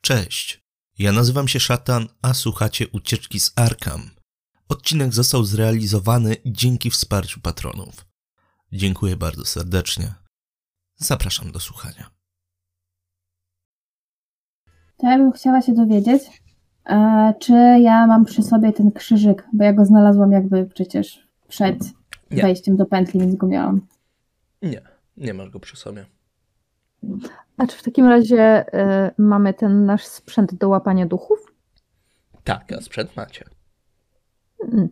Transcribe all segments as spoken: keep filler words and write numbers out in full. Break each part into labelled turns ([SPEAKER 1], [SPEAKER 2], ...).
[SPEAKER 1] Cześć, ja nazywam się Szatan, a słuchacie Ucieczki z Arkham. Odcinek został zrealizowany dzięki wsparciu patronów. Dziękuję bardzo serdecznie. Zapraszam do słuchania.
[SPEAKER 2] To ja bym chciała się dowiedzieć, e, czy ja mam przy sobie ten krzyżyk, bo ja go znalazłam jakby przecież przed nie. wejściem do pętli, więc go miałam.
[SPEAKER 1] Nie, nie masz go przy sobie.
[SPEAKER 3] A czy w takim razie y, mamy ten nasz sprzęt do łapania duchów?
[SPEAKER 1] Tak, a sprzęt macie.
[SPEAKER 3] Mm.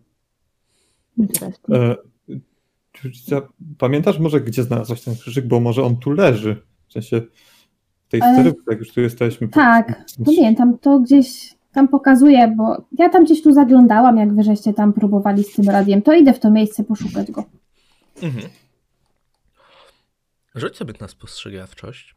[SPEAKER 4] E, pamiętasz może, gdzie znalazłaś ten krzyżyk? Bo może on tu leży. W sensie w tej sterydze, jak już tu jesteśmy.
[SPEAKER 2] Tak, pamiętam, to gdzieś tam pokazuję, bo ja tam gdzieś tu zaglądałam, jak wy żeście tam próbowali z tym radiem, to idę w to miejsce poszukać go.
[SPEAKER 1] Mhm. Rzuć sobie na spostrzegawczość.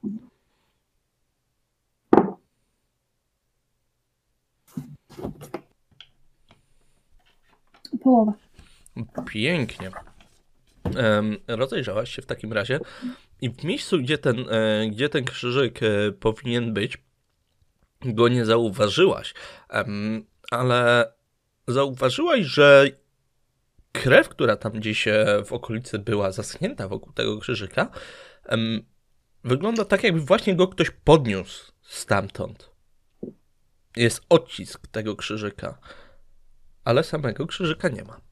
[SPEAKER 2] Połowa.
[SPEAKER 1] Pięknie. Um, rozejrzałaś się w takim razie i w miejscu, gdzie ten, e, gdzie ten krzyżyk e, powinien być, go nie zauważyłaś. Um, ale zauważyłaś, że krew, która tam gdzieś w okolicy była zaschnięta wokół tego krzyżyka, um, wygląda tak, jakby właśnie go ktoś podniósł stamtąd. Jest odcisk tego krzyżyka, ale samego krzyżyka nie ma.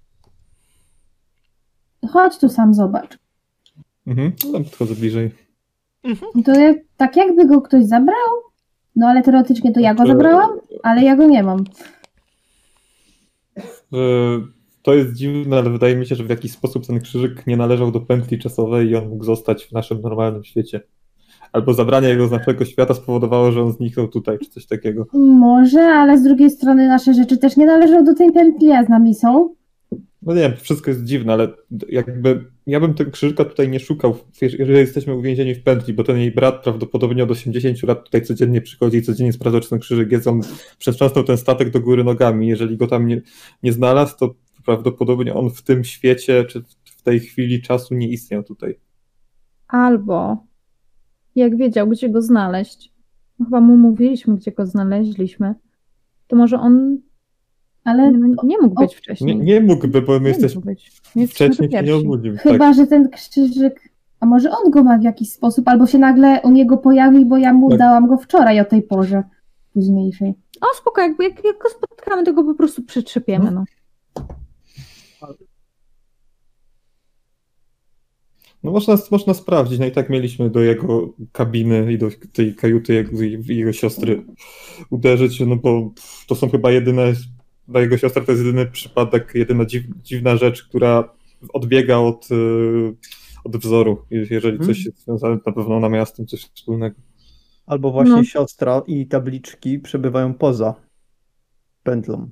[SPEAKER 2] Chodź tu sam, zobacz.
[SPEAKER 4] Mhm, tam podchodzę bliżej.
[SPEAKER 2] Mhm. To jak, tak jakby go ktoś zabrał? No ale teoretycznie to ja go zabrałam, ale ja go nie mam.
[SPEAKER 4] To jest dziwne, ale wydaje mi się, że w jakiś sposób ten krzyżyk nie należał do pętli czasowej i on mógł zostać w naszym normalnym świecie. Albo zabranie jego z naszego świata spowodowało, że on zniknął tutaj, czy coś takiego.
[SPEAKER 2] Może, ale z drugiej strony nasze rzeczy też nie należą do tej pętli, a z nami są.
[SPEAKER 4] No nie wiem, wszystko jest dziwne, ale jakby ja bym tego krzyżyka tutaj nie szukał, jeżeli jesteśmy uwięzieni w pętli, bo ten jej brat prawdopodobnie od osiemdziesięciu lat tutaj codziennie przychodzi i codziennie sprawdza, czy ten krzyżyk jest. On przetrząsnął ten statek do góry nogami. Jeżeli go tam nie, nie znalazł, to prawdopodobnie on w tym świecie, czy w tej chwili czasu nie istniał tutaj.
[SPEAKER 3] Albo jak wiedział, gdzie go znaleźć, chyba mu mówiliśmy, gdzie go znaleźliśmy, to może on ale nie, nie mógł być wcześniej.
[SPEAKER 4] Nie, nie mógłby, bo my jesteśmy wcześniej się nie obudził.
[SPEAKER 2] Chyba,
[SPEAKER 4] tak.
[SPEAKER 2] że ten krzyżyk, a może on go ma w jakiś sposób, albo się nagle u niego pojawił, bo ja mu tak. dałam go wczoraj o tej porze późniejszej.
[SPEAKER 3] O, spoko, jakby jak, jak go spotkamy, to go po prostu przytrzepiemy. No.
[SPEAKER 4] No można, można sprawdzić, no i tak mieliśmy do jego kabiny i do tej kajuty jego, jego siostry uderzyć, no bo to są chyba jedyne, dla jego siostry to jest jedyny przypadek, jedyna dziw, dziwna rzecz, która odbiega od, od wzoru. Jeżeli hmm. coś jest związane, na pewno ona miała z tym coś wspólnego.
[SPEAKER 5] Albo właśnie no. siostra i tabliczki przebywają poza pętlą.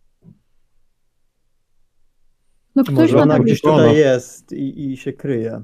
[SPEAKER 3] No ktoś
[SPEAKER 5] Może
[SPEAKER 3] ma
[SPEAKER 5] ona
[SPEAKER 3] tabliczkę.
[SPEAKER 5] gdzieś tutaj jest i, i się kryje.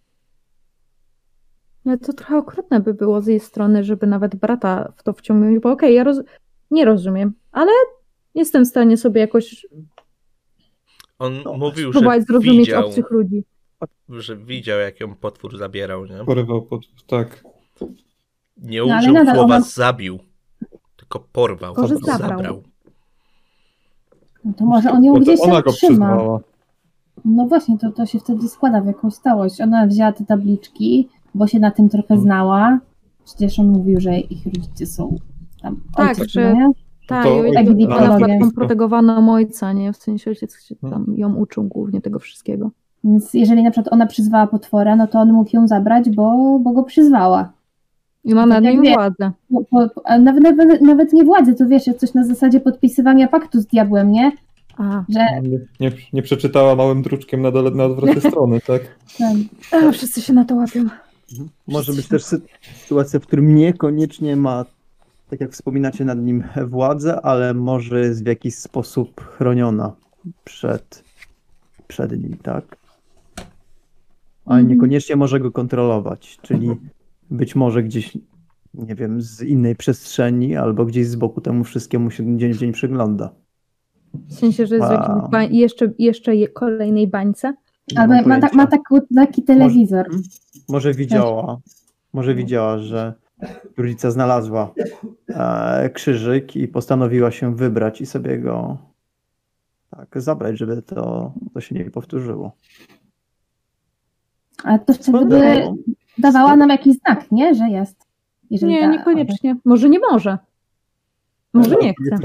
[SPEAKER 3] No to trochę okrutne by było z jej strony, żeby nawet brata w to wciągnąć, bo okej, okay, ja roz... nie rozumiem, ale jestem w stanie sobie jakoś
[SPEAKER 1] on no, mówił,
[SPEAKER 3] próbować
[SPEAKER 1] że
[SPEAKER 3] zrozumieć
[SPEAKER 1] widział,
[SPEAKER 3] obcych ludzi.
[SPEAKER 1] Że widział, jak ją potwór zabierał, nie?
[SPEAKER 4] Porywał potwór, tak.
[SPEAKER 1] Nie no, użył słowa ona... zabił, tylko porwał,
[SPEAKER 3] Może
[SPEAKER 1] zabrał.
[SPEAKER 3] zabrał.
[SPEAKER 2] No to może on ją
[SPEAKER 4] bo
[SPEAKER 2] gdzieś
[SPEAKER 4] ona
[SPEAKER 2] tam
[SPEAKER 4] go
[SPEAKER 2] trzyma.
[SPEAKER 4] Przyznała.
[SPEAKER 2] No właśnie, to, to się wtedy składa w jakąś całość. Ona wzięła te tabliczki, bo się na tym trochę znała. Przecież on mówił, że ich rodzice są tam.
[SPEAKER 3] Tak,
[SPEAKER 2] ojciec,
[SPEAKER 3] że
[SPEAKER 2] nie?
[SPEAKER 3] tak,
[SPEAKER 4] to,
[SPEAKER 3] ona była taką protegowaną ojca, nie? W sensie ojciec się tam ją uczył głównie tego wszystkiego.
[SPEAKER 2] Więc jeżeli na przykład ona przyzwała potwora, no to on mógł ją zabrać, bo, bo go przyzwała.
[SPEAKER 3] I ma nad nim władzę.
[SPEAKER 2] Po, po, nawet, nawet, nawet nie władzę, to wiesz, jak coś na zasadzie podpisywania paktu z diabłem, nie?
[SPEAKER 3] A.
[SPEAKER 2] Że...
[SPEAKER 4] Nie, nie, nie przeczytała małym druczkiem na, dole, na odwrotnej strony, tak?
[SPEAKER 3] A, wszyscy się na to łapią.
[SPEAKER 5] Może być też sytuacja, w którym niekoniecznie ma, tak jak wspominacie, nad nim władzę, ale może jest w jakiś sposób chroniona przed, przed nim, tak? Ale
[SPEAKER 2] Mhm.
[SPEAKER 5] niekoniecznie może go kontrolować, czyli być może gdzieś, nie wiem, z innej przestrzeni albo gdzieś z boku temu wszystkiemu się dzień w dzień przygląda.
[SPEAKER 3] W sensie, że jest w jakimś bań- jeszcze, jeszcze je- kolejnej bańce?
[SPEAKER 2] Albo ma, ta, ma taki, taki telewizor.
[SPEAKER 5] Może, może widziała, może widziała, że rodzica znalazła e, krzyżyk i postanowiła się wybrać i sobie go tak zabrać, żeby to, to się nie powtórzyło.
[SPEAKER 2] Ale to wtedy
[SPEAKER 5] Swoją
[SPEAKER 2] by
[SPEAKER 5] drogą,
[SPEAKER 2] dawała nam jakiś znak, nie? Że jest. Jeżeli
[SPEAKER 3] Nie,
[SPEAKER 2] da-
[SPEAKER 3] niekoniecznie. Może nie może. Może nie chce.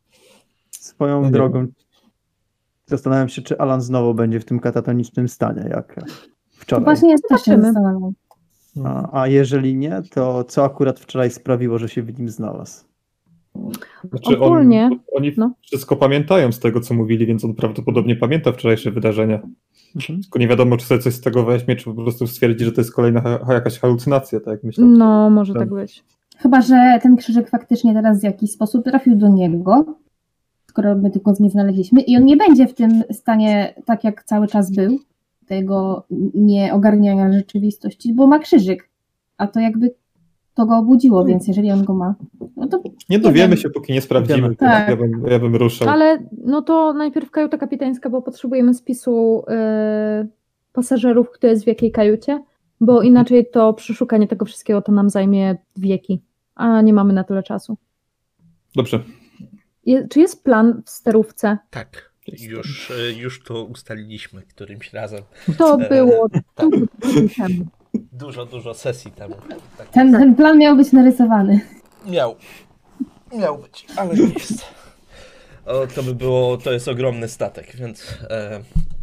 [SPEAKER 5] Swoją
[SPEAKER 4] No nie
[SPEAKER 5] drogą zastanawiam się, czy Alan znowu będzie w tym katatonicznym stanie, jak wczoraj.
[SPEAKER 2] Właśnie jest też się
[SPEAKER 3] Zobaczymy.
[SPEAKER 2] zastanawiam.
[SPEAKER 5] A, a jeżeli nie, to co akurat wczoraj sprawiło, że się w nim znalazł?
[SPEAKER 4] Znaczy
[SPEAKER 3] Ogólnie,
[SPEAKER 4] on, oni
[SPEAKER 3] no.
[SPEAKER 4] wszystko pamiętają z tego, co mówili, więc on prawdopodobnie pamięta wczorajsze wydarzenia.
[SPEAKER 5] Mhm.
[SPEAKER 4] Tylko nie wiadomo, czy sobie coś z tego weźmie, czy po prostu stwierdzi, że to jest kolejna ha- jakaś halucynacja, tak jak myślę.
[SPEAKER 3] No, może
[SPEAKER 4] Tak.
[SPEAKER 3] tak być.
[SPEAKER 2] Chyba, że ten krzyżyk faktycznie teraz w jakiś sposób trafił do niego, skoro my tylko nie znaleźliśmy i on nie będzie w tym stanie tak, jak cały czas był, tego nieogarniania rzeczywistości, bo ma krzyżyk, a to jakby to go obudziło, więc jeżeli on go ma, no to
[SPEAKER 4] Nie dowiemy
[SPEAKER 2] wiem.
[SPEAKER 4] się, póki nie sprawdzimy.
[SPEAKER 2] Tak.
[SPEAKER 4] Ja, bym, ja bym ruszał.
[SPEAKER 3] Ale no to najpierw kajuta kapitańska, bo potrzebujemy spisu yy, pasażerów, kto jest w jakiej kajucie, bo inaczej to przeszukanie tego wszystkiego to nam zajmie wieki, a nie mamy na tyle czasu.
[SPEAKER 4] Dobrze.
[SPEAKER 3] Je, czy jest plan w sterówce?
[SPEAKER 1] Tak, już, e, już to ustaliliśmy którymś razem.
[SPEAKER 3] To
[SPEAKER 1] E,
[SPEAKER 3] było
[SPEAKER 1] tak.
[SPEAKER 3] dużo tygodni temu.
[SPEAKER 1] Dużo, dużo sesji temu. Tak.
[SPEAKER 2] ten, ten plan miał być narysowany.
[SPEAKER 1] Miał. Miał być, ale nie jest. O, to by było, to jest ogromny statek, więc, e,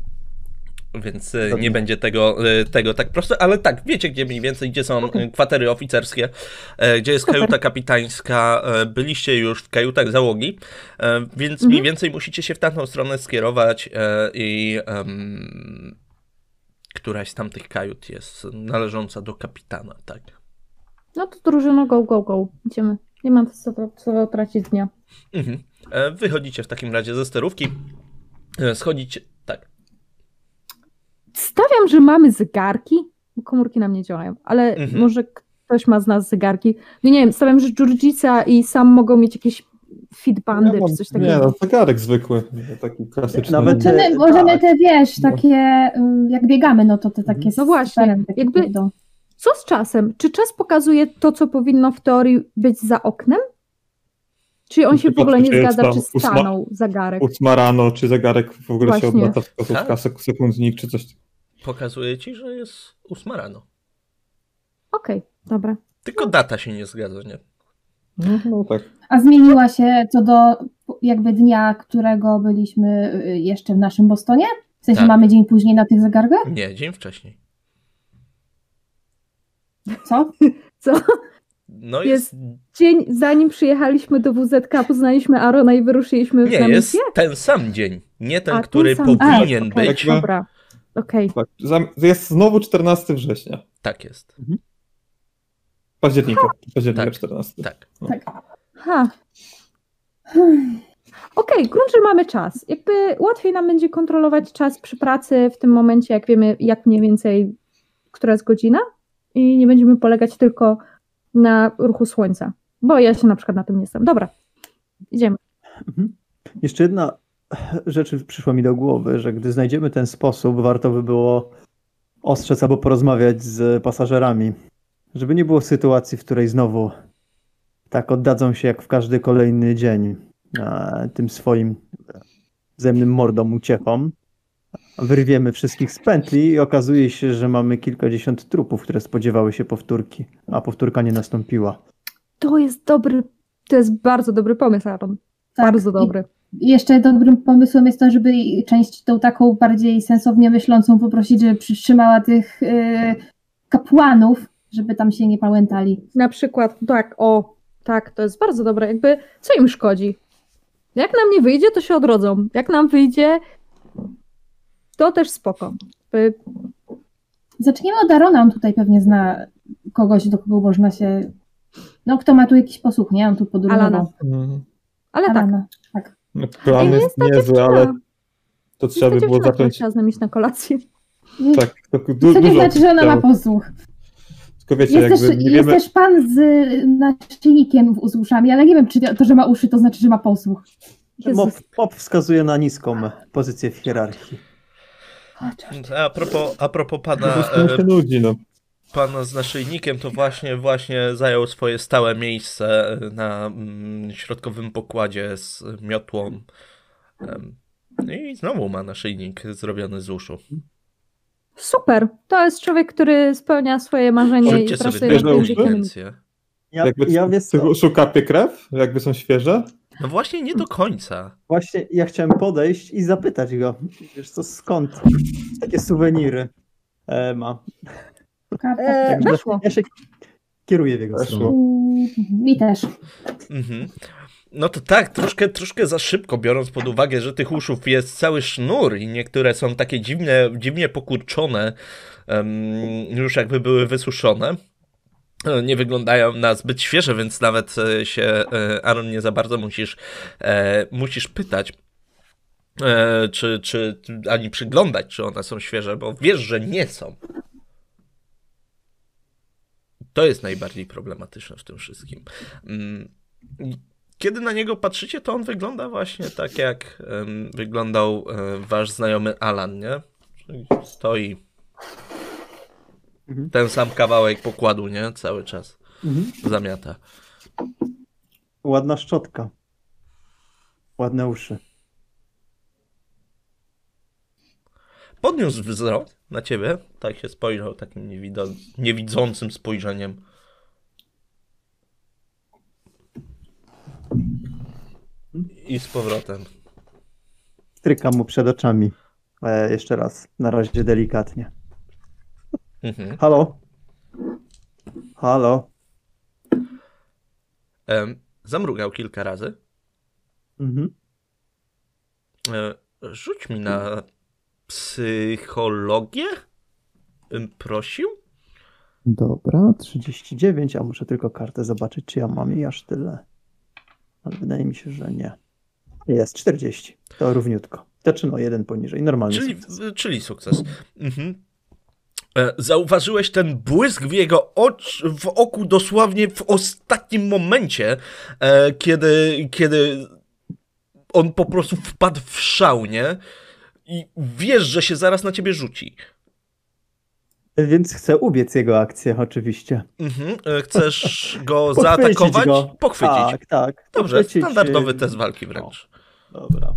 [SPEAKER 1] więc e, nie będzie tego, e, tego tak prosto, ale tak, wiecie gdzie mniej więcej, gdzie są e, kwatery oficerskie, e, gdzie jest
[SPEAKER 3] Super.
[SPEAKER 1] kajuta kapitańska, e, byliście już w kajutach załogi, e, więc
[SPEAKER 3] Mhm.
[SPEAKER 1] mniej więcej musicie się w tamtą stronę skierować e, i em, któraś z tamtych kajut jest należąca do kapitana, tak.
[SPEAKER 3] No to drużyno, go, go, go. Idziemy. Nie mam co, co tracić dnia.
[SPEAKER 1] Mhm. E, Wychodzicie w takim razie ze sterówki, e, schodzicie, tak.
[SPEAKER 3] Stawiam, że mamy zegarki, bo komórki nam nie działają, ale
[SPEAKER 1] Mhm.
[SPEAKER 3] może ktoś ma z nas zegarki. No nie wiem, stawiam, że Georgica i Sam mogą mieć jakieś fitbandy
[SPEAKER 4] Ja mam-
[SPEAKER 3] czy coś
[SPEAKER 4] nie,
[SPEAKER 3] takiego.
[SPEAKER 4] no zegarek zwykły, taki klasyczny.
[SPEAKER 5] Nawet-
[SPEAKER 2] Możemy,
[SPEAKER 5] Tak.
[SPEAKER 2] możemy te, wiesz, takie, ym, jak biegamy, no to te takie
[SPEAKER 3] No właśnie,
[SPEAKER 2] superem, takie
[SPEAKER 3] jakby-
[SPEAKER 2] idą.
[SPEAKER 3] Co z czasem? Czy czas pokazuje to, co powinno w teorii być za oknem? Czy on się w ogóle nie
[SPEAKER 4] Czy jest
[SPEAKER 3] zgadza,
[SPEAKER 4] tam
[SPEAKER 3] czy
[SPEAKER 4] ósma-
[SPEAKER 3] stanął zegarek?
[SPEAKER 4] ósma rano, czy zegarek w ogóle
[SPEAKER 3] Właśnie.
[SPEAKER 4] się obraca w sposób
[SPEAKER 1] Tak?
[SPEAKER 4] kasek, sekundnik, czy coś.
[SPEAKER 1] Pokazuje ci, że jest ósma rano.
[SPEAKER 3] Okej, dobra.
[SPEAKER 1] Tylko data się nie zgadza, nie?
[SPEAKER 4] No, no tak.
[SPEAKER 2] A zmieniła się co do jakby dnia, którego byliśmy y, jeszcze w naszym Bostonie? W sensie
[SPEAKER 1] Tak.
[SPEAKER 2] mamy dzień później na tych zegarkach?
[SPEAKER 1] Nie, dzień wcześniej.
[SPEAKER 2] Co?
[SPEAKER 3] Co?
[SPEAKER 1] No jest...
[SPEAKER 3] Dzień zanim przyjechaliśmy do W Z K, poznaliśmy Arona i wyruszyliśmy
[SPEAKER 1] Nie,
[SPEAKER 3] na
[SPEAKER 1] jest
[SPEAKER 3] misję?
[SPEAKER 1] ten sam dzień. Nie ten,
[SPEAKER 3] A, ten
[SPEAKER 1] który
[SPEAKER 3] sam-
[SPEAKER 1] powinien
[SPEAKER 3] A, okej,
[SPEAKER 1] być.
[SPEAKER 4] Jakby-
[SPEAKER 3] Dobra, okej.
[SPEAKER 4] tak. Zam- Jest znowu czternastego września.
[SPEAKER 1] Tak jest.
[SPEAKER 4] Października. Października
[SPEAKER 1] Tak.
[SPEAKER 4] czternastego.
[SPEAKER 1] Tak.
[SPEAKER 2] Tak.
[SPEAKER 3] Ha. Okej, grunt, że mamy czas. Jakby łatwiej nam będzie kontrolować czas przy pracy w tym momencie, jak wiemy, jak mniej więcej, która jest godzina i nie będziemy polegać tylko na ruchu słońca, bo ja się na przykład na tym nie znam. Dobra, idziemy.
[SPEAKER 5] Mhm. Jeszcze jedna rzecz przyszła mi do głowy, że gdy znajdziemy ten sposób, warto by było ostrzec albo porozmawiać z pasażerami, żeby nie było sytuacji, w której znowu tak oddadzą się jak w każdy kolejny dzień e, tym swoim wzajemnym mordom uciechom. Wyrwiemy wszystkich z pętli i okazuje się, że mamy kilkadziesiąt trupów, które spodziewały się powtórki, a powtórka nie nastąpiła.
[SPEAKER 3] To jest dobry, to jest bardzo dobry pomysł, Aaron.
[SPEAKER 2] Tak.
[SPEAKER 3] Bardzo dobry.
[SPEAKER 2] I jeszcze dobrym pomysłem jest to, żeby część tą taką bardziej sensownie myślącą poprosić, żeby przytrzymała tych y, kapłanów, żeby tam się nie pałętali.
[SPEAKER 3] Na przykład, tak, o, tak, to jest bardzo dobre. Jakby, co im szkodzi? Jak nam nie wyjdzie, to się odrodzą. Jak nam wyjdzie, to też spoko. Jakby,
[SPEAKER 2] Zaczniemy od Arona, on tutaj pewnie zna kogoś, do kogo można się... No, kto ma tu jakiś posłuch, nie? On tu podróżował.
[SPEAKER 3] Alana.
[SPEAKER 4] Mhm.
[SPEAKER 3] ale tak.
[SPEAKER 2] Alana.
[SPEAKER 4] No, plan
[SPEAKER 3] Ej,
[SPEAKER 4] jest
[SPEAKER 3] jest ta
[SPEAKER 4] niezły,
[SPEAKER 3] dziewczyna.
[SPEAKER 4] ale to
[SPEAKER 3] Jest
[SPEAKER 4] trzeba
[SPEAKER 3] ta
[SPEAKER 4] by było
[SPEAKER 3] dziewczyna, która
[SPEAKER 4] zacząć.
[SPEAKER 3] chciała z nami iść na kolację.
[SPEAKER 4] Tak, to du-
[SPEAKER 2] Co nie
[SPEAKER 4] dużo
[SPEAKER 2] znaczy, że ona ma
[SPEAKER 4] chciał.
[SPEAKER 2] posłuch.
[SPEAKER 4] Tylko wiecie,
[SPEAKER 2] Jest,
[SPEAKER 4] jakby
[SPEAKER 2] też,
[SPEAKER 4] nie
[SPEAKER 2] jest
[SPEAKER 4] wiemy.
[SPEAKER 2] też pan z naszyjnikiem z uszami, ale nie wiem, czy to, że ma uszy, to znaczy, że ma posłuch.
[SPEAKER 5] Mop,
[SPEAKER 3] Jezus.
[SPEAKER 5] mop wskazuje na niską pozycję w hierarchii.
[SPEAKER 1] A propos, a propos
[SPEAKER 4] Po
[SPEAKER 1] pana,
[SPEAKER 4] prostu mu
[SPEAKER 1] e,
[SPEAKER 4] się nudzi, no.
[SPEAKER 1] pan z naszyjnikiem to właśnie, właśnie zajął swoje stałe miejsce na mm, środkowym pokładzie z miotłą. Em, I znowu ma naszyjnik zrobiony z uszu.
[SPEAKER 3] Super. To jest człowiek, który spełnia swoje marzenie
[SPEAKER 1] Rzućcie
[SPEAKER 3] i
[SPEAKER 1] sobie
[SPEAKER 3] pracuje nad
[SPEAKER 4] bierze uszy?
[SPEAKER 3] językiem.
[SPEAKER 1] inteligencję.
[SPEAKER 5] Ja,
[SPEAKER 4] Jakby
[SPEAKER 5] ja wiesz
[SPEAKER 4] z
[SPEAKER 5] co,
[SPEAKER 4] tych uszu kapie krew? Jakby są świeże?
[SPEAKER 1] No właśnie nie do końca.
[SPEAKER 5] właśnie ja chciałem podejść i zapytać go, wiesz co, skąd takie suweniry e, ma.
[SPEAKER 2] Karta.
[SPEAKER 3] E,
[SPEAKER 5] Także
[SPEAKER 3] weszło.
[SPEAKER 5] ja się kieruję w jego
[SPEAKER 4] Weszło.
[SPEAKER 5] stronę.
[SPEAKER 2] Mhm, Mi też.
[SPEAKER 1] Mhm. No to tak, troszkę, troszkę za szybko, biorąc pod uwagę, że tych uszów jest cały sznur i niektóre są takie dziwne, dziwnie pokurczone, um, już jakby były wysuszone. Nie wyglądają na zbyt świeże, więc nawet e, się, e, Aaron, nie za bardzo musisz, e, musisz pytać, e, czy, czy ani przyglądać, czy one są świeże, bo wiesz, że nie są. To jest najbardziej problematyczne w tym wszystkim. Mm, Kiedy na niego patrzycie, to on wygląda właśnie tak, jak em, wyglądał e, wasz znajomy Alan, nie? Czyli stoi
[SPEAKER 5] Mhm.
[SPEAKER 1] ten sam kawałek pokładu, nie? Cały czas
[SPEAKER 5] Mhm.
[SPEAKER 1] zamiata.
[SPEAKER 5] Ładna szczotka. Ładne uszy.
[SPEAKER 1] Podniósł wzrok na ciebie, tak się spojrzał takim niewido- niewidzącym spojrzeniem. I z powrotem.
[SPEAKER 5] Strykam mu przed oczami. E, jeszcze raz, na razie delikatnie.
[SPEAKER 1] Mhm.
[SPEAKER 5] Halo? Halo?
[SPEAKER 1] Em, zamrugał kilka razy.
[SPEAKER 5] Mhm.
[SPEAKER 1] E, rzuć mi na psychologię, bym prosił.
[SPEAKER 5] Dobra, trzydzieści dziewięć, a muszę tylko kartę zobaczyć, czy ja mam jej aż tyle. Ale wydaje mi się, że nie. Jest, czterdzieści. To równiutko. Znaczy no, jeden poniżej, normalny
[SPEAKER 1] Czyli,
[SPEAKER 5] sukces.
[SPEAKER 1] czyli sukces. Mhm. E, Zauważyłeś ten błysk w jego ocz, w oku dosłownie w ostatnim momencie, e, kiedy, kiedy on po prostu wpadł w szał, nie? I wiesz, że się zaraz na ciebie rzuci.
[SPEAKER 5] Więc chcę ubiec jego akcję, oczywiście.
[SPEAKER 1] Mhm. E, Chcesz go
[SPEAKER 5] Pochwycić
[SPEAKER 1] zaatakować?
[SPEAKER 5] go.
[SPEAKER 1] Pochwycić.
[SPEAKER 5] Tak, tak.
[SPEAKER 1] Dobrze,
[SPEAKER 5] Pochwycić,
[SPEAKER 1] standardowy
[SPEAKER 5] y,
[SPEAKER 1] test walki wręcz.
[SPEAKER 5] No, dobra.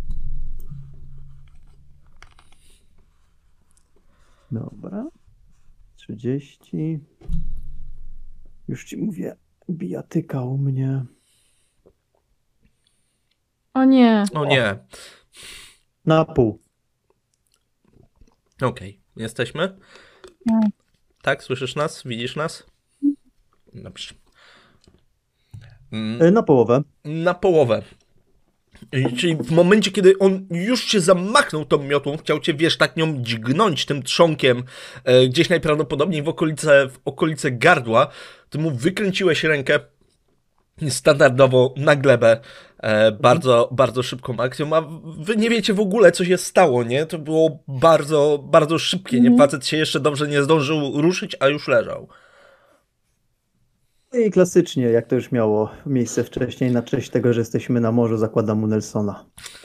[SPEAKER 5] Dobra. trzydzieści. Już ci mówię, bijatyka u mnie.
[SPEAKER 3] O nie.
[SPEAKER 1] O nie.
[SPEAKER 5] Na pół.
[SPEAKER 1] Okej, jesteśmy?
[SPEAKER 2] Tak.
[SPEAKER 1] Tak, słyszysz nas? Widzisz nas? Dobrze. Mm,
[SPEAKER 5] E, Na połowę.
[SPEAKER 1] Na połowę. I- Czyli w momencie, kiedy on już się zamachnął tą miotłą, chciał cię, wiesz, tak nią dźgnąć tym trzonkiem e, gdzieś najprawdopodobniej w okolice, w okolice gardła, ty mu wykręciłeś rękę standardowo na glebę e, bardzo, bardzo szybką akcją, a wy nie wiecie w ogóle, co się stało, nie? To było bardzo, bardzo szybkie, nie?
[SPEAKER 2] Mhm.
[SPEAKER 1] Facet się jeszcze dobrze nie zdążył ruszyć, a już leżał.
[SPEAKER 5] No i klasycznie, jak to już miało miejsce wcześniej, na cześć tego, że jesteśmy na morzu, zakładam mu Nelsona.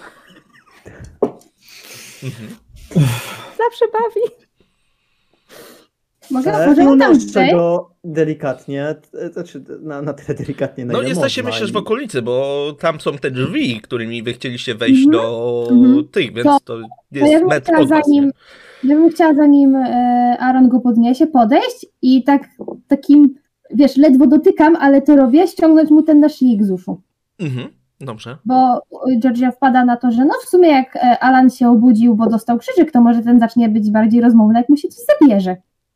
[SPEAKER 1] Mhm.
[SPEAKER 3] Zawsze bawi.
[SPEAKER 2] Mogę,
[SPEAKER 5] E,
[SPEAKER 2] możemy tam
[SPEAKER 5] unoszę
[SPEAKER 2] wejść?
[SPEAKER 5] go delikatnie, t- znaczy na, na tyle delikatnie, na
[SPEAKER 1] No
[SPEAKER 5] ile
[SPEAKER 1] jesteście,
[SPEAKER 5] można.
[SPEAKER 1] myślę,
[SPEAKER 5] I-
[SPEAKER 1] w okolicy, bo tam są te drzwi, którymi wy chcieliście wejść
[SPEAKER 2] Mhm.
[SPEAKER 1] do
[SPEAKER 2] Mhm.
[SPEAKER 1] tych, więc
[SPEAKER 2] To-
[SPEAKER 1] to
[SPEAKER 2] To
[SPEAKER 1] jest
[SPEAKER 2] ja bym
[SPEAKER 1] metr
[SPEAKER 2] chciała
[SPEAKER 1] od was,
[SPEAKER 2] zanim,
[SPEAKER 1] nie?
[SPEAKER 2] ja bym chciała zanim e, Aaron go podniesie, podejść i tak takim, wiesz, ledwo dotykam, ale to robię, ściągnąć mu ten naszyjnik z uszu.
[SPEAKER 1] Mhm. Dobrze.
[SPEAKER 2] Bo Georgia wpada na to, że no w sumie jak e, Alan się obudził, bo dostał krzyżyk, to może ten zacznie być bardziej rozmowny, jak mu się coś zabierze.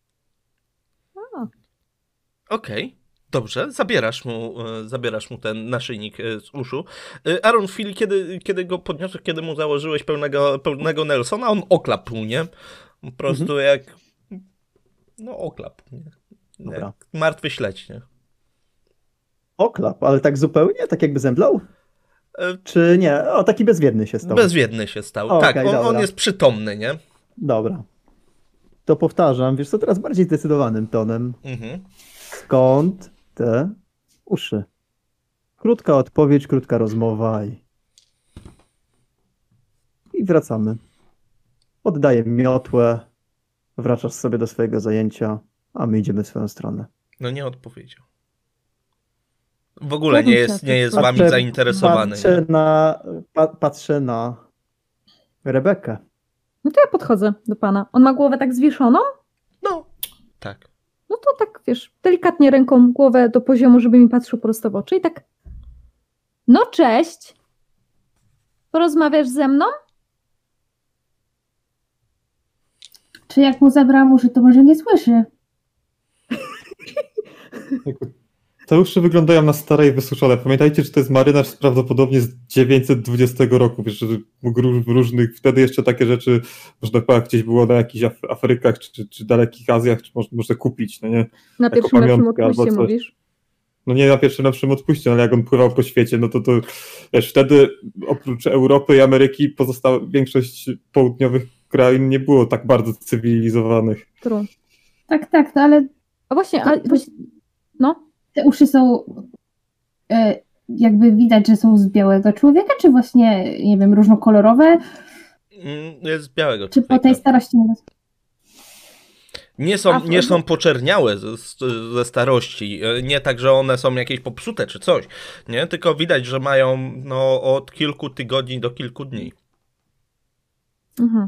[SPEAKER 1] Okej. Dobrze, zabierasz mu, e, zabierasz mu ten naszyjnik e, z uszu. E, Aaron, w chwili, kiedy, kiedy go podniosłeś, kiedy mu założyłeś pełnego, pełnego Nelsona, on oklapł, nie? Po prostu jak... No oklapł, nie?
[SPEAKER 5] Dobra.
[SPEAKER 1] Jak martwy śledź, nie?
[SPEAKER 5] Oklap, ale tak zupełnie, tak jakby zemdlał?
[SPEAKER 1] E,
[SPEAKER 5] Czy nie? O, taki bezwiedny się stał.
[SPEAKER 1] Bezwiedny się stał.
[SPEAKER 5] Okej,
[SPEAKER 1] tak, on, on
[SPEAKER 5] dobra.
[SPEAKER 1] jest przytomny, nie?
[SPEAKER 5] Dobra. To powtarzam, wiesz co, teraz bardziej zdecydowanym tonem.
[SPEAKER 1] Mhm.
[SPEAKER 5] Skąd te uszy? Krótka odpowiedź, krótka rozmowa i... I wracamy. Oddaję miotłę, wracasz sobie do swojego zajęcia. a my idziemy w swoją stronę.
[SPEAKER 1] No nie odpowiedział. W ogóle
[SPEAKER 3] Ja bym
[SPEAKER 1] nie jest,
[SPEAKER 3] chciała
[SPEAKER 1] nie jest wami
[SPEAKER 5] Patrzę-
[SPEAKER 1] zainteresowany.
[SPEAKER 5] Patrzę
[SPEAKER 1] Nie?
[SPEAKER 5] na, pa, patrzę na Rebekę.
[SPEAKER 3] No to ja podchodzę do pana. On ma głowę tak zwieszoną?
[SPEAKER 1] No, tak.
[SPEAKER 3] No to tak, wiesz, delikatnie ręką głowę do poziomu, żeby mi patrzył prosto w oczy i tak. No cześć. Porozmawiasz ze mną?
[SPEAKER 2] Czy jak mu zabrałam uszy, to może nie słyszy?
[SPEAKER 4] Te uszy wyglądają na stare i wysuszone. Pamiętajcie, że to jest marynarz prawdopodobnie z dziewięćset dwudziestego roku. Wiesz, że mógł ró- różnych, wtedy jeszcze takie rzeczy, można powiedzieć, gdzieś było na jakichś Af- Afrykach czy, czy, czy dalekich Azjach, czy można, można kupić, no nie?
[SPEAKER 3] Na
[SPEAKER 4] Jako
[SPEAKER 3] pierwszym lepszym
[SPEAKER 4] pamiątkę albo
[SPEAKER 3] odpuście
[SPEAKER 4] coś.
[SPEAKER 3] mówisz.
[SPEAKER 4] No nie na pierwszym lepszym odpuście, ale jak on pływał po świecie, no to to, wiesz, wtedy oprócz Europy i Ameryki pozostała większość południowych krain nie było tak bardzo cywilizowanych.
[SPEAKER 3] True.
[SPEAKER 2] Tak, tak, no ale
[SPEAKER 3] A właśnie, a
[SPEAKER 2] To-
[SPEAKER 3] właśnie, no.
[SPEAKER 2] te uszy są e, jakby widać, że są z białego człowieka, czy właśnie, nie wiem, różnokolorowe,
[SPEAKER 1] Mm, Jest białego
[SPEAKER 2] czy po
[SPEAKER 1] człowieka.
[SPEAKER 2] tej starości nie
[SPEAKER 1] Nie są,
[SPEAKER 3] A,
[SPEAKER 1] nie
[SPEAKER 3] no-
[SPEAKER 1] są poczerniałe ze, ze starości. Nie tak, że one są jakieś popsute czy coś. Nie? Tylko widać, że mają no, od kilku tygodni do kilku dni.
[SPEAKER 3] Mhm.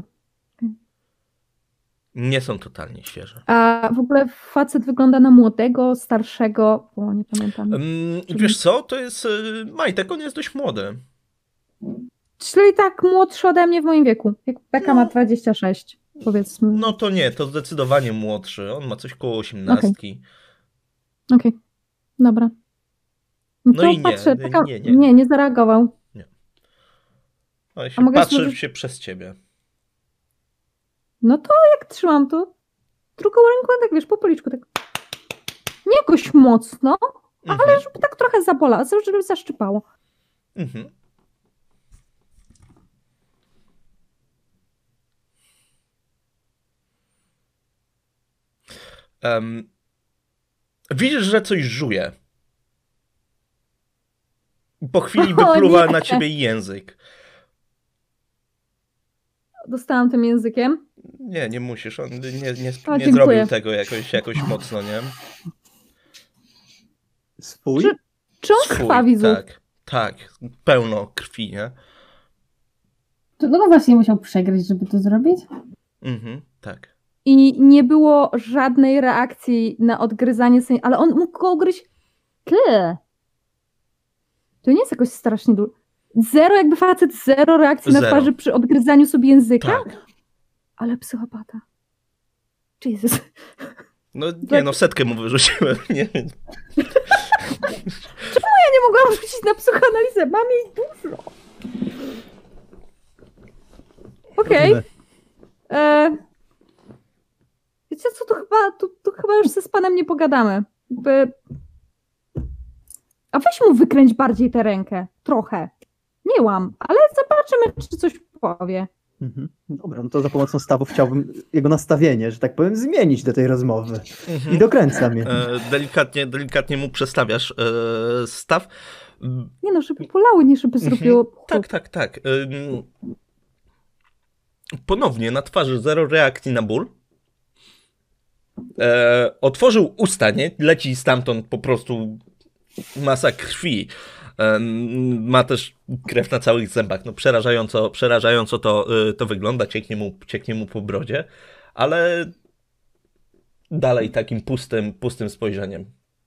[SPEAKER 1] Nie są totalnie świeże.
[SPEAKER 3] A w ogóle facet wygląda na młodego, starszego, bo nie pamiętam.
[SPEAKER 1] Mm, Wiesz co, to jest y, Majtek, on jest dość młody.
[SPEAKER 3] Czyli tak młodszy ode mnie w moim wieku. Jak Beka ma
[SPEAKER 1] No.
[SPEAKER 3] dwadzieścia sześć, powiedzmy.
[SPEAKER 1] No to nie, to zdecydowanie młodszy. On ma coś koło osiemnastki.
[SPEAKER 3] Okej, dobra.
[SPEAKER 1] No
[SPEAKER 3] to
[SPEAKER 1] i nie,
[SPEAKER 3] patrzę,
[SPEAKER 1] nie,
[SPEAKER 3] taka...
[SPEAKER 1] nie,
[SPEAKER 3] nie,
[SPEAKER 1] nie.
[SPEAKER 3] nie, nie zareagował.
[SPEAKER 1] On
[SPEAKER 3] A
[SPEAKER 1] się
[SPEAKER 3] mogę
[SPEAKER 1] patrzy
[SPEAKER 3] spojrzeć-
[SPEAKER 1] się przez ciebie.
[SPEAKER 3] No to jak trzymam to, drugą ręką tak wiesz, po policzku, tak nie jakoś mocno,
[SPEAKER 1] Mhm.
[SPEAKER 3] ale żeby tak trochę zabolało, żeby zaszczypało.
[SPEAKER 1] Mhm. Em, widzisz, że coś żuje. Po chwili
[SPEAKER 3] O
[SPEAKER 1] wypluwa
[SPEAKER 3] nie.
[SPEAKER 1] na ciebie język.
[SPEAKER 3] Dostałam tym językiem.
[SPEAKER 1] Nie, nie musisz. On nie, nie,
[SPEAKER 3] O,
[SPEAKER 1] nie
[SPEAKER 3] dziękuję.
[SPEAKER 1] zrobił tego jakoś, jakoś mocno, nie?
[SPEAKER 5] Swój?
[SPEAKER 3] Czy- Czy on
[SPEAKER 1] Swój,
[SPEAKER 3] krwawi z ust?
[SPEAKER 1] tak, tak. Pełno krwi, nie?
[SPEAKER 2] To no właśnie musiał przegryźć, żeby to zrobić.
[SPEAKER 1] Mhm, tak.
[SPEAKER 3] I nie było żadnej reakcji na odgryzanie sobie, ale on mógł go ugryźć. Ty! To nie jest jakoś strasznie dużo. Zero, jakby facet, zero reakcji na
[SPEAKER 1] Zero.
[SPEAKER 3] twarzy przy odgryzaniu sobie języka?
[SPEAKER 1] Tak.
[SPEAKER 3] Ale psychopata. Jesus.
[SPEAKER 1] No nie, no setkę mu wyrzuciłem, nie wiem.
[SPEAKER 3] Ja nie mogłam rzucić na psychoanalizę, mam jej dużo. Okej.
[SPEAKER 5] Robimy.
[SPEAKER 3] E, Wiecie co, to chyba, to, to chyba już ze z panem nie pogadamy. Jakby... A weź mu wykręć bardziej tę rękę. Trochę. Nie łam, ale zobaczymy, czy coś powie.
[SPEAKER 5] Mhm. Dobra, no to za pomocą stawów chciałbym jego nastawienie, że tak powiem, zmienić do tej rozmowy.
[SPEAKER 1] Mhm.
[SPEAKER 5] I dokręcam je.
[SPEAKER 1] E, delikatnie, delikatnie mu przestawiasz e, staw.
[SPEAKER 3] Nie no, żeby polały, nie żeby zrobiło...
[SPEAKER 1] Mhm. Tak, tak, tak. Ym, Ponownie na twarzy zero reakcji na ból. E, otworzył usta, nie? Leci stamtąd po prostu masa krwi. Em, ma też krew na całych zębach. No przerażająco, przerażająco to, y, to wygląda. Cieknie mu, cieknie mu po brodzie. Ale dalej takim pustym, pustym spojrzeniem.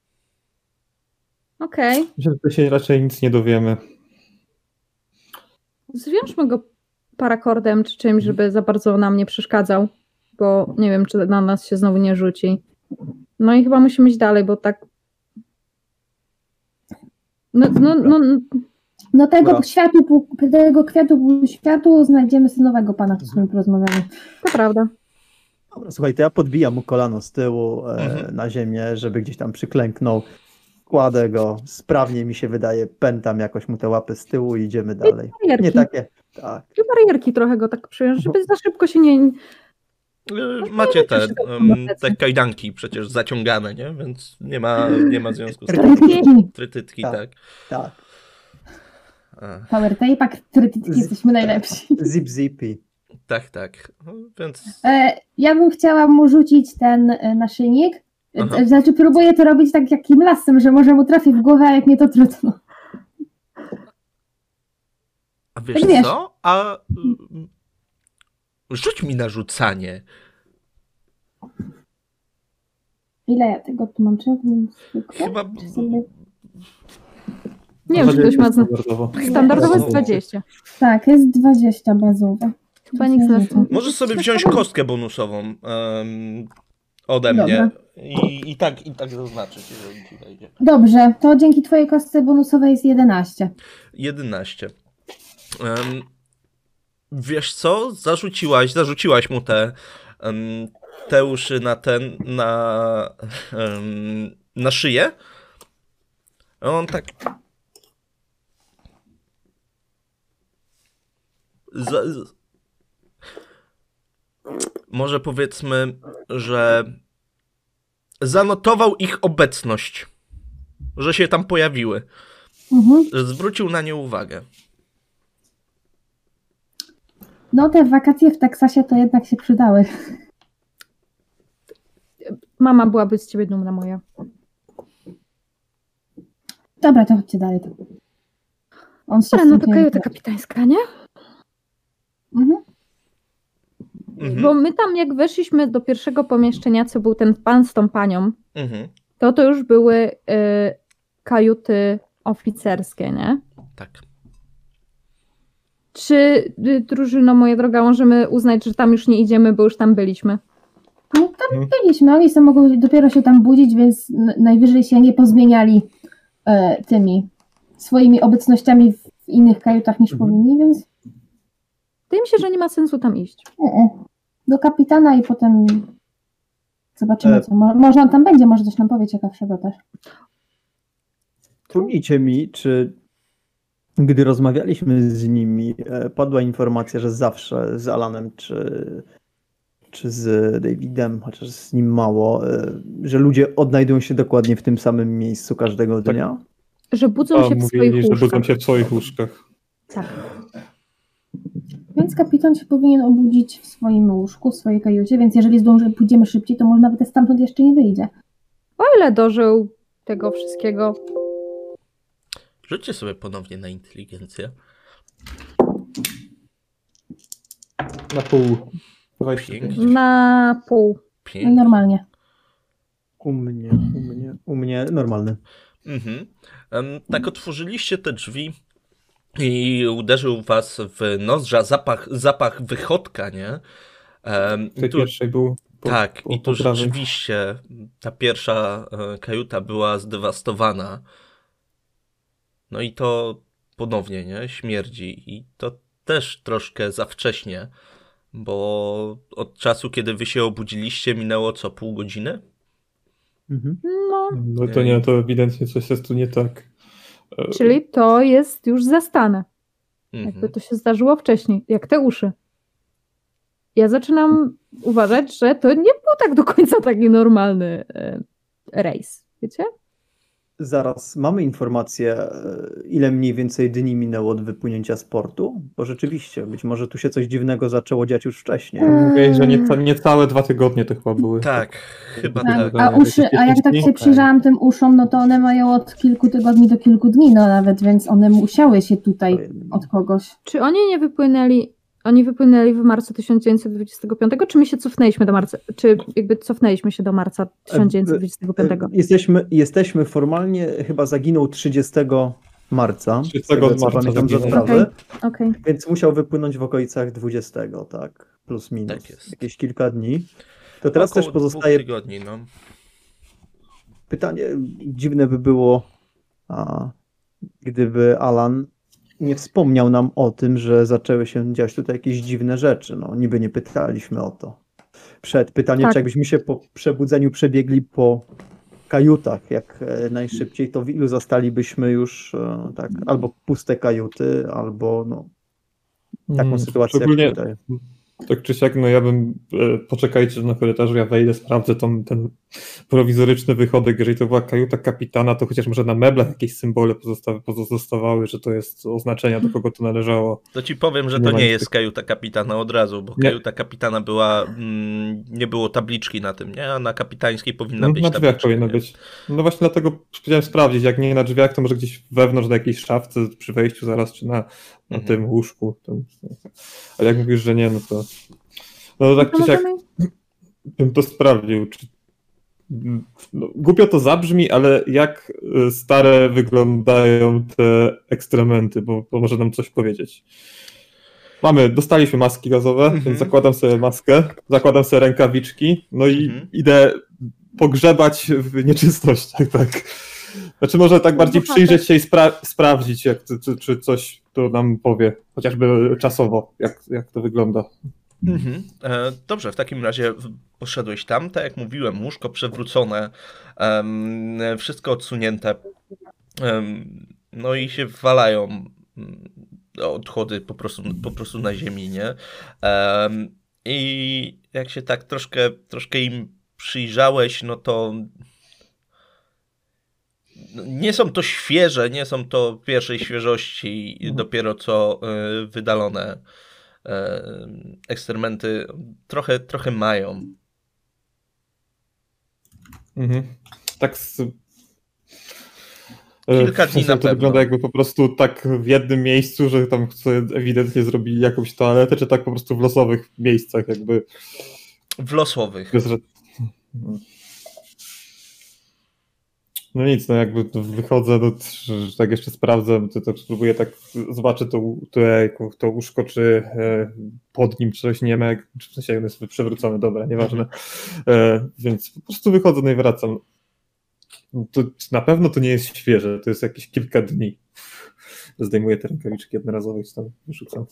[SPEAKER 3] Okej.
[SPEAKER 4] Myślę, że to się raczej nic nie dowiemy.
[SPEAKER 3] Zwiążmy go parakordem czy czymś, żeby za bardzo nam nie przeszkadzał, bo nie wiem, czy na nas się znowu nie rzuci. No i chyba musimy iść dalej, bo tak... No, no, no, no.
[SPEAKER 2] No tego
[SPEAKER 5] Dobra.
[SPEAKER 2] kwiatu, pół- tego kwiatu pół światu znajdziemy sobie nowego pana, z którym porozmawiamy.
[SPEAKER 3] To prawda.
[SPEAKER 5] Dobra, słuchaj, to ja podbijam mu kolano z tyłu e,
[SPEAKER 1] Mhm.
[SPEAKER 5] na ziemię, żeby gdzieś tam przyklęknął. Kładę go, sprawnie mi się wydaje, pętam jakoś mu te łapy z tyłu i idziemy dalej.
[SPEAKER 3] barierki.
[SPEAKER 5] Nie takie, tak.
[SPEAKER 3] I barierki trochę go tak przyjąć, żeby za szybko się nie...
[SPEAKER 1] Y, Macie te,
[SPEAKER 3] się tak
[SPEAKER 1] em,
[SPEAKER 3] na
[SPEAKER 1] te kajdanki przecież zaciągane, nie? Więc nie ma, nie ma związku z tym.
[SPEAKER 2] Trytytki,
[SPEAKER 1] Trytytki,
[SPEAKER 5] Tak.
[SPEAKER 1] tak.
[SPEAKER 5] Tak,
[SPEAKER 1] A,
[SPEAKER 2] power tape, trytytki, jesteśmy najlepsi.
[SPEAKER 5] zip zippy.
[SPEAKER 1] tak, tak. No, więc
[SPEAKER 2] E, ja bym chciała mu rzucić ten e, naszyjnik
[SPEAKER 1] Aha.
[SPEAKER 2] Znaczy próbuję to robić tak jakim lasem, że może mu trafię w głowę, a jak nie to trudno.
[SPEAKER 1] A wiesz,
[SPEAKER 2] Tak wiesz.
[SPEAKER 1] co? A mm, rzuć mi na rzucanie.
[SPEAKER 2] Ile ja tego tu mam? Czy ja tu mam zwykłe?
[SPEAKER 1] Chyba...
[SPEAKER 2] Czy sobie...
[SPEAKER 3] Nie wiem, czy ktoś ma... zna-
[SPEAKER 4] Standardowo.
[SPEAKER 3] Standardowo jest
[SPEAKER 1] Bazowo.
[SPEAKER 3] dwadzieścia.
[SPEAKER 2] Tak, jest dwadzieścia bazowe.
[SPEAKER 3] Chyba nikt z nas...
[SPEAKER 1] Możesz sobie wziąć kostkę bonusową em, ode mnie
[SPEAKER 2] Dobra.
[SPEAKER 1] i, i, tak, i tak zaznaczyć, jeżeli ci wejdzie.
[SPEAKER 2] Dobrze, to dzięki twojej kostce bonusowej jest jedenaście.
[SPEAKER 1] jedenaście. Em, wiesz co? Zarzuciłaś, zarzuciłaś mu te, em, te uszy na ten, na, em, na szyję. A on tak... Za, z... Może powiedzmy, że zanotował ich obecność, że się tam pojawiły,
[SPEAKER 2] Mhm.
[SPEAKER 1] że zwrócił na nie uwagę.
[SPEAKER 2] No te wakacje w Teksasie to jednak się przydały.
[SPEAKER 3] Mama byłaby z ciebie dumna moja.
[SPEAKER 2] Dobra, to chodźcie dalej. On się
[SPEAKER 3] Dobra, no to
[SPEAKER 2] wstępnie-
[SPEAKER 3] kajuta kapitańska, nie?
[SPEAKER 2] Mhm.
[SPEAKER 1] Mhm.
[SPEAKER 3] Bo my tam jak weszliśmy do pierwszego pomieszczenia, co był ten pan z tą panią,
[SPEAKER 1] Mhm.
[SPEAKER 3] to to już były y, kajuty oficerskie, nie?
[SPEAKER 1] Tak.
[SPEAKER 3] Czy, y, drużyno moja droga, możemy uznać, że tam już nie idziemy, bo już tam byliśmy?
[SPEAKER 2] No tam byliśmy, oni są mogą dopiero się tam budzić, więc n- najwyżej się nie pozmieniali e, tymi swoimi obecnościami w innych kajutach niż
[SPEAKER 4] Mhm.
[SPEAKER 2] powinni, więc
[SPEAKER 3] Wydaje mi się, że nie ma sensu tam iść.
[SPEAKER 2] e, e. do kapitana i potem zobaczymy,
[SPEAKER 5] E.
[SPEAKER 2] co. Mo- może on tam będzie, może coś nam powie ciekawszego też.
[SPEAKER 5] Wspomnijcie mi, czy gdy rozmawialiśmy z nimi, e, padła informacja, że zawsze z Alanem czy, czy z Davidem, chociaż z nim mało, e, że ludzie odnajdują się dokładnie w tym samym miejscu każdego
[SPEAKER 4] Tak.
[SPEAKER 5] dnia?
[SPEAKER 3] Że budzą
[SPEAKER 4] A,
[SPEAKER 3] się w
[SPEAKER 4] mówili,
[SPEAKER 3] swoich
[SPEAKER 4] że budzą
[SPEAKER 3] łóżkach.
[SPEAKER 4] się w swoich łóżkach.
[SPEAKER 3] Tak.
[SPEAKER 2] Więc kapitan się powinien obudzić w swoim łóżku, w swojej kajucie, więc jeżeli zdąży, pójdziemy szybciej, to może nawet stamtąd jeszcze nie wyjdzie.
[SPEAKER 3] O ile dożył tego wszystkiego.
[SPEAKER 1] Rzućcie sobie ponownie na inteligencję.
[SPEAKER 4] Na pół. dwadzieścia pięć.
[SPEAKER 1] Pięknie.
[SPEAKER 3] Na pół.
[SPEAKER 2] No,
[SPEAKER 1] Pięknie.
[SPEAKER 2] normalnie.
[SPEAKER 5] U mnie, u mnie, u mnie normalny.
[SPEAKER 1] Mhm. Em, tak otworzyliście te drzwi i uderzył was w nozdrza zapach, zapach wychodka, nie? Em,
[SPEAKER 4] W tej
[SPEAKER 1] i tu,
[SPEAKER 4] pierwszej był po,
[SPEAKER 1] tak,
[SPEAKER 4] po,
[SPEAKER 1] i
[SPEAKER 4] po
[SPEAKER 1] tu
[SPEAKER 4] prawej.
[SPEAKER 1] rzeczywiście ta pierwsza e, kajuta była zdewastowana. No i to ponownie, nie? Śmierdzi. I to też troszkę za wcześnie, bo od czasu, kiedy wy się obudziliście, minęło co, pół godziny?
[SPEAKER 5] Mhm.
[SPEAKER 3] No,
[SPEAKER 4] No to nie, to ewidentnie coś jest tu nie tak. E,
[SPEAKER 3] czyli to jest już zastane. Jakby
[SPEAKER 1] Mhm.
[SPEAKER 3] to się zdarzyło wcześniej, jak te uszy. Ja zaczynam uważać, że to nie był tak do końca taki normalny e, rejs, wiecie?
[SPEAKER 5] Zaraz, mamy informację, e, ile mniej więcej dni minęło od wypłynięcia z portu? Bo rzeczywiście, być może tu się coś dziwnego zaczęło dziać już wcześniej.
[SPEAKER 4] Mówiłeś, że nie, niecałe dwa tygodnie to chyba były.
[SPEAKER 1] Tak, chyba
[SPEAKER 4] Tak,
[SPEAKER 1] tak.
[SPEAKER 2] A uszy, a jak tak się przyjrzałam tym uszom, no to one mają od kilku tygodni do kilku dni, no nawet, więc one musiały się tutaj od kogoś.
[SPEAKER 3] Czy oni nie wypłynęli, oni wypłynęli w marcu tysiąc dziewięćset dwudziestego piątego, czy my się cofnęliśmy do marca, czy jakby cofnęliśmy się do marca tysiąc dziewięćset dwudziestego piątego?
[SPEAKER 5] Jesteśmy, jesteśmy formalnie, chyba zaginął trzydziestego marca.
[SPEAKER 4] trzydziestego
[SPEAKER 5] z tego, co
[SPEAKER 4] marca
[SPEAKER 5] pamiętam ze
[SPEAKER 4] zaginął.
[SPEAKER 5] sprawy.
[SPEAKER 3] Okej.
[SPEAKER 5] Więc musiał wypłynąć w okolicach dwudziestego, tak? Plus minus.
[SPEAKER 1] Tak jest.
[SPEAKER 5] Jakieś kilka dni. To teraz
[SPEAKER 1] Około
[SPEAKER 5] też pozostaje
[SPEAKER 1] dwóch tygodni, no.
[SPEAKER 5] pytanie, dziwne by było, a, gdyby Alan nie wspomniał nam o tym, że zaczęły się dziać tutaj jakieś dziwne rzeczy. No, niby nie pytaliśmy o to. Przed pytanie,
[SPEAKER 3] Tak.
[SPEAKER 5] czy jakbyśmy się po przebudzeniu przebiegli po kajutach jak e, najszybciej, to w ilu zastalibyśmy już e, tak, albo puste kajuty, albo no, taką
[SPEAKER 4] Mm,
[SPEAKER 5] sytuację
[SPEAKER 4] szczególnie-
[SPEAKER 5] jak tutaj.
[SPEAKER 4] Tak czy siak, no ja bym, e, poczekajcie na korytarzu, ja wejdę, sprawdzę tą, ten prowizoryczny wychodek, jeżeli to była kajuta kapitana, to chociaż może na meblach jakieś symbole pozostały, pozostawały, że to jest oznaczenia, do kogo to należało.
[SPEAKER 1] To ci powiem, że
[SPEAKER 4] Nie
[SPEAKER 1] to
[SPEAKER 4] ma
[SPEAKER 1] nie
[SPEAKER 4] nic
[SPEAKER 1] jest
[SPEAKER 4] tak-
[SPEAKER 1] kajuta kapitana od razu, bo
[SPEAKER 4] Nie.
[SPEAKER 1] kajuta kapitana była, mm, nie było tabliczki na tym, nie? A na kapitańskiej powinna
[SPEAKER 4] No,
[SPEAKER 1] być
[SPEAKER 4] na drzwiach
[SPEAKER 1] tabliczka.
[SPEAKER 4] powinno
[SPEAKER 1] nie?
[SPEAKER 4] być. No właśnie dlatego chciałem sprawdzić, jak nie na drzwiach, to może gdzieś wewnątrz na jakiejś szafce przy wejściu zaraz, czy na, na
[SPEAKER 1] Mhm.
[SPEAKER 4] tym łóżku. Tam. Ale jak mówisz, że nie, no to no tak
[SPEAKER 3] To
[SPEAKER 4] czy siak
[SPEAKER 3] możemy...
[SPEAKER 4] bym to sprawdził. Czy... No, głupio to zabrzmi, ale jak y, stare wyglądają te ekstrementy, bo, bo może nam coś powiedzieć. Mamy, dostaliśmy maski gazowe,
[SPEAKER 1] Mhm.
[SPEAKER 4] więc zakładam sobie maskę, zakładam sobie rękawiczki, no i
[SPEAKER 1] Mhm.
[SPEAKER 4] idę pogrzebać w nieczystościach, tak. Znaczy może tak bardziej
[SPEAKER 3] bohater.
[SPEAKER 4] przyjrzeć się i spra- sprawdzić, jak, czy, czy coś to nam powie, chociażby czasowo, jak, jak to wygląda.
[SPEAKER 1] Mhm. E, dobrze, w takim razie w- poszedłeś tam, tak jak mówiłem, łóżko przewrócone, em, wszystko odsunięte, em, no i się walają mm, odchody po prostu, po prostu na ziemi, nie? Em, I jak się tak troszkę, troszkę im przyjrzałeś, no to nie są to świeże, nie są to pierwszej świeżości, dopiero co y, wydalone y, ekstrementy trochę, trochę mają.
[SPEAKER 4] Mhm. Tak z...
[SPEAKER 1] Kilka
[SPEAKER 4] w
[SPEAKER 1] dni
[SPEAKER 4] sensie
[SPEAKER 1] na
[SPEAKER 4] to
[SPEAKER 1] pewno.
[SPEAKER 4] wygląda jakby po prostu tak w jednym miejscu, że tam sobie ewidentnie zrobili jakąś toaletę, czy tak po prostu w losowych miejscach jakby.
[SPEAKER 1] W losowych.
[SPEAKER 4] Bez... No nic, no jakby to wychodzę, no, że tak jeszcze sprawdzę, to, to spróbuję tak, zobaczę to, to, to łóżko, czy e, pod nim coś nie ma, czy w sensie jest przewrócony, dobra, nieważne. E, więc po prostu wychodzę, no i wracam. To na pewno to nie jest świeże, to jest jakieś kilka dni. Zdejmuję te rękawiczki jednorazowe i tam wyrzucam.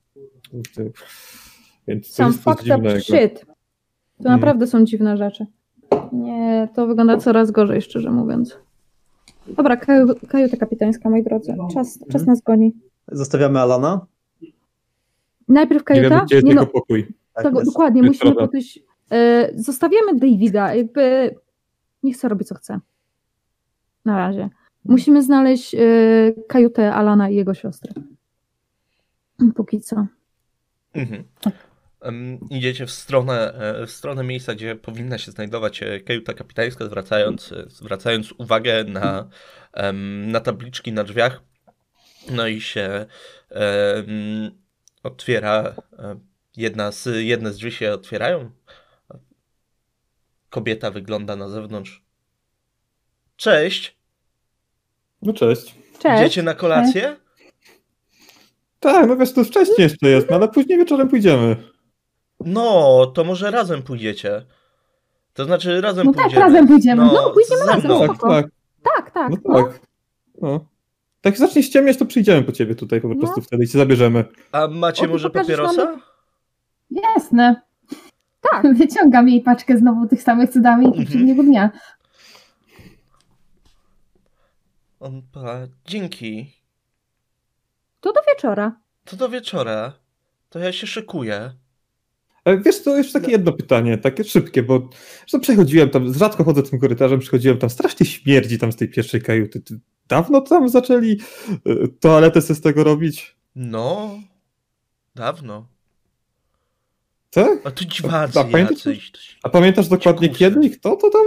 [SPEAKER 4] Więc to
[SPEAKER 3] Sam
[SPEAKER 4] jest coś
[SPEAKER 3] fucked up
[SPEAKER 4] dziwnego.
[SPEAKER 3] shit. To
[SPEAKER 4] Mm.
[SPEAKER 3] naprawdę są dziwne rzeczy. Nie, to wygląda coraz gorzej, szczerze mówiąc. Dobra, kaju- kajuta kapitańska, moi drodzy. Czas, czas
[SPEAKER 5] Mhm.
[SPEAKER 3] nas goni.
[SPEAKER 5] Zostawiamy Alana.
[SPEAKER 3] Najpierw
[SPEAKER 4] Nie
[SPEAKER 3] kajuta?
[SPEAKER 4] wiemy, gdzie jest
[SPEAKER 3] Nie,
[SPEAKER 4] jego
[SPEAKER 3] no,
[SPEAKER 4] pokój.
[SPEAKER 5] Tak
[SPEAKER 3] tego,
[SPEAKER 5] jest.
[SPEAKER 3] dokładnie,
[SPEAKER 4] To jest
[SPEAKER 3] musimy
[SPEAKER 4] problem.
[SPEAKER 3] podejść. E, zostawiamy Davida, jakby niech sobie robi co chce. Na razie. Musimy znaleźć e, kajutę Alana i jego siostry. Póki co.
[SPEAKER 1] Mhm. Em, Idziecie w stronę, e, w stronę miejsca, gdzie powinna się znajdować e, kajuta kapitańska, zwracając, e, zwracając uwagę na, em, na tabliczki na drzwiach. No i się em, otwiera, e, jedna z, jedne z drzwi się otwierają. Kobieta wygląda na zewnątrz. Cześć!
[SPEAKER 4] No cześć.
[SPEAKER 3] Cześć.
[SPEAKER 1] Idziecie na kolację?
[SPEAKER 4] Tak, no wiesz, to wcześniej jeszcze jest, no ale później wieczorem pójdziemy.
[SPEAKER 1] No, to może razem pójdziecie. To znaczy razem
[SPEAKER 2] No tak,
[SPEAKER 1] pójdziemy.
[SPEAKER 2] razem pójdziemy.
[SPEAKER 3] No, pójdziemy
[SPEAKER 1] ze
[SPEAKER 3] razem,
[SPEAKER 1] mną.
[SPEAKER 4] Tak,
[SPEAKER 3] spoko.
[SPEAKER 4] tak,
[SPEAKER 3] Tak, tak.
[SPEAKER 4] no
[SPEAKER 3] No.
[SPEAKER 4] tak. No. Tak zacznie ściemniać, to przyjdziemy po ciebie tutaj po
[SPEAKER 3] No.
[SPEAKER 4] prostu wtedy i cię zabierzemy.
[SPEAKER 1] A macie
[SPEAKER 3] O, ty
[SPEAKER 1] może
[SPEAKER 3] pokażesz
[SPEAKER 1] papierosa?
[SPEAKER 2] Jasne.
[SPEAKER 3] Tak.
[SPEAKER 2] Wyciągam jej paczkę znowu tych samych cudami
[SPEAKER 1] Mhm.
[SPEAKER 2] poprzedniego dnia.
[SPEAKER 1] On pa, dzięki.
[SPEAKER 3] To do wieczora.
[SPEAKER 1] To do wieczora. To ja się szykuję.
[SPEAKER 4] Ale wiesz, to jeszcze takie jedno pytanie, takie szybkie, bo zresztą przechodziłem tam, rzadko chodzę tym korytarzem, przychodziłem tam, strasznie śmierdzi tam z tej pierwszej kajuty. Ty dawno tam zaczęli y, toaletę sobie z tego robić?
[SPEAKER 1] No, dawno.
[SPEAKER 4] Tak?
[SPEAKER 1] A tu dziwacy
[SPEAKER 4] A pamiętasz-
[SPEAKER 1] jacyś.
[SPEAKER 4] A pamiętasz dokładnie
[SPEAKER 1] Kurczę.
[SPEAKER 4] kiedy i kto to tam?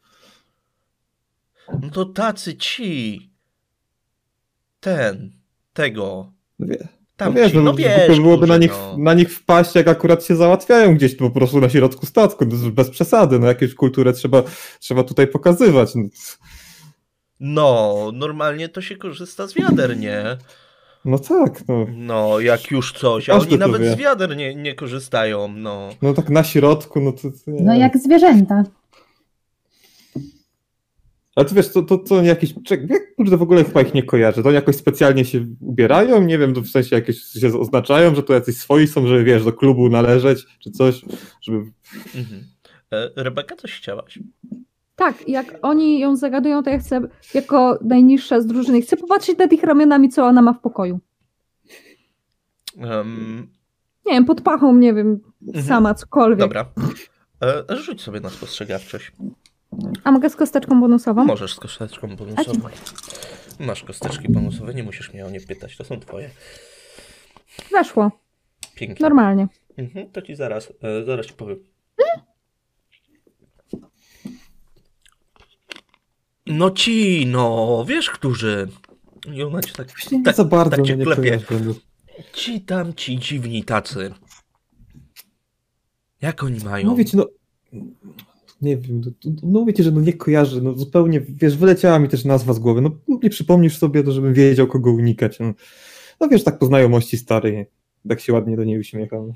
[SPEAKER 1] No to tacy ci. Ten. Tego.
[SPEAKER 4] No wie,
[SPEAKER 1] Tam
[SPEAKER 4] no wiesz,
[SPEAKER 1] ci.
[SPEAKER 4] no,
[SPEAKER 1] No
[SPEAKER 4] głupio
[SPEAKER 1] wiesz,
[SPEAKER 4] byłoby na
[SPEAKER 1] kurczę,
[SPEAKER 4] nich,
[SPEAKER 1] no.
[SPEAKER 4] na nich wpaść, jak akurat się załatwiają gdzieś po prostu na środku statku, no, bez przesady, no jakąś kulturę trzeba, trzeba tutaj pokazywać. No,
[SPEAKER 1] No, normalnie to się korzysta z wiader, nie?
[SPEAKER 4] no tak, no.
[SPEAKER 1] No, jak już coś. A
[SPEAKER 4] Każdy
[SPEAKER 1] oni
[SPEAKER 4] to
[SPEAKER 1] nawet
[SPEAKER 4] wie.
[SPEAKER 1] z wiader nie, nie korzystają, no.
[SPEAKER 4] No tak na środku, no to... to nie.
[SPEAKER 2] No jak zwierzęta.
[SPEAKER 4] Ale ty wiesz, to, to, to jakieś... czek- Jak kurde w ogóle chyba ich nie kojarzę? To oni jakoś specjalnie się ubierają? Nie wiem, to w sensie jakieś się oznaczają, że to jacyś swoi są, że wiesz, do klubu należeć, czy coś, żeby...
[SPEAKER 1] Mhm. E, Rebeka, coś chciałaś?
[SPEAKER 3] Tak, jak oni ją zagadują, to ja chcę jako najniższa z drużyny, chcę popatrzeć nad ich ramionami, co ona ma w pokoju.
[SPEAKER 1] Um,
[SPEAKER 3] Nie wiem, pod pachą, nie wiem,
[SPEAKER 1] Mhm.
[SPEAKER 3] sama, cokolwiek.
[SPEAKER 1] dobra. E, rzuć sobie na spostrzegawczość.
[SPEAKER 3] A mogę z kosteczką bonusową?
[SPEAKER 1] Możesz z kosteczką bonusową. Masz kosteczki bonusowe, nie musisz mnie o nie pytać, to są twoje.
[SPEAKER 3] Weszło.
[SPEAKER 1] Pięknie.
[SPEAKER 3] Normalnie.
[SPEAKER 1] Mhm, to ci zaraz, e, zaraz ci powiem. No ci, no, wiesz, którzy. I ona cię tak,
[SPEAKER 4] Nie
[SPEAKER 1] tak,
[SPEAKER 4] za bardzo
[SPEAKER 1] tak cię
[SPEAKER 4] mnie nie
[SPEAKER 1] klepie.
[SPEAKER 4] kojarzę.
[SPEAKER 1] Ci tam, ci dziwni tacy. Jak oni mają?
[SPEAKER 4] No wiecie, no... Nie wiem, no, no wiecie, że no nie kojarzę, no zupełnie, wiesz, wyleciała mi też nazwa z głowy, no nie przypomnisz sobie, to żebym wiedział, kogo unikać. No, no wiesz, tak po znajomości starej, tak się ładnie do niej uśmiecham.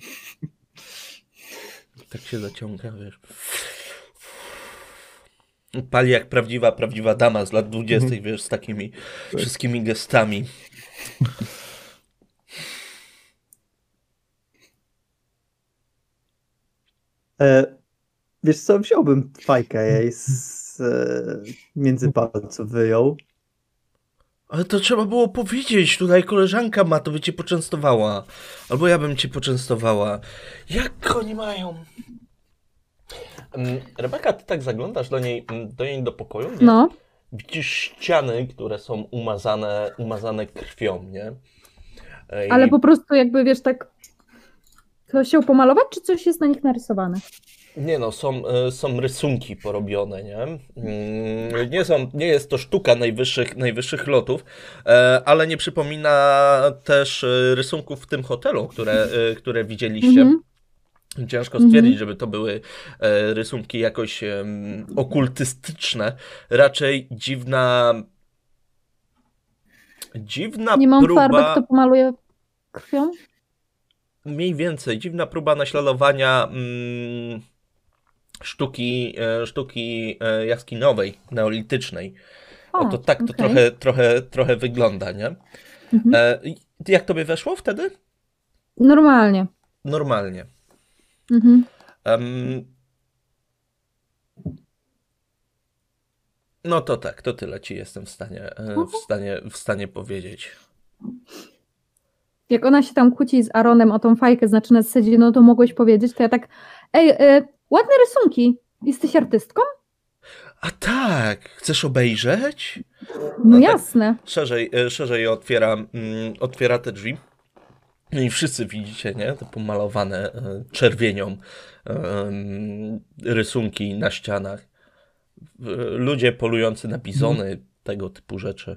[SPEAKER 1] Tak się zaciąga, wiesz. Pali jak prawdziwa, prawdziwa dama z lat dwudziestych,
[SPEAKER 4] Mhm.
[SPEAKER 1] wiesz, z takimi wszystkimi gestami.
[SPEAKER 5] E, wiesz co, wziąłbym fajkę jej z e, między palców, wyjął.
[SPEAKER 1] Ale to trzeba było powiedzieć, tutaj koleżanka ma, to by cię poczęstowała. Albo ja bym cię poczęstowała. Jak oni mają? Mm, Rebeka, ty tak zaglądasz do niej, mm, do niej do pokoju, nie?
[SPEAKER 3] No.
[SPEAKER 1] Widzisz ściany, które są umazane, umazane krwią, nie? Ej,
[SPEAKER 3] Ale po prostu jakby, wiesz, tak to się pomalować, czy coś jest na nich narysowane?
[SPEAKER 1] Nie no, są, y, są rysunki porobione, nie? Mm, Nie są, nie jest to sztuka najwyższych, najwyższych lotów, e, ale nie przypomina też y, rysunków w tym hotelu, które, y, które widzieliście.
[SPEAKER 3] Mhm.
[SPEAKER 1] Ciężko
[SPEAKER 3] Mhm.
[SPEAKER 1] stwierdzić, żeby to były e, rysunki jakoś em, okultystyczne. Raczej dziwna... Dziwna
[SPEAKER 3] Nie mam
[SPEAKER 1] próba...
[SPEAKER 3] farbek, to pomaluję krwią?
[SPEAKER 1] Mniej więcej, dziwna próba naśladowania mm, sztuki, e, sztuki e, jaskinowej, neolitycznej. O, to tak to
[SPEAKER 3] okej.
[SPEAKER 1] trochę, trochę, trochę wygląda, nie?
[SPEAKER 3] Mhm.
[SPEAKER 1] E, i jak tobie weszło wtedy?
[SPEAKER 3] Normalnie.
[SPEAKER 1] Normalnie.
[SPEAKER 3] Mhm.
[SPEAKER 1] Em, no to tak, to tyle ci jestem w stanie, e, w stanie, w stanie powiedzieć.
[SPEAKER 3] Jak ona się tam kłóci z Aaronem o tą fajkę, znaczy na zasadzie, no to mogłeś powiedzieć, to ja tak, ej, e, ładne rysunki, jesteś artystką?
[SPEAKER 1] A tak, chcesz obejrzeć?
[SPEAKER 3] No,
[SPEAKER 1] tak
[SPEAKER 3] jasne.
[SPEAKER 1] Szerzej, e, szerzej otwiera, mm, otwiera te drzwi. No i wszyscy widzicie, nie? Te pomalowane e, czerwienią em, rysunki na ścianach. E, Ludzie polujący na bizony, tego typu rzeczy.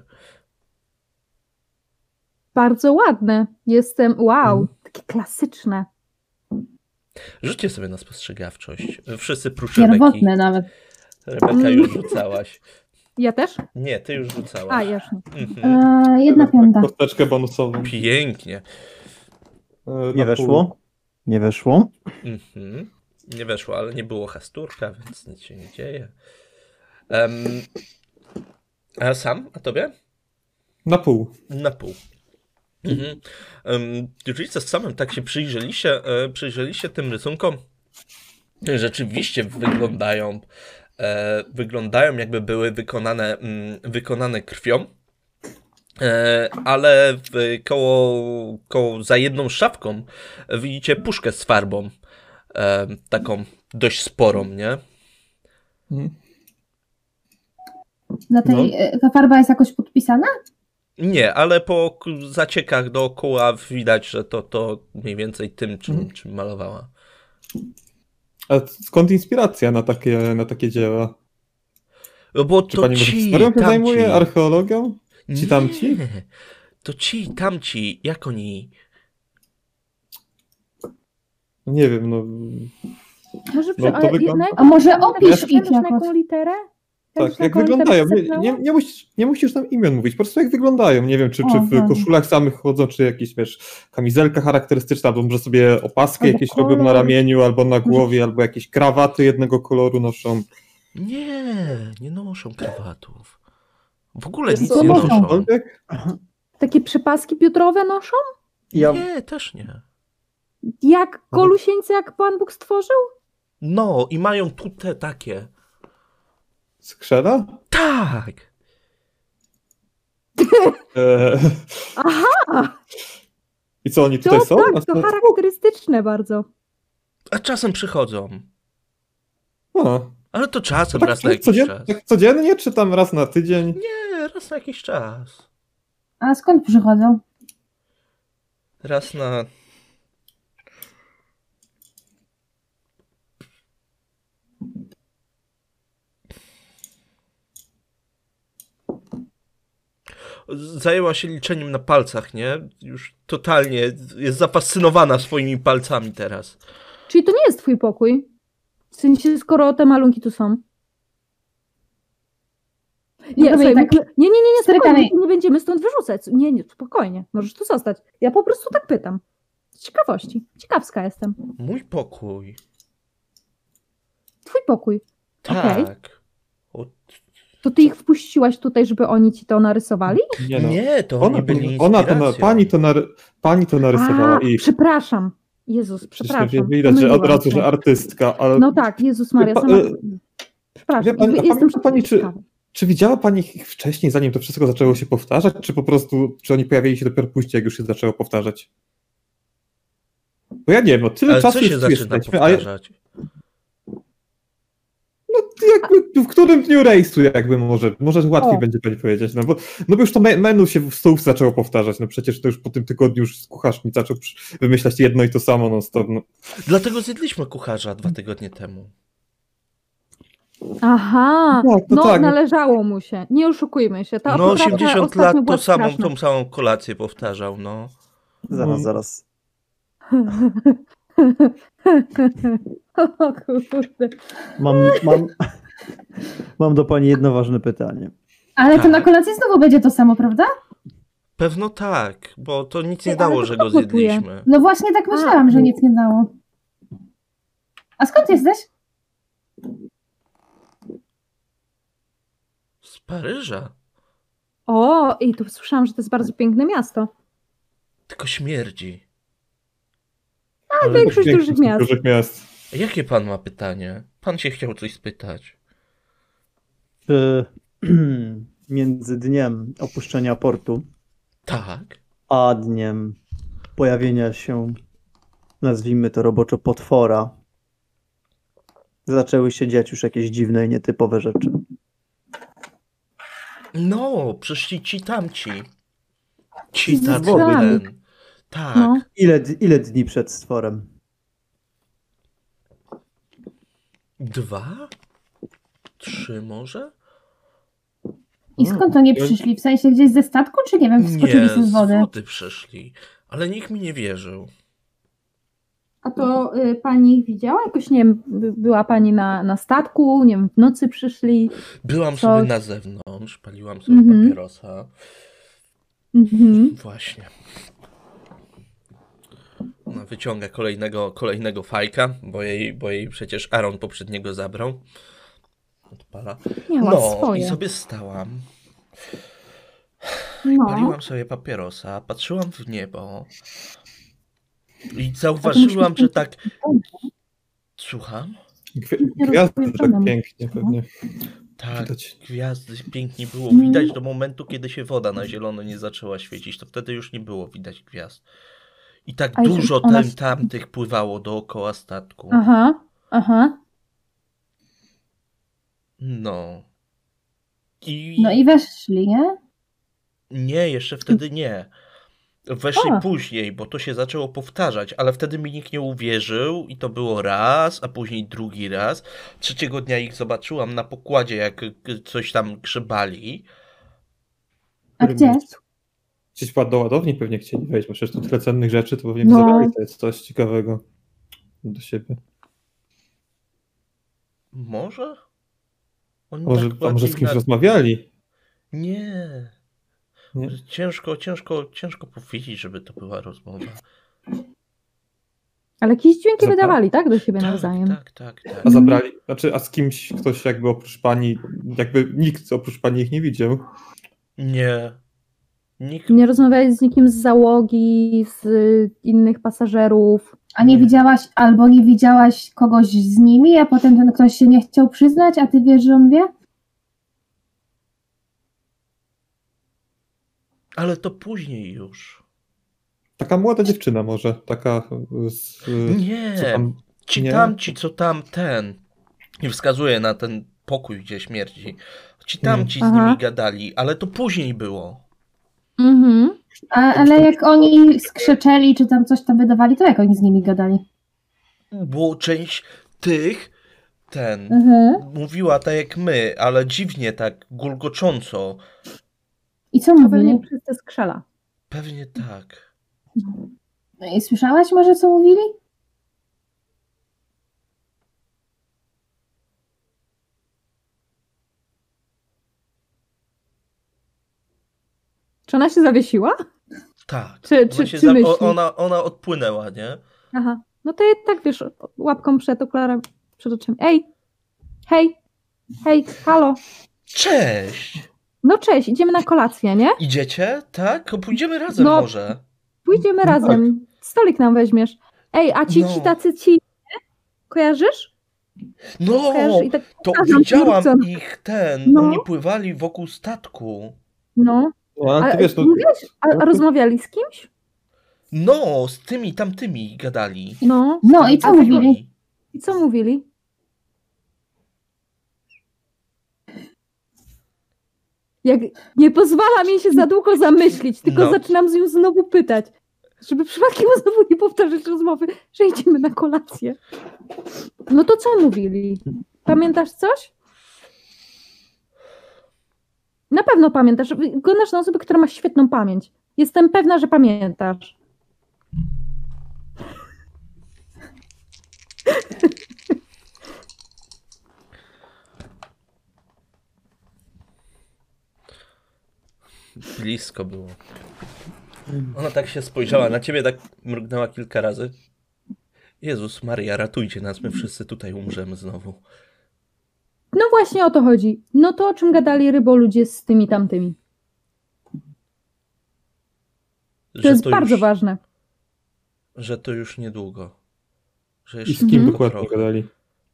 [SPEAKER 3] Bardzo ładne. Jestem, wow,
[SPEAKER 4] Mhm.
[SPEAKER 3] takie klasyczne.
[SPEAKER 1] Rzućcie sobie na spostrzegawczość. Wszyscy prócz Rebeki.
[SPEAKER 2] Pierwotne nawet.
[SPEAKER 1] Rebeka już rzucałaś.
[SPEAKER 3] Ja też?
[SPEAKER 1] Nie, ty już
[SPEAKER 3] A,
[SPEAKER 1] rzucałaś.
[SPEAKER 3] już nie.
[SPEAKER 1] Mhm.
[SPEAKER 2] E, jedna piąta.
[SPEAKER 4] Kosteczkę bonusową.
[SPEAKER 1] Pięknie.
[SPEAKER 4] E,
[SPEAKER 5] Nie
[SPEAKER 4] na pół.
[SPEAKER 5] weszło. Nie weszło.
[SPEAKER 1] Mhm. Nie weszło, ale nie było hasturka, więc nic się nie dzieje. Em, a sam? A tobie?
[SPEAKER 4] Na pół.
[SPEAKER 1] Na pół. Mhm. Um, jeżeli z samym tak się przyjrzeliście, e, przyjrzeliście tym rysunkom, rzeczywiście wyglądają, e, wyglądają jakby były wykonane, mm, wykonane krwią, e, ale w, koło, koło, za jedną szafką widzicie puszkę z farbą, e, taką dość sporą, nie?
[SPEAKER 4] Mhm.
[SPEAKER 2] Na tej, e, ta farba jest jakoś podpisana?
[SPEAKER 1] Nie, ale po k- zaciekach dookoła widać, że to, to mniej więcej tym, czym,
[SPEAKER 4] Mhm.
[SPEAKER 1] czym malowała.
[SPEAKER 4] A skąd inspiracja na takie, na takie dzieła?
[SPEAKER 1] No bo
[SPEAKER 4] Czy
[SPEAKER 1] to
[SPEAKER 4] pani może
[SPEAKER 1] ci,
[SPEAKER 4] historią się
[SPEAKER 1] tamci.
[SPEAKER 4] zajmuje? Archeologią? Ci tamci?
[SPEAKER 1] Nie, to ci, tamci, jak oni...
[SPEAKER 4] Nie wiem, no...
[SPEAKER 3] Może przy,
[SPEAKER 4] No, to
[SPEAKER 3] ale
[SPEAKER 4] wygląda-
[SPEAKER 3] na jaką-
[SPEAKER 2] A może
[SPEAKER 3] na
[SPEAKER 2] opisz
[SPEAKER 3] jaką-
[SPEAKER 2] ich
[SPEAKER 3] na
[SPEAKER 2] jakoś.
[SPEAKER 3] jaką literę?
[SPEAKER 4] Tak,
[SPEAKER 3] Wiesz, na
[SPEAKER 4] jak
[SPEAKER 3] jaką literę
[SPEAKER 4] wyglądają. Nie,
[SPEAKER 3] zerknęła?
[SPEAKER 4] nie, nie, musisz, nie musisz tam imion mówić, po prostu jak wyglądają. Nie wiem, czy, czy
[SPEAKER 2] O,
[SPEAKER 4] w
[SPEAKER 2] tak.
[SPEAKER 4] koszulach samych chodzą, czy jakieś, wiesz, kamizelka charakterystyczna, albo może sobie opaskę
[SPEAKER 2] Albo
[SPEAKER 4] jakieś robią na
[SPEAKER 2] kolor.
[SPEAKER 4] ramieniu, albo na głowie, albo jakieś krawaty jednego koloru noszą.
[SPEAKER 1] Nie, nie noszą krawatów. W ogóle
[SPEAKER 5] Wiesz
[SPEAKER 1] nic
[SPEAKER 5] co,
[SPEAKER 1] nie
[SPEAKER 2] noszą.
[SPEAKER 1] noszą.
[SPEAKER 4] Cokolwiek?
[SPEAKER 3] Takie przypaski biodrowe noszą?
[SPEAKER 5] Ja,
[SPEAKER 1] Nie, też nie.
[SPEAKER 3] Jak golusieńce, jak Pan Bóg stworzył?
[SPEAKER 1] No, i mają tu te takie.
[SPEAKER 4] Skrzela?
[SPEAKER 1] Tak!
[SPEAKER 4] Eee,
[SPEAKER 3] Aha!
[SPEAKER 4] I co, oni
[SPEAKER 3] To
[SPEAKER 4] tutaj są? Na
[SPEAKER 3] tak, to
[SPEAKER 4] statku?
[SPEAKER 3] charakterystyczne bardzo.
[SPEAKER 1] A czasem przychodzą.
[SPEAKER 4] A,
[SPEAKER 1] Ale to czasem,
[SPEAKER 4] Tak,
[SPEAKER 1] raz na jakiś
[SPEAKER 4] codzien-
[SPEAKER 1] czas.
[SPEAKER 4] tak codziennie, czy tam raz na tydzień?
[SPEAKER 1] Nie, raz na jakiś czas.
[SPEAKER 2] A skąd przychodzą?
[SPEAKER 1] Raz na... Zajęła się liczeniem na palcach, nie? Już totalnie jest zafascynowana swoimi palcami teraz.
[SPEAKER 3] Czyli to nie jest twój pokój? W sensie, skoro te malunki tu są. Nie,
[SPEAKER 2] No
[SPEAKER 3] słuchaj,
[SPEAKER 2] tak-
[SPEAKER 3] my- nie, nie, nie, nie, spokojnie,
[SPEAKER 2] Strykamy.
[SPEAKER 3] nie będziemy stąd wyrzucać. Nie, nie, spokojnie, możesz tu zostać. Ja po prostu tak pytam. Z ciekawości. Ciekawska jestem.
[SPEAKER 1] Mój pokój.
[SPEAKER 3] Twój pokój. Okej.
[SPEAKER 1] Tak. O,
[SPEAKER 3] To ty ich wpuściłaś tutaj, żeby oni ci to narysowali?
[SPEAKER 4] Nie, no.
[SPEAKER 1] nie, to
[SPEAKER 4] Ona,
[SPEAKER 1] oni byli
[SPEAKER 4] ona to, na,
[SPEAKER 1] inspiracją.
[SPEAKER 4] pani, to nar, pani to narysowała
[SPEAKER 3] A,
[SPEAKER 4] ich.
[SPEAKER 3] przepraszam. Jezus,
[SPEAKER 4] Przecież
[SPEAKER 3] przepraszam.
[SPEAKER 4] widać, że od
[SPEAKER 3] Pomyliłam
[SPEAKER 4] razu,
[SPEAKER 3] się.
[SPEAKER 4] że artystka, ale
[SPEAKER 3] No tak, Jezus Maria,
[SPEAKER 4] Pa-
[SPEAKER 3] sama...
[SPEAKER 4] e,
[SPEAKER 3] Przepraszam,
[SPEAKER 4] wie pani- a
[SPEAKER 3] jestem
[SPEAKER 4] pamięta pani, czy-
[SPEAKER 3] ciekawa.
[SPEAKER 4] czy widziała pani ich wcześniej, zanim to wszystko zaczęło się powtarzać, czy po prostu, czy oni pojawili się dopiero później, jak już się zaczęło powtarzać? Bo ja nie wiem, no tyle
[SPEAKER 1] Ale
[SPEAKER 4] czasu
[SPEAKER 1] co się
[SPEAKER 4] już tu
[SPEAKER 1] zaczyna
[SPEAKER 4] jesteśmy, a ja-
[SPEAKER 1] powtarzać?
[SPEAKER 4] no jakby w którym dniu rejsu jakby może, może łatwiej
[SPEAKER 3] O.
[SPEAKER 4] będzie pani powiedzieć, no bo, no bo już to me- menu się w stołów zaczęło powtarzać, no przecież to już po tym tygodniu już kucharz mi zaczął przy- wymyślać jedno i to samo non stop, no.
[SPEAKER 1] Dlatego zjedliśmy kucharza dwa tygodnie temu.
[SPEAKER 3] Aha,
[SPEAKER 4] No, to
[SPEAKER 3] no
[SPEAKER 4] tak.
[SPEAKER 3] należało mu się. Nie oszukujmy się. Ta
[SPEAKER 1] No
[SPEAKER 3] poprawka
[SPEAKER 1] osiemdziesiąt
[SPEAKER 3] ostatnio
[SPEAKER 1] lat
[SPEAKER 3] była
[SPEAKER 1] to samą,
[SPEAKER 3] straszna.
[SPEAKER 1] tą samą kolację powtarzał, no.
[SPEAKER 5] Zaraz, zaraz.
[SPEAKER 3] O kurde.
[SPEAKER 5] Mam, mam, mam do pani jedno ważne pytanie.
[SPEAKER 2] Ale to
[SPEAKER 1] Tak.
[SPEAKER 2] na kolację znowu będzie to samo, prawda?
[SPEAKER 1] Pewno tak, bo to nic nie
[SPEAKER 3] Ej, ale
[SPEAKER 1] dało,
[SPEAKER 3] to
[SPEAKER 1] że
[SPEAKER 3] kto
[SPEAKER 1] go
[SPEAKER 3] gotuje?
[SPEAKER 1] zjedliśmy.
[SPEAKER 2] No właśnie tak myślałam, że nic nie dało. A skąd jesteś?
[SPEAKER 1] Z Paryża.
[SPEAKER 3] O, i tu słyszałam, że to jest bardzo piękne miasto.
[SPEAKER 1] Tylko śmierdzi.
[SPEAKER 3] A większość
[SPEAKER 4] Większość
[SPEAKER 3] dużych miast.
[SPEAKER 4] dużych miast.
[SPEAKER 1] Jakie pan ma pytanie? Pan się chciał coś spytać.
[SPEAKER 5] Czy między dniem opuszczenia portu
[SPEAKER 1] Tak.
[SPEAKER 5] a dniem pojawienia się, nazwijmy to roboczo, potwora, zaczęły się dziać już jakieś dziwne i nietypowe rzeczy?
[SPEAKER 1] No, przyszli ci tamci. Ci
[SPEAKER 3] Z
[SPEAKER 1] tacy
[SPEAKER 3] wodami.
[SPEAKER 1] ten. Tak.
[SPEAKER 3] No.
[SPEAKER 5] Ile, ile dni przed stworem?
[SPEAKER 1] Dwa? Trzy może?
[SPEAKER 2] I skąd oni przyszli? W sensie gdzieś ze statku, czy nie wiem, wskoczyli
[SPEAKER 1] Nie,
[SPEAKER 2] sobie z
[SPEAKER 1] z
[SPEAKER 2] wody?
[SPEAKER 1] wody przyszli. Ale nikt mi nie wierzył.
[SPEAKER 3] A to y, pani ich widziała? Jakoś, nie wiem, by- była pani na, na statku, nie wiem, w nocy przyszli.
[SPEAKER 1] Byłam
[SPEAKER 3] Co?
[SPEAKER 1] sobie na zewnątrz, paliłam sobie
[SPEAKER 3] Mhm.
[SPEAKER 1] papierosa.
[SPEAKER 3] Mhm.
[SPEAKER 1] Właśnie. Ona wyciąga kolejnego, kolejnego fajka, bo jej, bo jej przecież Aaron poprzedniego zabrał. Odpala.
[SPEAKER 3] Miała
[SPEAKER 1] No, i
[SPEAKER 3] swoje.
[SPEAKER 1] sobie stałam.
[SPEAKER 3] No.
[SPEAKER 1] Paliłam sobie papierosa, patrzyłam w niebo. I zauważyłam, że tak... Słucham?
[SPEAKER 4] Gwi-
[SPEAKER 2] Nie
[SPEAKER 4] Gwiazdy
[SPEAKER 2] rozpowiedziane
[SPEAKER 4] tak
[SPEAKER 2] mu.
[SPEAKER 4] pięknie pewnie.
[SPEAKER 1] Tak,
[SPEAKER 4] Widać.
[SPEAKER 1] gwiazdy pięknie było
[SPEAKER 2] Mm.
[SPEAKER 1] widać do momentu, kiedy się woda na zielono nie zaczęła świecić. To wtedy już nie było widać gwiazd. I tak
[SPEAKER 3] A jeśli
[SPEAKER 1] dużo
[SPEAKER 3] ona
[SPEAKER 1] tem,
[SPEAKER 3] się-
[SPEAKER 1] tamtych pływało dookoła statku.
[SPEAKER 3] Aha, aha.
[SPEAKER 1] No. I...
[SPEAKER 2] No i weszli, nie?
[SPEAKER 1] Nie, jeszcze wtedy nie. Weszli
[SPEAKER 3] A.
[SPEAKER 1] później, bo to się zaczęło powtarzać, ale wtedy mi nikt nie uwierzył i to było raz, a później drugi raz. Trzeciego dnia ich zobaczyłam na pokładzie, jak y, coś tam grzebali.
[SPEAKER 2] A
[SPEAKER 5] którym
[SPEAKER 2] gdzie?
[SPEAKER 5] miejscu?
[SPEAKER 4] Gdzieś do ładowni pewnie chcieli wejść, bo przecież tu tyle cennych rzeczy, to pewnie by
[SPEAKER 3] No.
[SPEAKER 4] zabrali to jest coś ciekawego do siebie.
[SPEAKER 1] Może? Oni
[SPEAKER 4] A może,
[SPEAKER 1] tak
[SPEAKER 4] a może
[SPEAKER 1] bardziej
[SPEAKER 4] z kimś
[SPEAKER 1] na-
[SPEAKER 4] rozmawiali?
[SPEAKER 1] Nie.
[SPEAKER 4] Nie?
[SPEAKER 1] Ciężko, ciężko, ciężko powiedzieć, żeby to była rozmowa.
[SPEAKER 3] Ale jakieś dźwięki
[SPEAKER 4] Zapra-
[SPEAKER 3] wydawali, tak? Do siebie
[SPEAKER 1] Tak,
[SPEAKER 3] nawzajem.
[SPEAKER 1] tak, tak, tak.
[SPEAKER 4] A zabrali, znaczy, a z kimś ktoś jakby oprócz pani, jakby nikt oprócz pani ich nie widział.
[SPEAKER 1] Nie. Nikt...
[SPEAKER 3] Nie rozmawiali z nikim z załogi, z y, innych pasażerów.
[SPEAKER 2] A nie
[SPEAKER 1] Nie.
[SPEAKER 2] widziałaś, albo nie widziałaś kogoś z nimi, a potem ten ktoś się nie chciał przyznać, a ty wiesz, że on wie?
[SPEAKER 1] Ale to później już.
[SPEAKER 4] Taka młoda dziewczyna może, taka z, co
[SPEAKER 1] Nie.
[SPEAKER 4] tam,
[SPEAKER 1] Ci
[SPEAKER 4] nie?
[SPEAKER 1] tamci, co tam ten. I wskazuje na ten pokój, gdzie śmierdzi. Ci tam ci z
[SPEAKER 3] Aha.
[SPEAKER 1] nimi gadali, ale to później było.
[SPEAKER 3] Mhm.
[SPEAKER 2] A, ale jak oni skrzeczeli, czy tam coś tam wydawali, to jak oni z nimi gadali?
[SPEAKER 1] Bo część tych, ten,
[SPEAKER 2] Mhm.
[SPEAKER 1] mówiła tak jak my, ale dziwnie tak, gulgocząco.
[SPEAKER 2] I co
[SPEAKER 3] To
[SPEAKER 2] mówili?
[SPEAKER 3] pewnie przez te skrzela.
[SPEAKER 1] Pewnie tak.
[SPEAKER 2] No i słyszałaś może, co mówili?
[SPEAKER 3] Czy ona się zawiesiła?
[SPEAKER 1] Tak.
[SPEAKER 3] Czy-
[SPEAKER 1] Ona
[SPEAKER 3] czy-
[SPEAKER 1] się
[SPEAKER 3] czy
[SPEAKER 1] za-
[SPEAKER 3] myśli?
[SPEAKER 1] o- ona, ona odpłynęła, nie?
[SPEAKER 3] Aha. No to ja tak, wiesz, łapką przed okularem, przed oczami. Ej! Hej! Hej, halo!
[SPEAKER 1] Cześć!
[SPEAKER 3] No cześć, idziemy na kolację, nie?
[SPEAKER 1] Idziecie? Tak? To pójdziemy razem
[SPEAKER 3] No.
[SPEAKER 1] może.
[SPEAKER 3] Pójdziemy
[SPEAKER 4] No
[SPEAKER 3] razem. Stolik nam weźmiesz. Ej, a ci,
[SPEAKER 1] No.
[SPEAKER 3] ci tacy ci, nie? Kojarzysz?
[SPEAKER 1] No!
[SPEAKER 3] Kojarzysz? I tak,
[SPEAKER 1] To
[SPEAKER 3] pokażą
[SPEAKER 1] widziałam
[SPEAKER 3] twórcom.
[SPEAKER 1] ich ten.
[SPEAKER 3] No.
[SPEAKER 1] Oni pływali wokół statku.
[SPEAKER 3] no.
[SPEAKER 4] No, ale
[SPEAKER 3] A,
[SPEAKER 4] ty wiesz, no,
[SPEAKER 3] mówiłeś, a,
[SPEAKER 4] no
[SPEAKER 3] a
[SPEAKER 4] to-
[SPEAKER 3] rozmawiali z kimś?
[SPEAKER 1] No, z tymi tamtymi gadali.
[SPEAKER 3] No.
[SPEAKER 2] No i co
[SPEAKER 1] Tymi
[SPEAKER 2] mówili?
[SPEAKER 1] gadali.
[SPEAKER 3] I co mówili? Jak nie pozwala mi się za długo zamyślić, tylko
[SPEAKER 1] No.
[SPEAKER 3] zaczynam z nią znowu pytać, żeby przypadkiem znowu nie powtarzać rozmowy, że idziemy na kolację. No to co mówili? Pamiętasz coś? Na pewno pamiętasz. Wyglądasz na osobę, która ma świetną pamięć. Jestem pewna, że pamiętasz.
[SPEAKER 1] Blisko było. Ona tak się spojrzała na ciebie, tak mrugnęła kilka razy. Jezus Maria, ratujcie nas, my wszyscy tutaj umrzemy znowu.
[SPEAKER 3] No właśnie o to chodzi. No to o czym gadali ryboludzie z tymi tamtymi. To
[SPEAKER 1] Że
[SPEAKER 3] jest bardzo
[SPEAKER 1] już,
[SPEAKER 3] ważne.
[SPEAKER 1] że to już niedługo. Że
[SPEAKER 4] i
[SPEAKER 1] jeszcze
[SPEAKER 4] z kim
[SPEAKER 3] Mhm.
[SPEAKER 4] dokładnie
[SPEAKER 1] trochę.
[SPEAKER 4] gadali?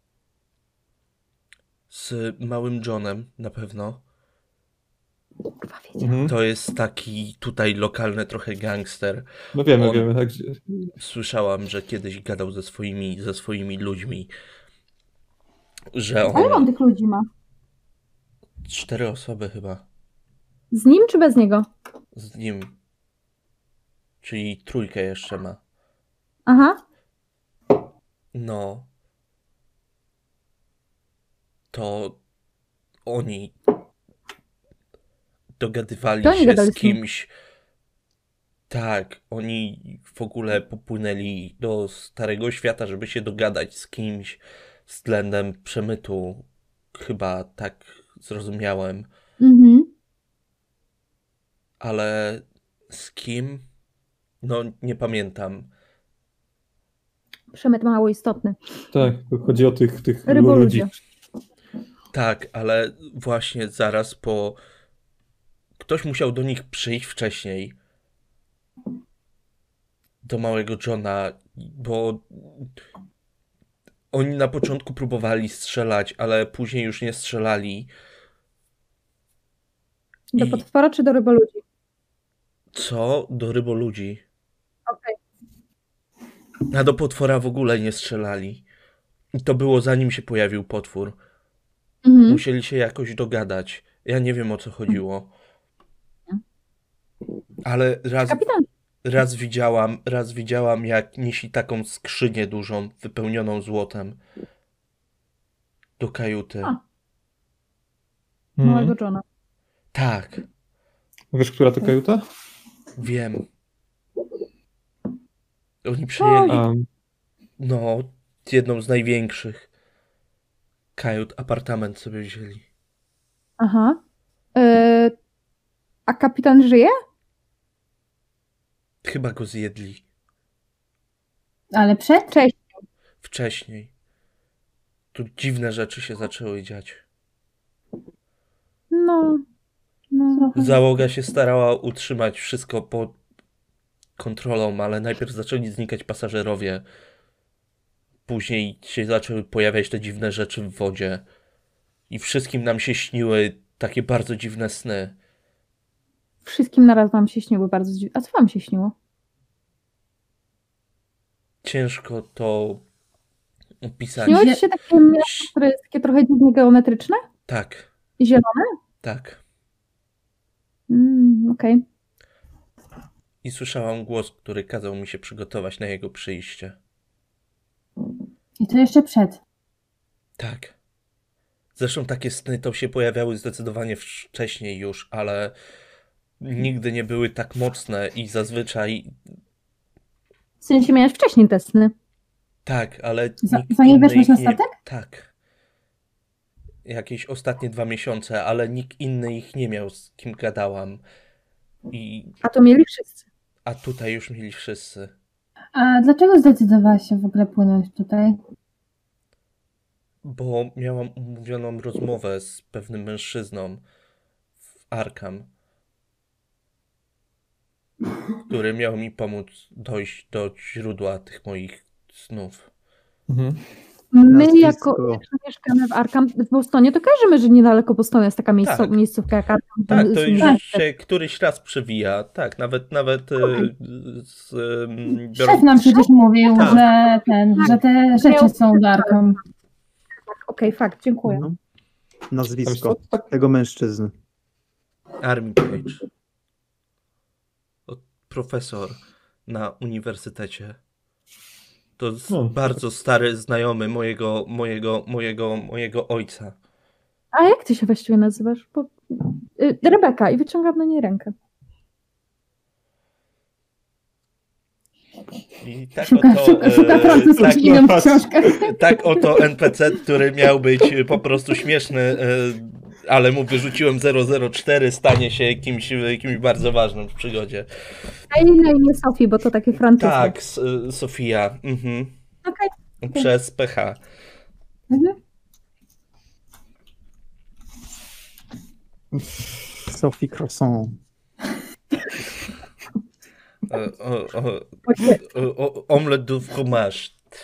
[SPEAKER 1] Z małym Johnem na pewno.
[SPEAKER 3] Kurwa, wiedziałam.
[SPEAKER 4] Mhm.
[SPEAKER 1] To jest taki tutaj lokalny trochę gangster.
[SPEAKER 4] No wiemy,
[SPEAKER 1] On-
[SPEAKER 4] wiemy. Tak,
[SPEAKER 1] Słyszałam, że kiedyś gadał ze swoimi, ze swoimi ludźmi. Że
[SPEAKER 3] Ale on
[SPEAKER 1] on...
[SPEAKER 3] tych ludzi ma.
[SPEAKER 1] Cztery osoby chyba
[SPEAKER 3] Z nim czy bez niego?
[SPEAKER 1] z nim. Czyli trójkę jeszcze ma.
[SPEAKER 3] Aha.
[SPEAKER 1] No. To oni dogadywali
[SPEAKER 3] To oni
[SPEAKER 1] się
[SPEAKER 3] gadali
[SPEAKER 1] z
[SPEAKER 3] z nim.
[SPEAKER 1] kimś. Tak, oni w ogóle popłynęli do Starego Świata, żeby się dogadać z kimś względem przemytu. Chyba tak zrozumiałem.
[SPEAKER 3] Mhm.
[SPEAKER 1] Ale z kim? No, nie pamiętam.
[SPEAKER 3] Przemyt mało istotny.
[SPEAKER 4] tak, chodzi o tych, tych
[SPEAKER 3] Ryboludzie.
[SPEAKER 4] ludzi.
[SPEAKER 1] Tak, ale właśnie zaraz po... Ktoś musiał do nich przyjść wcześniej. Do małego Johna, bo oni na początku próbowali strzelać, ale później już nie strzelali.
[SPEAKER 3] Do
[SPEAKER 1] I-
[SPEAKER 3] potwora czy do ryboludzi?
[SPEAKER 1] Co? Do ryboludzi.
[SPEAKER 3] Okej.
[SPEAKER 1] A do potwora w ogóle nie strzelali. I to było zanim się pojawił potwór.
[SPEAKER 3] Mhm.
[SPEAKER 1] Musieli się jakoś dogadać. Ja nie wiem, o co chodziło. Ale raz,
[SPEAKER 3] Kapitan.
[SPEAKER 1] raz widziałam, raz widziałam, jak nieśli taką skrzynię dużą, wypełnioną złotem. Do kajuty.
[SPEAKER 3] A.
[SPEAKER 4] Mhm.
[SPEAKER 3] Małego Johna.
[SPEAKER 1] Tak,
[SPEAKER 4] Wiesz, która to kajuta?
[SPEAKER 1] wiem. Oni przyjęli,
[SPEAKER 4] A,
[SPEAKER 1] no, jedną z największych kajut, apartament sobie wzięli.
[SPEAKER 3] Aha. E, a kapitan żyje?
[SPEAKER 1] Chyba go zjedli
[SPEAKER 2] Ale przed?
[SPEAKER 3] Cześć.
[SPEAKER 1] wcześniej. Tu dziwne rzeczy się zaczęły dziać.
[SPEAKER 3] No. No.
[SPEAKER 2] Trochę.
[SPEAKER 1] Załoga się starała utrzymać wszystko pod kontrolą, ale najpierw zaczęli znikać pasażerowie. Później się zaczęły pojawiać te dziwne rzeczy w wodzie. I wszystkim nam się śniły takie bardzo dziwne sny.
[SPEAKER 3] Wszystkim naraz wam się śniło bardzo dziwnie. A co wam się śniło?
[SPEAKER 1] Ciężko to Opisać.
[SPEAKER 3] Śniło ci się takie miasto, które jest takie trochę dziwnie geometryczne
[SPEAKER 1] Tak,
[SPEAKER 3] i zielone?
[SPEAKER 1] tak.
[SPEAKER 3] Mm, okej.
[SPEAKER 1] I słyszałam głos, który kazał mi się przygotować na jego przyjście.
[SPEAKER 2] I to jeszcze przed.
[SPEAKER 1] Tak. Zresztą takie sny to się pojawiały zdecydowanie wcześniej już, ale nigdy nie były tak mocne i zazwyczaj
[SPEAKER 3] W sensie miałeś wcześniej te sny.
[SPEAKER 1] tak, ale
[SPEAKER 2] Za-
[SPEAKER 1] nikt
[SPEAKER 2] zanim
[SPEAKER 1] inny
[SPEAKER 2] weszłeś
[SPEAKER 1] ich
[SPEAKER 2] na
[SPEAKER 1] nie...
[SPEAKER 2] statek?
[SPEAKER 1] Tak. Jakieś ostatnie dwa miesiące, ale nikt inny ich nie miał, z kim gadałam. I...
[SPEAKER 3] A to mieli wszyscy.
[SPEAKER 1] A tutaj już mieli wszyscy.
[SPEAKER 2] A dlaczego zdecydowałaś się w ogóle płynąć tutaj?
[SPEAKER 1] Bo miałam umówioną rozmowę z pewnym mężczyzną w Arkham, który miał mi pomóc dojść do źródła tych moich snów.
[SPEAKER 4] Mhm.
[SPEAKER 3] My
[SPEAKER 5] Nazwisko.
[SPEAKER 3] jako jak mieszkamy w Arkham, w Bostonie, to kojarzymy, że niedaleko Bostonu jest taka miejscow-
[SPEAKER 1] Tak.
[SPEAKER 3] miejscówka jak Arkham.
[SPEAKER 1] Tak,
[SPEAKER 3] z
[SPEAKER 1] to już
[SPEAKER 3] uniwersytetem.
[SPEAKER 1] się któryś raz przewija. Tak, nawet nawet e, z, em, biorąc-
[SPEAKER 2] Szef nam przecież mówił,
[SPEAKER 1] Tak.
[SPEAKER 2] że ten, że te rzeczy są darką.
[SPEAKER 3] Okej, fakt, dziękuję.
[SPEAKER 5] No.
[SPEAKER 4] Tam
[SPEAKER 5] Nazwisko
[SPEAKER 4] jest tak,
[SPEAKER 5] tego mężczyzny.
[SPEAKER 1] Armin Page. O, profesor na uniwersytecie. To jest
[SPEAKER 4] No.
[SPEAKER 1] bardzo stary znajomy mojego, mojego, mojego, mojego ojca.
[SPEAKER 3] A jak ty się właściwie nazywasz? Bo... Y, Rebeka i wyciągam na niej rękę.
[SPEAKER 1] I tak
[SPEAKER 2] Szuka,
[SPEAKER 1] oto,
[SPEAKER 2] szuka, szuka
[SPEAKER 1] e,
[SPEAKER 2] francuskich
[SPEAKER 1] tak,
[SPEAKER 2] imion w
[SPEAKER 4] patrz.
[SPEAKER 2] książkach.
[SPEAKER 1] tak oto N P C, który miał być po prostu śmieszny, e, ale mu wyrzuciłem zero zero cztery, stanie się kimś, kimś bardzo ważnym w przygodzie.
[SPEAKER 3] A jej na imię Sofii, bo to takie francuskie.
[SPEAKER 1] Tak, S- Sofia. Mhm.
[SPEAKER 3] Okej.
[SPEAKER 1] Przez P H.
[SPEAKER 2] Mhm.
[SPEAKER 5] Sophie Croissant.
[SPEAKER 1] O, o, o,
[SPEAKER 3] Okej.
[SPEAKER 1] o, o, omelette du fromage.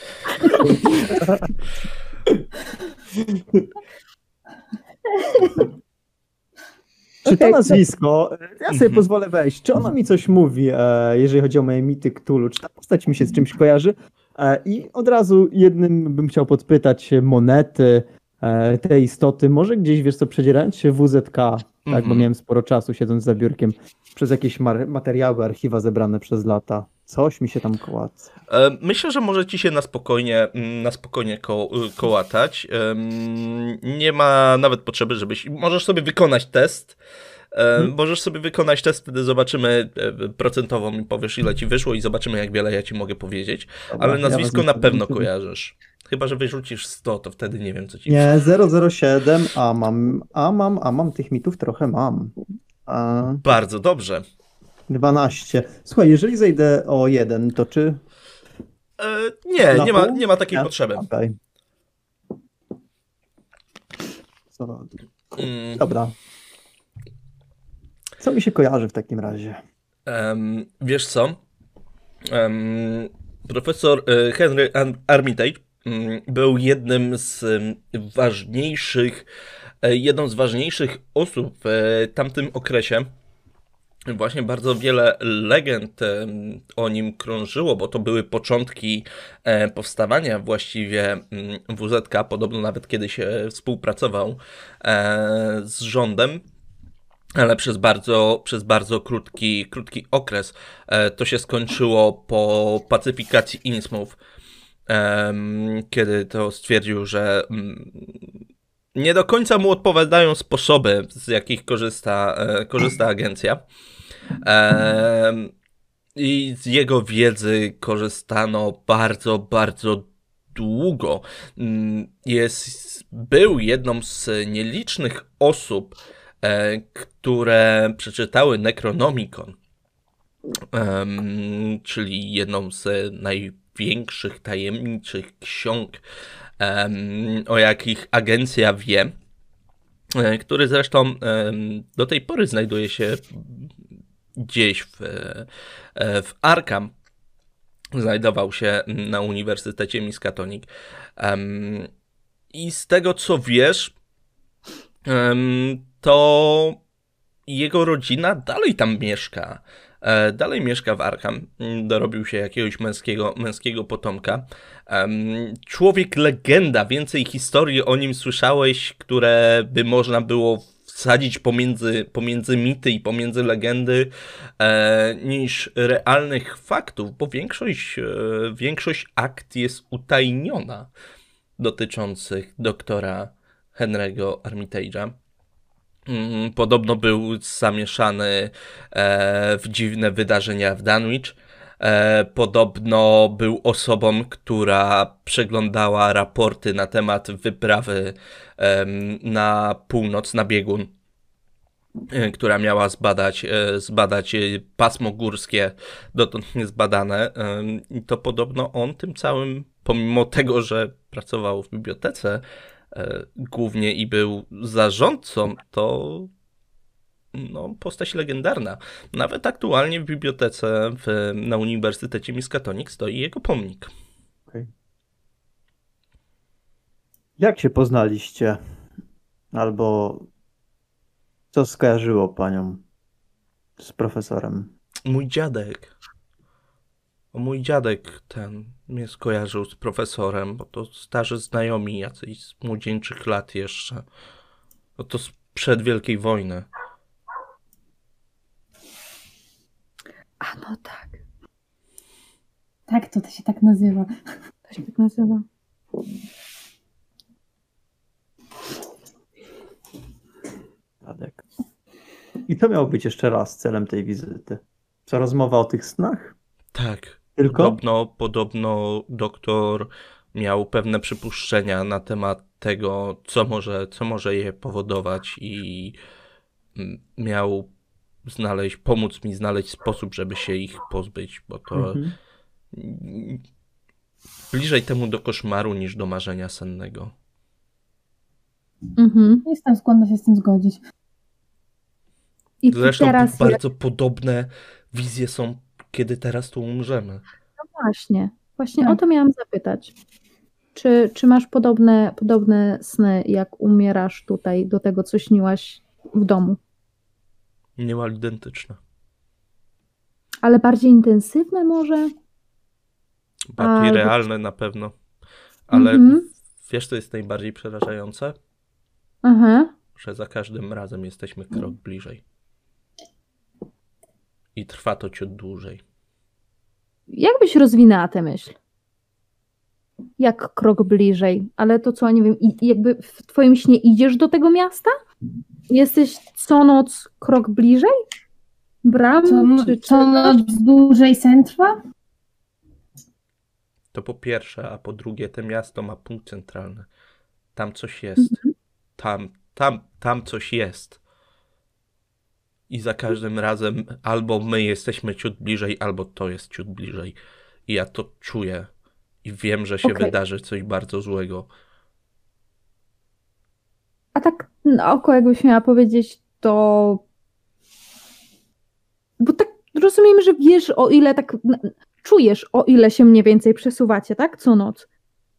[SPEAKER 5] Czy to
[SPEAKER 3] Okej,
[SPEAKER 5] nazwisko, ja sobie
[SPEAKER 1] Mhm.
[SPEAKER 5] pozwolę wejść, czy ono mi coś mówi, e, jeżeli chodzi o moje mity Cthulhu, czy ta postać mi się z czymś kojarzy? E, I od razu jednym bym chciał podpytać monety, e, te istoty, może gdzieś, wiesz co, przedzierając się w W Z K, tak, bo
[SPEAKER 1] Mhm.
[SPEAKER 5] miałem sporo czasu siedząc za biurkiem, przez jakieś mar- materiały, archiwa zebrane przez lata, coś mi się tam kołaca.
[SPEAKER 1] E, Myślę, że może ci się na spokojnie, mm, na spokojnie ko kołatać. Em, Nie ma nawet potrzeby, żebyś... Możesz sobie wykonać test. E,
[SPEAKER 5] Hmm.
[SPEAKER 1] Możesz sobie wykonać test, wtedy zobaczymy e, procentową mi powiesz, ile ci wyszło i zobaczymy, jak wiele ja ci mogę powiedzieć.
[SPEAKER 5] Dobra,
[SPEAKER 1] Ale
[SPEAKER 5] ja
[SPEAKER 1] nazwisko
[SPEAKER 5] wezmę
[SPEAKER 1] na pewno
[SPEAKER 5] sobie-
[SPEAKER 1] kojarzysz. Chyba, że wyrzucisz sto, to wtedy nie wiem, co ci...
[SPEAKER 5] Nie, zero zero siedem, a mam, a mam, a mam tych mitów trochę mam. A,
[SPEAKER 1] Bardzo dobrze.
[SPEAKER 5] dwanaście. Słuchaj, jeżeli zejdę o jeden, to czy...
[SPEAKER 1] E, nie,
[SPEAKER 5] Na
[SPEAKER 1] nie ma,
[SPEAKER 5] pół?
[SPEAKER 1] nie ma takiej
[SPEAKER 5] Nie?
[SPEAKER 1] potrzeby.
[SPEAKER 5] Okej. Co?
[SPEAKER 1] Mm,
[SPEAKER 5] Dobra. Co mi się kojarzy w takim razie?
[SPEAKER 1] em, wiesz co? Em, profesor e, Henry Ar- Armitage mm, był jednym z em, ważniejszych, e, jedną z ważniejszych osób w e, tamtym okresie. Właśnie bardzo wiele legend em, o nim krążyło, bo to były początki e, powstawania właściwie mm, W Z K. Podobno nawet kiedyś e, współpracował e, z rządem, ale przez bardzo, przez bardzo krótki, krótki okres. E, to się skończyło po pacyfikacji Innsmouth, em, kiedy to stwierdził, że mm, nie do końca mu odpowiadają sposoby, z jakich korzysta, e, korzysta agencja. Em, I z jego wiedzy korzystano bardzo, bardzo długo. Mm, Jest, był jedną z nielicznych osób, e, które przeczytały Necronomicon, em, czyli jedną z największych, tajemniczych ksiąg, em, o jakich agencja wie, e, który zresztą em, do tej pory znajduje się gdzieś w, e, w Arkham. Znajdował się na Uniwersytecie Miskatonic. Em, I z tego co wiesz, em, to jego rodzina dalej tam mieszka. E, dalej mieszka w Arkham, dorobił się jakiegoś męskiego, męskiego potomka. Em, człowiek legenda, więcej historii o nim słyszałeś, które by można było wsadzić pomiędzy, pomiędzy mity i pomiędzy legendy, e, niż realnych faktów, bo większość, e, większość akt jest utajniona dotyczących doktora Henry'ego Armitage'a. Mm, Podobno był zamieszany e, w dziwne wydarzenia w Dunwich. E, podobno był osobą, która przeglądała raporty na temat wyprawy em, na północ, na biegun, e, która miała zbadać, e, zbadać e, pasmo górskie, dotąd niezbadane. Em, I to podobno on tym całym, pomimo tego, że pracował w bibliotece, e, głównie i był zarządcą, to no, postać legendarna. Nawet aktualnie w bibliotece w, na Uniwersytecie Miskatonic stoi jego pomnik.
[SPEAKER 5] Jak się poznaliście? Albo co skojarzyło panią z profesorem?
[SPEAKER 1] Mój dziadek. O, mój dziadek ten mnie skojarzył z profesorem, bo to starzy znajomi jacyś z młodzieńczych lat jeszcze. No to sprzed Wielkiej Wojny.
[SPEAKER 3] A no tak,
[SPEAKER 2] Tak, to, to się tak nazywa.
[SPEAKER 3] to się tak nazywa.
[SPEAKER 5] Tadek. I to miało być jeszcze raz celem tej wizyty. Co, rozmowa o tych snach?
[SPEAKER 1] Tak.
[SPEAKER 5] Tylko?
[SPEAKER 1] Podobno, podobno doktor miał pewne przypuszczenia na temat tego, co może, co może je powodować i mm, miał znaleźć, pomóc mi znaleźć sposób, żeby się ich pozbyć, bo to
[SPEAKER 5] Mhm.
[SPEAKER 1] mm, bliżej temu do koszmaru niż do marzenia sennego.
[SPEAKER 3] Mhm.
[SPEAKER 2] Jestem skłonna się z tym zgodzić.
[SPEAKER 3] I ty
[SPEAKER 1] Zresztą
[SPEAKER 3] teraz jak-
[SPEAKER 1] bardzo podobne wizje są, kiedy teraz tu umrzemy.
[SPEAKER 3] no właśnie, właśnie
[SPEAKER 2] Tak.
[SPEAKER 3] o to miałam zapytać. Czy, czy masz podobne, podobne sny, jak umierasz tutaj, do tego, co śniłaś w domu?
[SPEAKER 1] Niemal identyczne.
[SPEAKER 3] Ale bardziej intensywne może?
[SPEAKER 1] Bardziej
[SPEAKER 3] A,
[SPEAKER 1] realne na pewno. Ale
[SPEAKER 3] Mhm.
[SPEAKER 1] wiesz, co jest najbardziej przerażające?
[SPEAKER 3] Aha.
[SPEAKER 1] Że za każdym razem jesteśmy krok bliżej. I trwa to ciut dłużej.
[SPEAKER 3] Jak byś rozwinęła tę myśl? Jak krok bliżej? Ale to co, nie wiem, i- jakby w twoim śnie idziesz do tego miasta? Jesteś co noc krok bliżej? Bram?
[SPEAKER 2] Co,
[SPEAKER 3] czy, czy...
[SPEAKER 2] co noc dłużej sen trwa?
[SPEAKER 1] To po pierwsze, a po drugie, to miasto ma punkt centralny. Tam coś jest. Tam, tam, tam coś jest. I za każdym razem albo my jesteśmy ciut bliżej, albo to jest ciut bliżej. I ja to czuję. I wiem, że się
[SPEAKER 3] Okej.
[SPEAKER 1] wydarzy coś bardzo złego.
[SPEAKER 3] A tak na oko, jakbyś miała powiedzieć, to... Bo tak rozumiem, że wiesz, o ile tak... Czujesz, o ile się mniej więcej przesuwacie, tak? Co noc.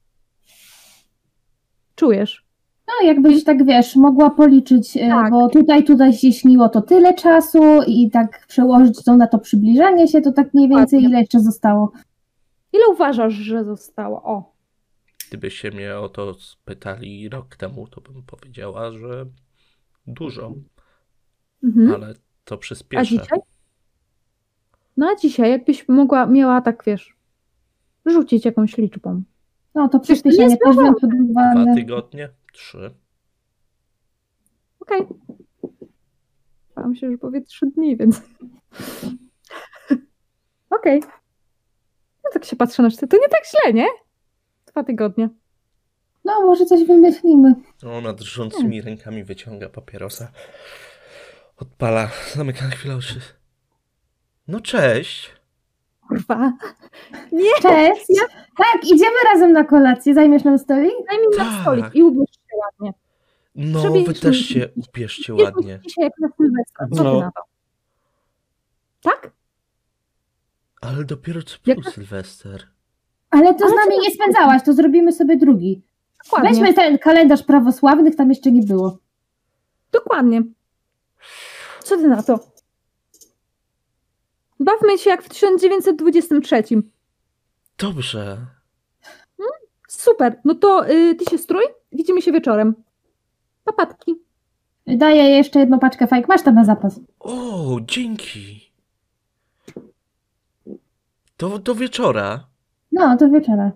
[SPEAKER 3] Czujesz.
[SPEAKER 2] No, jakbyś tak, wiesz, mogła policzyć, e,
[SPEAKER 3] Tak.
[SPEAKER 2] bo tutaj, tutaj się śniło to tyle czasu i tak przełożyć to na to przybliżanie się, to tak mniej więcej
[SPEAKER 3] Dokładnie.
[SPEAKER 2] ile jeszcze zostało.
[SPEAKER 3] Ile uważasz, że zostało? O.
[SPEAKER 1] Gdybyście mnie o to spytali rok temu, to bym powiedziała, że dużo,
[SPEAKER 3] Mhm.
[SPEAKER 1] ale to
[SPEAKER 3] A
[SPEAKER 1] przyspieszę.
[SPEAKER 3] dzisiaj? No a dzisiaj, jakbyś mogła, miała tak, wiesz, rzucić jakąś liczbą.
[SPEAKER 2] No, to
[SPEAKER 3] Wiesz, to
[SPEAKER 2] przyspieszenie
[SPEAKER 3] jest
[SPEAKER 2] też biorąc pod
[SPEAKER 1] Dwa
[SPEAKER 2] uwagę.
[SPEAKER 1] tygodnie? Trzy?
[SPEAKER 3] Okej. Bałam się, że powie trzy dni, więc... Okej. No tak się patrzę na szty. To nie tak źle, nie? Dwa tygodnie.
[SPEAKER 2] No, może coś wymyślimy.
[SPEAKER 1] Ona drżącymi rękami wyciąga papierosa. Odpala. Zamyka na chwilę oczy. No cześć.
[SPEAKER 3] Kurwa. Nie,
[SPEAKER 2] Cześć! Tak, idziemy razem na kolację. Zajmiesz nam stolik?
[SPEAKER 3] daj mi na
[SPEAKER 1] Tak.
[SPEAKER 3] stolik i ubierz się ładnie.
[SPEAKER 1] No,
[SPEAKER 3] Przebieź
[SPEAKER 1] wy
[SPEAKER 3] się.
[SPEAKER 1] też się ubierzcie
[SPEAKER 3] Nie
[SPEAKER 1] ładnie.
[SPEAKER 3] bójcie się jak na Sylwestra. Co ty
[SPEAKER 4] No.
[SPEAKER 3] na to? Tak?
[SPEAKER 1] Ale dopiero co
[SPEAKER 3] Jak-
[SPEAKER 1] był Sylwester.
[SPEAKER 2] Ale to
[SPEAKER 3] Ale
[SPEAKER 2] z nami
[SPEAKER 3] co-
[SPEAKER 2] nie spędzałaś, to zrobimy sobie drugi.
[SPEAKER 3] Dokładnie.
[SPEAKER 2] Weźmy ten kalendarz prawosławnych, tam jeszcze nie było.
[SPEAKER 3] Dokładnie. Co ty na to? Bawmy się jak w tysiąc dziewięćset dwudziestym trzecim.
[SPEAKER 1] Dobrze.
[SPEAKER 3] Super, no to y, ty się strój, widzimy się wieczorem. Papatki.
[SPEAKER 2] Daję jeszcze jedną paczkę fajek. Masz tam na zapas.
[SPEAKER 1] O, dzięki. Do, do wieczora.
[SPEAKER 2] No, do wieczora.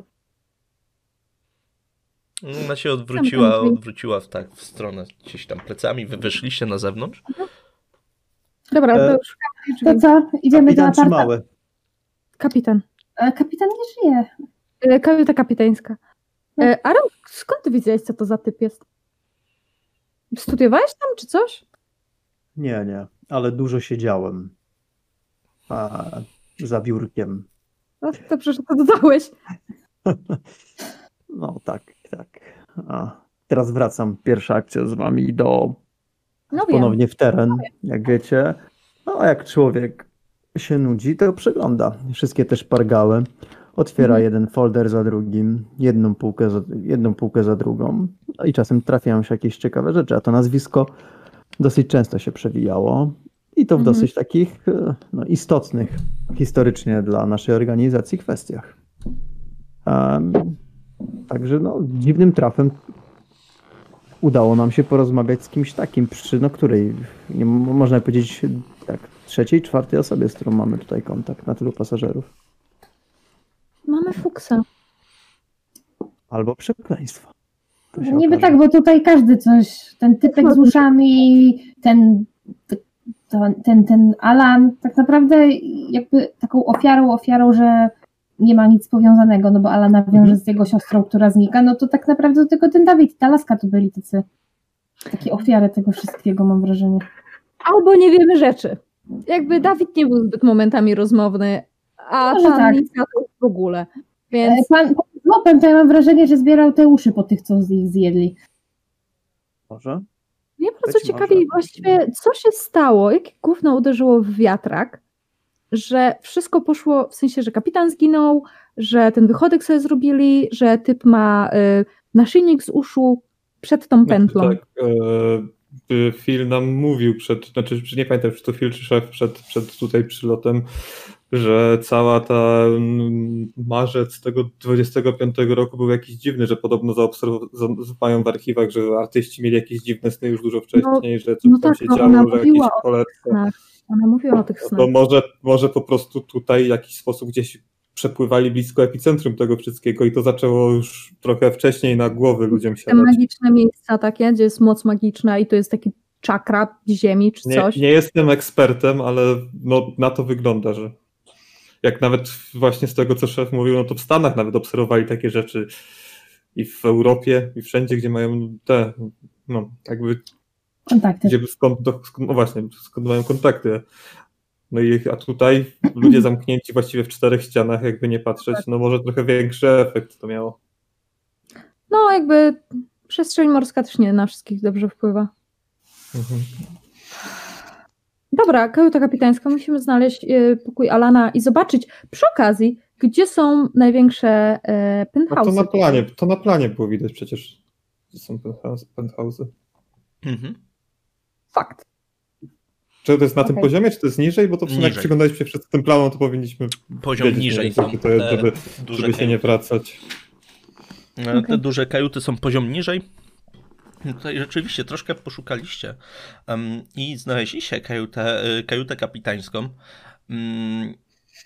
[SPEAKER 1] Ona się odwróciła, odwróciła w, tak, w stronę gdzieś tam plecami. Wy wyszliście na zewnątrz?
[SPEAKER 3] Dobra,
[SPEAKER 5] E,
[SPEAKER 3] to szukamy drzwi.
[SPEAKER 2] To co? Idziemy
[SPEAKER 5] Kapitan
[SPEAKER 2] do
[SPEAKER 5] czy
[SPEAKER 2] apartamentu.
[SPEAKER 5] małe?
[SPEAKER 3] Kapitan.
[SPEAKER 2] E, Kapitan nie żyje.
[SPEAKER 3] E, Kajuta kapitańska. E, Aaron, skąd ty wiedziałeś, co to za typ jest? Studiowałeś tam, czy coś?
[SPEAKER 5] Nie, nie, ale dużo siedziałem. A, za biurkiem.
[SPEAKER 3] No, dobrze, że to dodałeś.
[SPEAKER 5] No tak, tak. A teraz wracam. Pierwsza akcja z wami do
[SPEAKER 3] No wiem.
[SPEAKER 5] ponownie w teren, jak wiecie. No a jak człowiek się nudzi, to przegląda wszystkie te szpargały. Otwiera
[SPEAKER 3] Mhm.
[SPEAKER 5] jeden folder za drugim, jedną półkę za, jedną półkę za drugą. No i czasem trafiają się jakieś ciekawe rzeczy, a to nazwisko dosyć często się przewijało. I to w
[SPEAKER 3] Mhm.
[SPEAKER 5] dosyć takich e, no, istotnych historycznie dla naszej organizacji kwestiach. Um, także no, dziwnym trafem udało nam się porozmawiać z kimś takim, przy no, której, nie, mo- można powiedzieć, tak, trzeciej, czwartej osobie, z którą mamy tutaj kontakt na tylu pasażerów.
[SPEAKER 3] Mamy fuksa.
[SPEAKER 5] Albo przekleństwa. To się
[SPEAKER 2] Niby
[SPEAKER 5] okaże.
[SPEAKER 2] tak, bo tutaj każdy coś, ten typek z uszami, ten, ten, ten, ten Alan, tak naprawdę jakby taką ofiarą, ofiarą, że nie ma nic powiązanego, no bo Alana wiąże
[SPEAKER 5] Mhm.
[SPEAKER 2] z jego siostrą, która znika, no to tak naprawdę tylko ten Dawid i ta laska to byli tacy, takie ofiary tego wszystkiego, mam wrażenie.
[SPEAKER 3] Albo nie wiemy rzeczy. Jakby Dawid nie był zbyt momentami rozmowny, a
[SPEAKER 2] Może
[SPEAKER 3] pan
[SPEAKER 2] tak.
[SPEAKER 3] Nisa to w ogóle.
[SPEAKER 2] E,
[SPEAKER 3] Więc
[SPEAKER 2] Pan pan z łopem, to ja mam wrażenie, że zbierał te uszy po tych, co z ich zjedli.
[SPEAKER 5] Może?
[SPEAKER 3] mnie bardzo
[SPEAKER 5] być
[SPEAKER 3] ciekawi
[SPEAKER 5] może.
[SPEAKER 3] właściwie, co się stało, jakie gówno uderzyło w wiatrak, że wszystko poszło, w sensie, że kapitan zginął, że ten wychodek sobie zrobili, że typ ma y, naszyjnik z uszu przed tą pętlą.
[SPEAKER 4] Znaczy, tak, e, Phil nam mówił przed, znaczy nie pamiętam, czy to Phil czy szef przed, przed tutaj przylotem, że cała ta mm, marzec tego dwudziestego piątego roku był jakiś dziwny, że podobno zaobserwowałem mają w archiwach, że artyści mieli jakieś dziwne sny już dużo wcześniej, że coś
[SPEAKER 3] no
[SPEAKER 4] tam
[SPEAKER 3] tak,
[SPEAKER 4] się
[SPEAKER 3] no
[SPEAKER 4] działo,
[SPEAKER 3] ona
[SPEAKER 4] że jakieś
[SPEAKER 3] mówiła o
[SPEAKER 4] polectwa.
[SPEAKER 3] snach. Ona mówiła o tych
[SPEAKER 4] No
[SPEAKER 3] snach.
[SPEAKER 4] to może, może po prostu tutaj w jakiś sposób gdzieś przepływali blisko epicentrum tego wszystkiego i to zaczęło już trochę wcześniej na głowy ludziom
[SPEAKER 3] Te
[SPEAKER 4] siadać.
[SPEAKER 3] magiczne miejsca takie, gdzie jest moc magiczna i to jest taki czakra ziemi czy
[SPEAKER 4] Nie,
[SPEAKER 3] coś.
[SPEAKER 4] nie jestem ekspertem, ale no, na to wygląda, że jak nawet właśnie z tego, co szef mówił, no to w Stanach nawet obserwowali takie rzeczy i w Europie, i wszędzie, gdzie mają te, no jakby,
[SPEAKER 2] Kontakty.
[SPEAKER 4] gdzie skąd, do, skąd no właśnie, skąd mają kontakty. No i a tutaj ludzie zamknięci właściwie w czterech ścianach, jakby nie patrzeć, no może trochę większy efekt to miało.
[SPEAKER 3] No jakby przestrzeń morska też nie na wszystkich dobrze wpływa.
[SPEAKER 4] Mhm.
[SPEAKER 3] Dobra, kajuta kapitańska, musimy znaleźć y, pokój Alana i zobaczyć przy okazji, gdzie są największe y,
[SPEAKER 4] A to
[SPEAKER 3] penthouse'y.
[SPEAKER 4] na planie, to na planie było widać przecież, że są penthouse- penthouse'y.
[SPEAKER 1] Mhm.
[SPEAKER 3] Fakt.
[SPEAKER 4] Czy to jest na tym
[SPEAKER 3] Okej.
[SPEAKER 4] poziomie, czy to jest niżej? Bo to w sumie jak
[SPEAKER 1] Niżej.
[SPEAKER 4] przyglądaliśmy się przed tym planom, to powinniśmy
[SPEAKER 1] Poziom
[SPEAKER 4] wiedzieć,
[SPEAKER 1] niżej
[SPEAKER 4] mniej więcej,
[SPEAKER 1] są.
[SPEAKER 4] gdzie to jest,
[SPEAKER 1] te
[SPEAKER 4] żeby,
[SPEAKER 1] duże
[SPEAKER 4] żeby się nie
[SPEAKER 1] kajuty.
[SPEAKER 4] wracać.
[SPEAKER 1] E, Te
[SPEAKER 3] Okej.
[SPEAKER 1] duże kajuty są poziom niżej. Tutaj rzeczywiście troszkę poszukaliście um, i znaleźliście kajutę, y, kajutę kapitańską. Mm.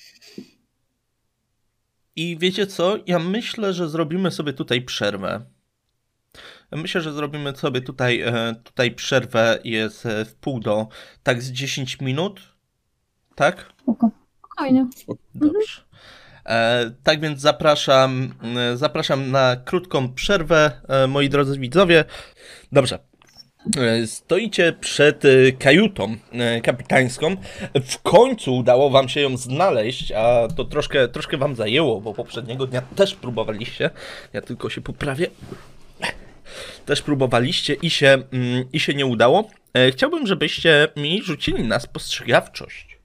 [SPEAKER 1] I wiecie co? Ja myślę, że zrobimy sobie tutaj przerwę. Ja myślę, że zrobimy sobie tutaj, e, tutaj przerwę. Jest e, w pół do, tak z dziesięć minut. Tak?
[SPEAKER 2] Spoko.
[SPEAKER 3] Spokojnie.
[SPEAKER 1] Dobrze. E, tak więc zapraszam, e, zapraszam na krótką przerwę, e, moi drodzy widzowie. Dobrze. E, Stoicie przed e, kajutą e, kapitańską. W końcu udało wam się ją znaleźć, a to troszkę, troszkę wam zajęło, bo poprzedniego dnia też próbowaliście. Ja tylko się poprawię. Też próbowaliście i się, mm, i się nie udało. E, Chciałbym, żebyście mi rzucili na spostrzegawczość.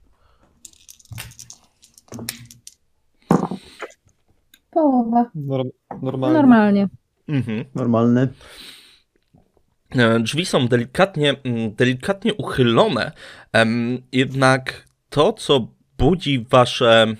[SPEAKER 2] Połowa.
[SPEAKER 4] Norm, normalnie.
[SPEAKER 3] Normalnie.
[SPEAKER 1] Mhm.
[SPEAKER 5] Normalny.
[SPEAKER 1] E, Drzwi są delikatnie, mm, delikatnie uchylone, em, jednak to, co budzi wasze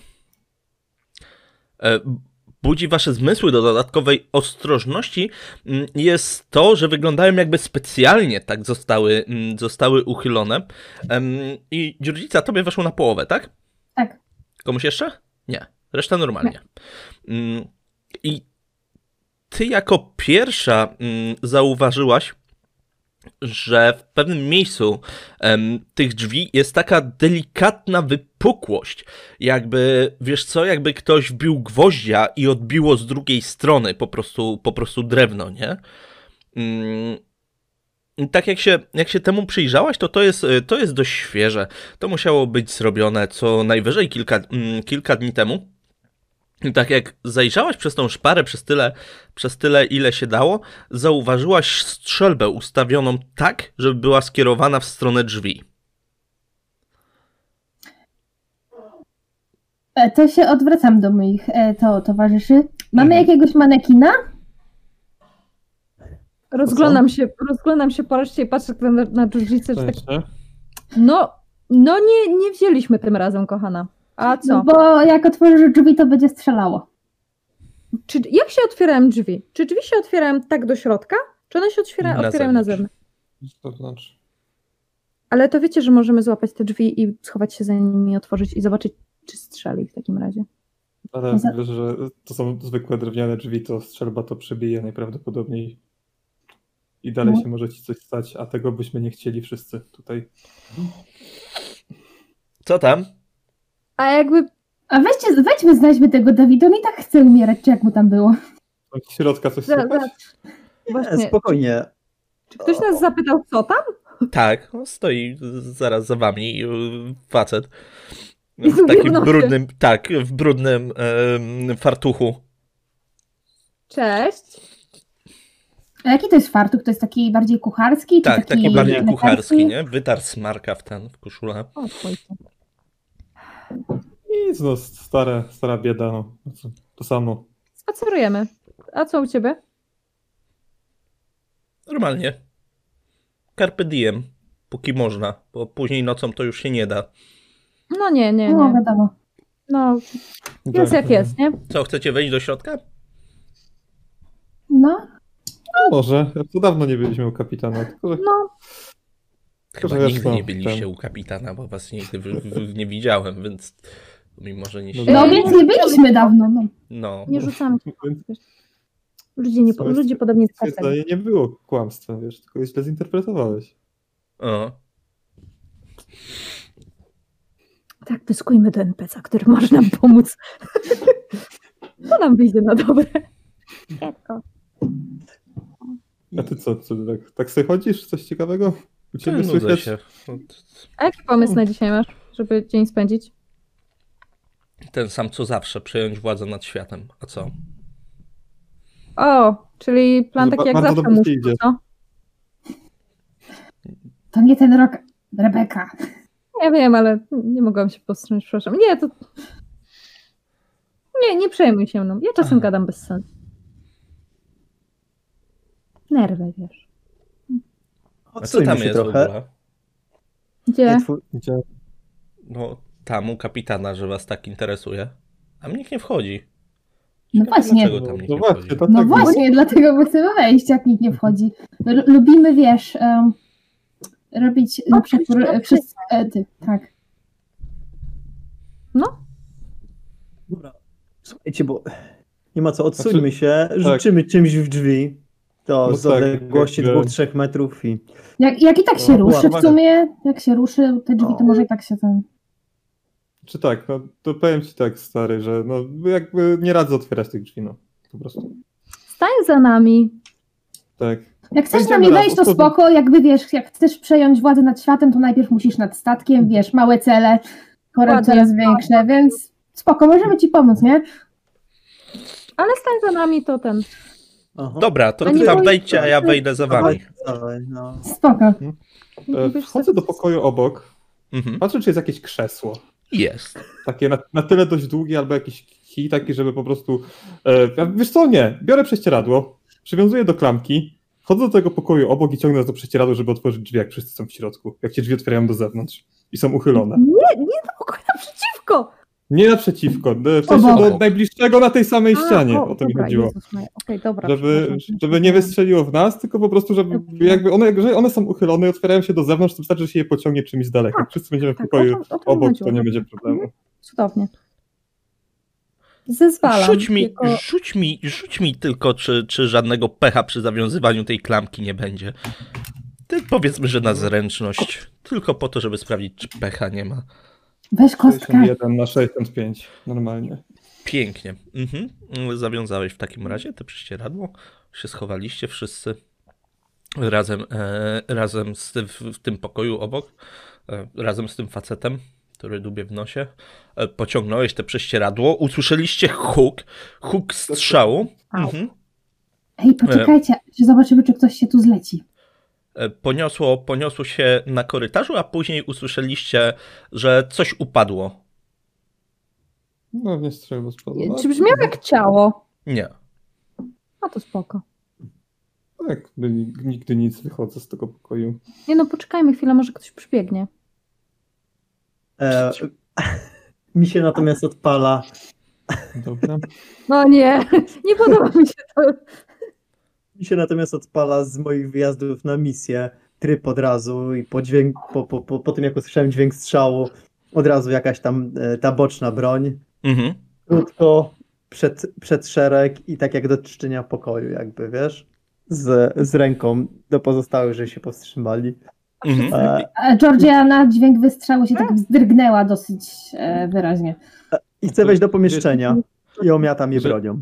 [SPEAKER 1] e, budzi wasze zmysły do dodatkowej ostrożności, mm, jest to, że wyglądają jakby specjalnie tak zostały, mm, zostały uchylone. Em, I Dziurdzica, tobie weszło na połowę, tak?
[SPEAKER 2] Tak.
[SPEAKER 1] Komuś jeszcze? Nie. Reszta normalnie. Mm, I ty jako pierwsza mm, zauważyłaś, że w pewnym miejscu em, tych drzwi jest taka delikatna wypukłość. Jakby, wiesz co, jakby ktoś wbił gwoździa i odbiło z drugiej strony po prostu, po prostu drewno, nie? Mm, i tak jak się, jak się temu przyjrzałaś, to to jest, to jest dość świeże. To musiało być zrobione co najwyżej kilka, mm, kilka dni temu. I tak jak zajrzałaś przez tą szparę przez tyle, przez tyle, ile się dało, zauważyłaś strzelbę ustawioną tak, żeby była skierowana w stronę drzwi.
[SPEAKER 2] E, To się odwracam do moich e, to, towarzyszy. Mamy
[SPEAKER 1] Mhm.
[SPEAKER 2] jakiegoś manekina?
[SPEAKER 3] Rozglądam się, rozglądam się po reszcie i patrzę na, na Jujitsu, że tak,
[SPEAKER 4] Szczęście.
[SPEAKER 3] no, no nie, nie wzięliśmy tym razem, kochana. A co?
[SPEAKER 2] No bo jak otworzysz drzwi, to będzie strzelało.
[SPEAKER 3] Czy, jak się otwierają drzwi? Czy drzwi się otwierają tak do środka, czy one się otwiera,
[SPEAKER 1] Na
[SPEAKER 3] otwierają na
[SPEAKER 1] zewnątrz.
[SPEAKER 3] zewnątrz?
[SPEAKER 4] To znaczy.
[SPEAKER 3] Ale to wiecie, że możemy złapać te drzwi i schować się za nimi, otworzyć i zobaczyć, czy strzeli w takim razie.
[SPEAKER 4] Ale
[SPEAKER 2] Poza-
[SPEAKER 4] wiesz, że to są zwykłe drewniane drzwi, to strzelba to przebije najprawdopodobniej. I dalej
[SPEAKER 2] No.
[SPEAKER 4] się może ci coś stać, a tego byśmy nie chcieli wszyscy tutaj.
[SPEAKER 1] Co tam?
[SPEAKER 3] A jakby,
[SPEAKER 2] A weźcie, weźmy, znajdźmy tego Dawida, on i tak chce umierać, czy jak mu tam było.
[SPEAKER 4] Od środka coś
[SPEAKER 3] za, za,
[SPEAKER 4] słychać?
[SPEAKER 3] właśnie,
[SPEAKER 5] Nie, spokojnie.
[SPEAKER 3] czy ktoś nas zapytał, co tam?
[SPEAKER 1] Tak, on stoi zaraz za wami, yy, facet.
[SPEAKER 3] I
[SPEAKER 1] W takim
[SPEAKER 3] uwiewną się.
[SPEAKER 1] brudnym, tak, w brudnym em, fartuchu.
[SPEAKER 3] Cześć.
[SPEAKER 2] A jaki to jest fartuch? To jest taki bardziej kucharski? Czy
[SPEAKER 1] Tak, taki bardziej
[SPEAKER 2] lekarski?
[SPEAKER 1] kucharski, nie? Wytarł smarka w ten, w koszulę.
[SPEAKER 3] O, twojca.
[SPEAKER 4] Nic, no stare, stara bieda, no. To- To samo.
[SPEAKER 3] Spacerujemy. A co u ciebie?
[SPEAKER 1] Normalnie. Carpe diem, póki można, bo później nocą to już się nie da.
[SPEAKER 3] No nie, nie,
[SPEAKER 2] No
[SPEAKER 3] nie.
[SPEAKER 2] wiadomo.
[SPEAKER 3] No, jest jak jest, nie?
[SPEAKER 1] Co, chcecie wejść do środka?
[SPEAKER 2] No,
[SPEAKER 4] No może, to dawno nie byliśmy u kapitana, tylko że
[SPEAKER 3] No,
[SPEAKER 1] Chyba
[SPEAKER 4] wiesz
[SPEAKER 1] nigdy
[SPEAKER 4] co,
[SPEAKER 1] nie byliście
[SPEAKER 4] ten-
[SPEAKER 1] u kapitana, bo was nigdy w, w, nie widziałem, więc mimo, że nie się...
[SPEAKER 2] no
[SPEAKER 3] Ej,
[SPEAKER 2] więc nie byliśmy dawno. No.
[SPEAKER 1] No,
[SPEAKER 3] nie rzucamy.
[SPEAKER 4] Więc
[SPEAKER 3] Ludzie, nie, po-
[SPEAKER 4] Słuchaj,
[SPEAKER 3] ludzie podobnie
[SPEAKER 4] twoje
[SPEAKER 3] skaczą.
[SPEAKER 4] zdanie nie było kłamstwem, wiesz, tylko je źle zinterpretowałeś.
[SPEAKER 1] o.
[SPEAKER 3] Tak, pyskujmy do en pe ce a, który może nam pomóc. To nam wyjdzie na dobre. Kiepko.
[SPEAKER 4] A ty co, co ty tak, tak sobie chodzisz? Coś ciekawego? U ciebie
[SPEAKER 1] Nudzę
[SPEAKER 4] słychać?
[SPEAKER 1] się.
[SPEAKER 3] A jaki pomysł na dzisiaj masz, żeby dzień spędzić?
[SPEAKER 1] Ten sam co zawsze, przejąć władzę nad światem. A co?
[SPEAKER 3] O, czyli plan
[SPEAKER 4] Ba-
[SPEAKER 3] taki jak
[SPEAKER 4] bardzo
[SPEAKER 3] zawsze
[SPEAKER 4] dobrze
[SPEAKER 3] muszę,
[SPEAKER 4] ci idzie.
[SPEAKER 3] co?
[SPEAKER 2] To nie ten rok, Rebeka.
[SPEAKER 3] Ja wiem, ale nie mogłam się powstrzymać, przepraszam. Nie, to... Nie, nie przejmuj się mną. Ja czasem gadam bez sensu. Nerwy, wiesz.
[SPEAKER 1] A co
[SPEAKER 5] Odsuńmy
[SPEAKER 1] tam
[SPEAKER 5] się
[SPEAKER 1] jest w
[SPEAKER 5] trochę.
[SPEAKER 1] ogóle?
[SPEAKER 3] Gdzie?
[SPEAKER 5] Nie, twój-
[SPEAKER 4] Gdzie?
[SPEAKER 1] No, tam u kapitana, że was tak interesuje. A mnie nikt nie wchodzi.
[SPEAKER 2] No
[SPEAKER 1] Ciekawe,
[SPEAKER 2] właśnie.
[SPEAKER 1] Dlaczego tam
[SPEAKER 4] No,
[SPEAKER 1] nikt
[SPEAKER 4] no
[SPEAKER 1] nie
[SPEAKER 4] właśnie,
[SPEAKER 1] wchodzi?
[SPEAKER 4] to
[SPEAKER 2] No
[SPEAKER 4] tak
[SPEAKER 2] właśnie, dlatego my chcemy wejść, jak nikt nie wchodzi. My lu- lubimy, wiesz, em, robić
[SPEAKER 3] O,
[SPEAKER 2] przekór
[SPEAKER 3] przecież-
[SPEAKER 2] przez... E, ty, tak.
[SPEAKER 5] Dobra. Słuchajcie, bo nie ma co, odsuńmy
[SPEAKER 4] Znaczy,
[SPEAKER 5] się, rzuczymy czymś w drzwi. To
[SPEAKER 4] No
[SPEAKER 5] z
[SPEAKER 4] tak,
[SPEAKER 5] odległości
[SPEAKER 4] jakby-
[SPEAKER 5] dwóch, trzech metrów i...
[SPEAKER 2] Jak, jak i tak się
[SPEAKER 5] O,
[SPEAKER 2] ruszy w
[SPEAKER 5] uwaga.
[SPEAKER 2] sumie, jak się ruszy te drzwi, to
[SPEAKER 5] O.
[SPEAKER 2] może i tak się tam...
[SPEAKER 4] Czy tak, no to powiem ci tak, stary, że no jakby nie radzę otwierać tych drzwi, no. Po prostu.
[SPEAKER 3] Stań za nami.
[SPEAKER 4] Tak.
[SPEAKER 2] Jak chcesz z
[SPEAKER 4] Będziemy
[SPEAKER 2] nami wejść, to
[SPEAKER 4] razem.
[SPEAKER 2] spoko, jakby wiesz, jak chcesz przejąć władzę nad światem, to najpierw musisz nad statkiem, wiesz, małe cele, korem
[SPEAKER 3] Ładnie.
[SPEAKER 2] coraz większe, więc spoko, możemy ci pomóc, nie?
[SPEAKER 3] Ale stań za nami, to ten.
[SPEAKER 5] Aha.
[SPEAKER 1] Dobra, to
[SPEAKER 3] A
[SPEAKER 1] wy
[SPEAKER 3] nie
[SPEAKER 1] tam
[SPEAKER 3] boisz
[SPEAKER 1] wejdźcie, a ja
[SPEAKER 3] się?
[SPEAKER 1] wejdę za wami.
[SPEAKER 5] Dawaj, dawaj, no.
[SPEAKER 2] Spoko.
[SPEAKER 4] E, Wchodzę do pokoju obok,
[SPEAKER 1] Mhm.
[SPEAKER 4] patrzę, czy jest jakieś krzesło.
[SPEAKER 1] Jest.
[SPEAKER 4] Takie na, na tyle dość długie, albo jakiś kij taki, żeby po prostu... E, ja- wiesz co, nie, biorę prześcieradło, przywiązuję do klamki, chodzę do tego pokoju obok i ciągnę nas do prześcieradła, żeby otworzyć drzwi, jak wszyscy są w środku. Jak się drzwi otwierają do zewnątrz i są uchylone.
[SPEAKER 3] Nie, nie do pokoju naprzeciwko. naprzeciwko!
[SPEAKER 4] Nie naprzeciwko, w sensie
[SPEAKER 2] Obok.
[SPEAKER 4] do najbliższego na tej samej ścianie,
[SPEAKER 3] A,
[SPEAKER 4] o to mi
[SPEAKER 3] dobra,
[SPEAKER 4] chodziło.
[SPEAKER 3] Jezus Maria. Okej, dobra.
[SPEAKER 4] Żeby,
[SPEAKER 3] przepraszam.
[SPEAKER 4] żeby nie wystrzeliło w nas, tylko po prostu, żeby
[SPEAKER 3] Dobrze.
[SPEAKER 4] jakby one, jeżeli one są uchylone i otwierają się do zewnątrz, to wystarczy, że się je pociągnie czymś z daleka. Jak
[SPEAKER 3] Tak,
[SPEAKER 4] wszyscy będziemy w
[SPEAKER 3] tak,
[SPEAKER 4] pokoju
[SPEAKER 3] o to- o to mi
[SPEAKER 4] obok,
[SPEAKER 3] chodziło,
[SPEAKER 4] to nie
[SPEAKER 3] dobrze.
[SPEAKER 4] będzie problemu.
[SPEAKER 3] Cudownie. Zezwalam.
[SPEAKER 1] Rzuć mi,
[SPEAKER 3] jako...
[SPEAKER 1] rzuć mi, rzuć mi tylko, czy, czy żadnego pecha przy zawiązywaniu tej klamki nie będzie. Ty powiedzmy, że na zręczność. Tylko po to, żeby sprawdzić, czy pecha nie ma.
[SPEAKER 2] Weź kostkę.
[SPEAKER 4] sześćdziesiąt jeden na sześćdziesiąt pięć, normalnie.
[SPEAKER 1] Pięknie. Mhm. Zawiązałeś w takim razie te prześcieradło. Się schowaliście wszyscy razem, e, razem z tym, w, w tym pokoju obok. E, razem z tym facetem, który dubie w nosie. E, pociągnąłeś te prześcieradło. Usłyszeliście huk. Huk strzału. Mhm.
[SPEAKER 2] Ej, poczekajcie, czy zobaczymy, czy ktoś się tu zleci.
[SPEAKER 1] E, Poniosło, poniosło się na korytarzu, a później usłyszeliście, że coś upadło.
[SPEAKER 4] No nie strzelbo spadło.
[SPEAKER 3] Czy brzmiało jak ciało?
[SPEAKER 1] Nie.
[SPEAKER 3] A to spoko.
[SPEAKER 4] Tak, by nigdy nic, wychodzę z tego pokoju.
[SPEAKER 3] Nie no, poczekajmy chwilę, może ktoś przybiegnie.
[SPEAKER 5] E, mi się natomiast odpala.
[SPEAKER 4] Dobra.
[SPEAKER 3] No nie, nie podoba mi się to.
[SPEAKER 5] Mi się natomiast odpala z moich wyjazdów na misję tryb od razu i po, dźwięk, po, po, po, po tym jak usłyszałem dźwięk strzału, od razu jakaś tam e, ta boczna broń.
[SPEAKER 1] Mhm.
[SPEAKER 5] Krótko przed, przed szereg i tak jak do czyszczenia pokoju jakby, wiesz? Z, z ręką do pozostałych, że się powstrzymali.
[SPEAKER 1] Mhm.
[SPEAKER 5] E,
[SPEAKER 2] A Georgia na dźwięk wystrzału się tak wzdrygnęła dosyć e, wyraźnie.
[SPEAKER 5] I chcę wejść do pomieszczenia i omiatam je
[SPEAKER 4] Że-
[SPEAKER 5] bronią.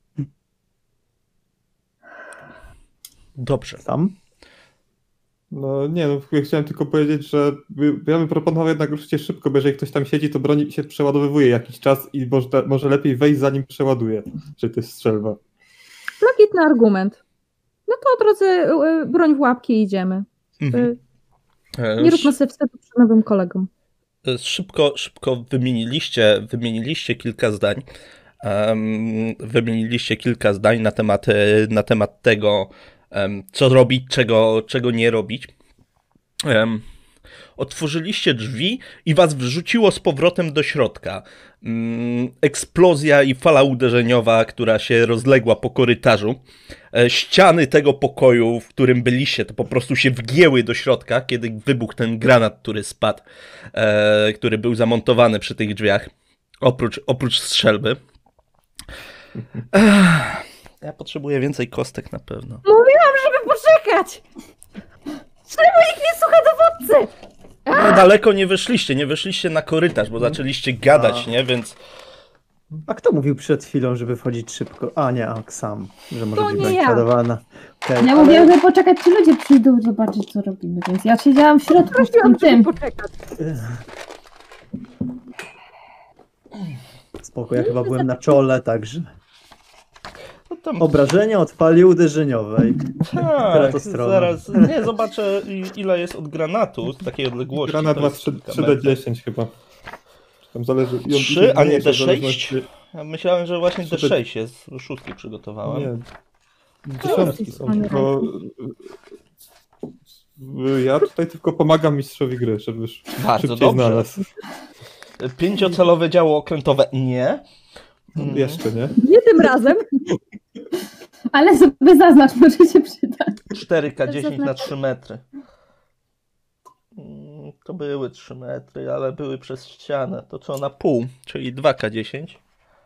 [SPEAKER 1] Dobrze.
[SPEAKER 5] Tam?
[SPEAKER 4] No nie, no ja chciałem tylko powiedzieć, że by- ja bym proponował jednak ruszyć szybko, bo jeżeli ktoś tam siedzi, to broń się przeładowywuje jakiś czas i może, może lepiej wejść, zanim przeładuje, że to jest strzelba.
[SPEAKER 3] Legitny argument. No to od razu y, broń w łapki i idziemy.
[SPEAKER 1] Mhm.
[SPEAKER 3] Y,
[SPEAKER 1] E,
[SPEAKER 3] Nie róbmy sobie wstydu przed nowym kolegom.
[SPEAKER 1] Szybko, szybko wymieniliście, wymieniliście kilka zdań. Um, wymieniliście kilka zdań na temat, e, na temat tego, um, co robić, czego, czego nie robić. Um, otworzyliście drzwi i was wrzuciło z powrotem do środka. Um, eksplozja i fala uderzeniowa, która się rozległa po korytarzu. E, ściany tego pokoju, w którym byliście, to po prostu się wgięły do środka, kiedy wybuchł ten granat, który spadł, e, który był zamontowany przy tych drzwiach, oprócz, oprócz strzelby. Ech, ja potrzebuję więcej kostek na pewno.
[SPEAKER 3] Mówiłam, żeby poczekać! Czemu nikt nie słucha dowódcy?
[SPEAKER 1] No, daleko nie wyszliście, nie wyszliście na korytarz, bo zaczęliście gadać,
[SPEAKER 5] A.
[SPEAKER 1] nie? Więc
[SPEAKER 5] A kto mówił przed chwilą, żeby wchodzić szybko? A nie, Aksam, że może
[SPEAKER 3] To
[SPEAKER 5] być
[SPEAKER 3] nie
[SPEAKER 5] broń
[SPEAKER 3] ja.
[SPEAKER 5] ładowana. Okay,
[SPEAKER 2] Ja mówiłam, żeby poczekać, czy ludzie przyjdą zobaczyć, co robimy, więc ja siedziałam w środku z
[SPEAKER 3] Prosiłam,
[SPEAKER 2] tym
[SPEAKER 3] żeby
[SPEAKER 2] tym.
[SPEAKER 3] poczekać.
[SPEAKER 5] Spoko, ja chyba byłem na czole, także
[SPEAKER 1] no tam,
[SPEAKER 5] obrażenia od fali uderzeniowej. Która
[SPEAKER 1] tak,
[SPEAKER 5] to strona?
[SPEAKER 1] zaraz, nie, zobaczę i- ile jest od granatu z takiej odległości.
[SPEAKER 4] Granat
[SPEAKER 1] to
[SPEAKER 4] ma
[SPEAKER 1] jest kilka
[SPEAKER 4] trzy D
[SPEAKER 1] metrów.
[SPEAKER 4] dziesięć chyba. Czy tam zależy. i on
[SPEAKER 1] Trzy,
[SPEAKER 4] się
[SPEAKER 1] a nie
[SPEAKER 4] zmniejsza
[SPEAKER 1] D
[SPEAKER 4] w
[SPEAKER 1] sześć?
[SPEAKER 4] zależności-
[SPEAKER 1] Ja myślałem, że właśnie
[SPEAKER 4] Trzy
[SPEAKER 1] D
[SPEAKER 4] D
[SPEAKER 1] sześć jest, szóstki przygotowałem.
[SPEAKER 4] Nie. Dziesiątki są,
[SPEAKER 3] Panie
[SPEAKER 4] tylko y, ja tutaj tylko pomagam mistrzowi gry, żeby już
[SPEAKER 1] Bardzo
[SPEAKER 4] szybciej
[SPEAKER 1] dobrze.
[SPEAKER 4] znalazł.
[SPEAKER 1] Pięciocelowe działo okrętowe nie. Mm.
[SPEAKER 4] Jeszcze nie.
[SPEAKER 3] Nie tym razem.
[SPEAKER 2] Ale sobie zaznacz, może się przyda.
[SPEAKER 1] cztery K dziesięć na trzy metry. Mm, To były trzy metry, ale były przez ścianę. To co na pół, czyli dwa K dziesięć.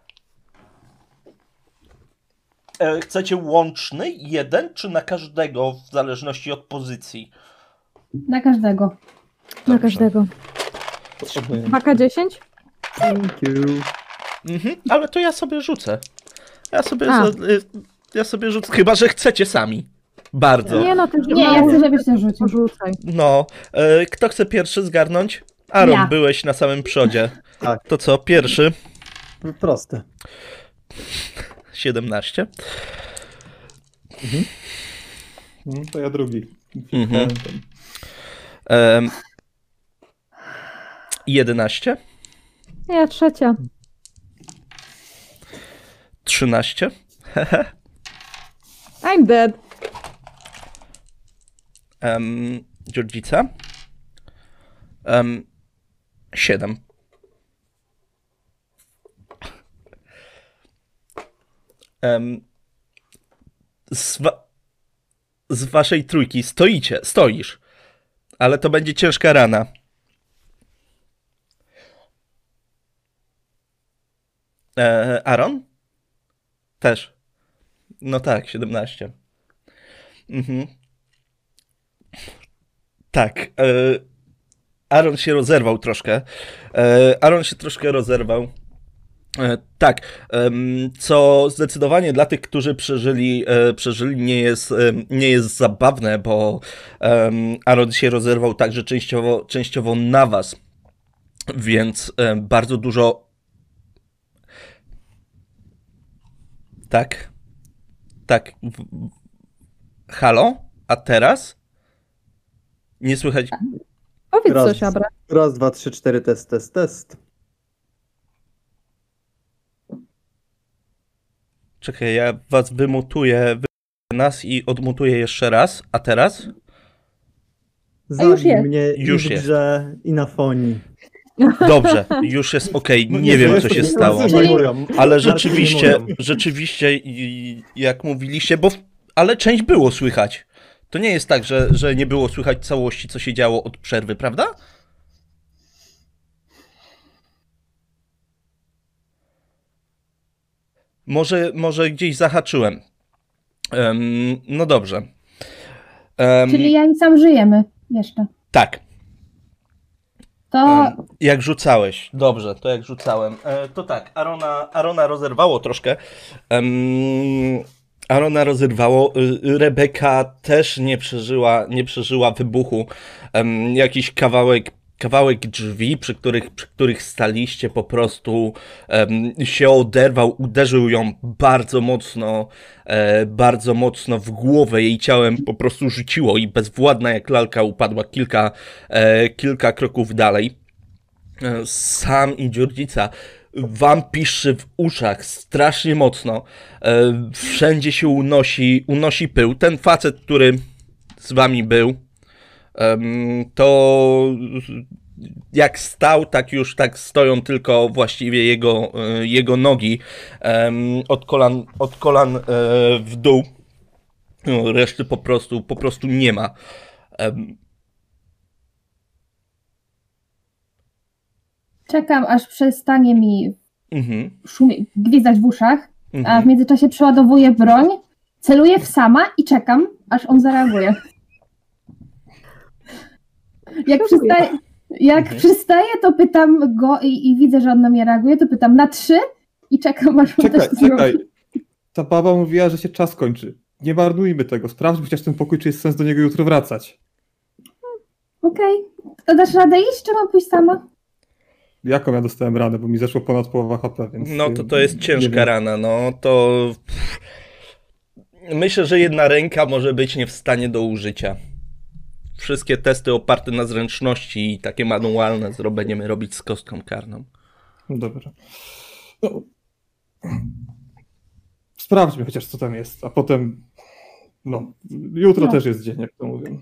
[SPEAKER 1] E, Chcecie łączny jeden, czy na każdego w zależności od pozycji?
[SPEAKER 2] Na każdego.
[SPEAKER 3] Na
[SPEAKER 1] Dobrze.
[SPEAKER 3] każdego.
[SPEAKER 4] Potrzebuję.
[SPEAKER 3] dwa K dziesięć?
[SPEAKER 5] Thank you.
[SPEAKER 1] Mhm, ale to ja sobie rzucę. Ja sobie,
[SPEAKER 3] A.
[SPEAKER 1] za- y, ja sobie rzucę, chyba że chcecie sami. Bardzo.
[SPEAKER 3] Nie no, ty
[SPEAKER 2] Nie, ja chcę, żebyś to rzucił.
[SPEAKER 3] Porzucaj.
[SPEAKER 1] No, e, kto chce pierwszy zgarnąć? Aaron,
[SPEAKER 2] Ja.
[SPEAKER 1] byłeś na samym przodzie.
[SPEAKER 5] Tak.
[SPEAKER 1] To co, pierwszy?
[SPEAKER 5] Proste.
[SPEAKER 1] siedemnaście.
[SPEAKER 4] No, to ja drugi.
[SPEAKER 1] Mhm.
[SPEAKER 4] Tam.
[SPEAKER 1] Em, jedenaście.
[SPEAKER 3] Ja trzecia.
[SPEAKER 1] trzynaście.
[SPEAKER 3] I'm dead.
[SPEAKER 1] Um, Georgica. Um, siedem. em, z, wa- z waszej trójki stoicie, stoisz, ale to będzie ciężka rana. E, Aaron? Też. No tak, siedemnaście. Mhm. Tak. E, Aaron się rozerwał troszkę. E, Aaron się troszkę rozerwał. E, tak, em, co zdecydowanie dla tych, którzy przeżyli, e, przeżyli nie jest, em, nie jest zabawne, bo em, Aaron się rozerwał także częściowo, częściowo na was, więc em, bardzo dużo... Tak, tak. W... w- Halo? A teraz? Nie słychać...
[SPEAKER 3] Powiedz
[SPEAKER 5] Raz.
[SPEAKER 3] coś, Abra.
[SPEAKER 5] Raz, dwa, trzy, cztery, test, test, test.
[SPEAKER 1] Czekaj, ja was wymutuję, wy... nas i odmutuję jeszcze raz, a teraz?
[SPEAKER 3] A już
[SPEAKER 5] Zabij
[SPEAKER 3] jest.
[SPEAKER 5] mnie
[SPEAKER 1] Już
[SPEAKER 5] i w
[SPEAKER 1] jest.
[SPEAKER 5] grze, i na fonii.
[SPEAKER 1] Dobrze, już jest okej,
[SPEAKER 4] No
[SPEAKER 1] nie wiem
[SPEAKER 4] to
[SPEAKER 1] co
[SPEAKER 4] jest
[SPEAKER 1] się
[SPEAKER 4] to
[SPEAKER 1] stało.
[SPEAKER 4] nazywa,
[SPEAKER 2] Czyli-
[SPEAKER 4] Julia.
[SPEAKER 1] Ale
[SPEAKER 5] nie
[SPEAKER 1] rzeczywiście,
[SPEAKER 5] mówią.
[SPEAKER 1] rzeczywiście, i- jak mówiliście, bo, w- ale część było słychać. To nie jest tak, że, że nie było słychać całości, co się działo od przerwy, prawda? Może, może gdzieś zahaczyłem. Em, no dobrze. Em,
[SPEAKER 2] Czyli ja i sam żyjemy jeszcze.
[SPEAKER 1] Tak.
[SPEAKER 2] To
[SPEAKER 1] Em, Jak rzucałeś, dobrze, to jak rzucałem. E, to tak, Arona, Arona rozerwało troszkę. Em, Arona rozerwało. y, Rebeka też nie przeżyła, nie przeżyła wybuchu. Em, jakiś kawałek, kawałek drzwi, przy których, przy których staliście, po prostu em, się oderwał, uderzył ją bardzo mocno, e, bardzo mocno w głowę. Jej ciałem po prostu rzuciło i bezwładna jak lalka upadła kilka, e, kilka kroków dalej. E, Sam i Dziurdzica, wam piszczy w uszach strasznie mocno. E, Wszędzie się unosi, unosi pył. Ten facet, który z wami był, em, to jak stał, tak już tak stoją tylko właściwie jego, e, jego nogi em, od kolan, od kolan e, w dół. No, reszty po prostu, po prostu nie ma. Em,
[SPEAKER 2] czekam, aż przestanie mi
[SPEAKER 1] mhm,
[SPEAKER 2] szumie, gwizdać w uszach, a
[SPEAKER 1] mhm.
[SPEAKER 2] w międzyczasie przeładowuję broń, celuję w sama i czekam, aż on zareaguje. Jak, przystaje, jak
[SPEAKER 1] Mhm.
[SPEAKER 2] przystaje, to pytam go i, i widzę, że on na mnie reaguje, to pytam na trzy i czekam, aż on
[SPEAKER 4] Czekaj,
[SPEAKER 2] też zrobi.
[SPEAKER 4] czekaj. Ta baba mówiła, że się czas kończy. Nie marnujmy tego. Sprawdźmy chociaż ten pokój, czy jest sens do niego jutro wracać.
[SPEAKER 2] Okej, to dasz radę iść, czy mam pójść sama?
[SPEAKER 4] Jaką ja dostałem ranę, bo mi zeszło ponad połowa H P, więc...
[SPEAKER 1] No to to jest
[SPEAKER 4] nie
[SPEAKER 1] ciężka
[SPEAKER 4] wiem.
[SPEAKER 1] rana, no to... Myślę, że jedna ręka może być nie w stanie do użycia. Wszystkie testy oparte na zręczności i takie manualne zro- będziemy robić z kostką karną.
[SPEAKER 4] No dobra. No. Sprawdźmy chociaż, co tam jest, a potem... No, jutro
[SPEAKER 2] No.
[SPEAKER 4] też jest dzień, jak to mówię.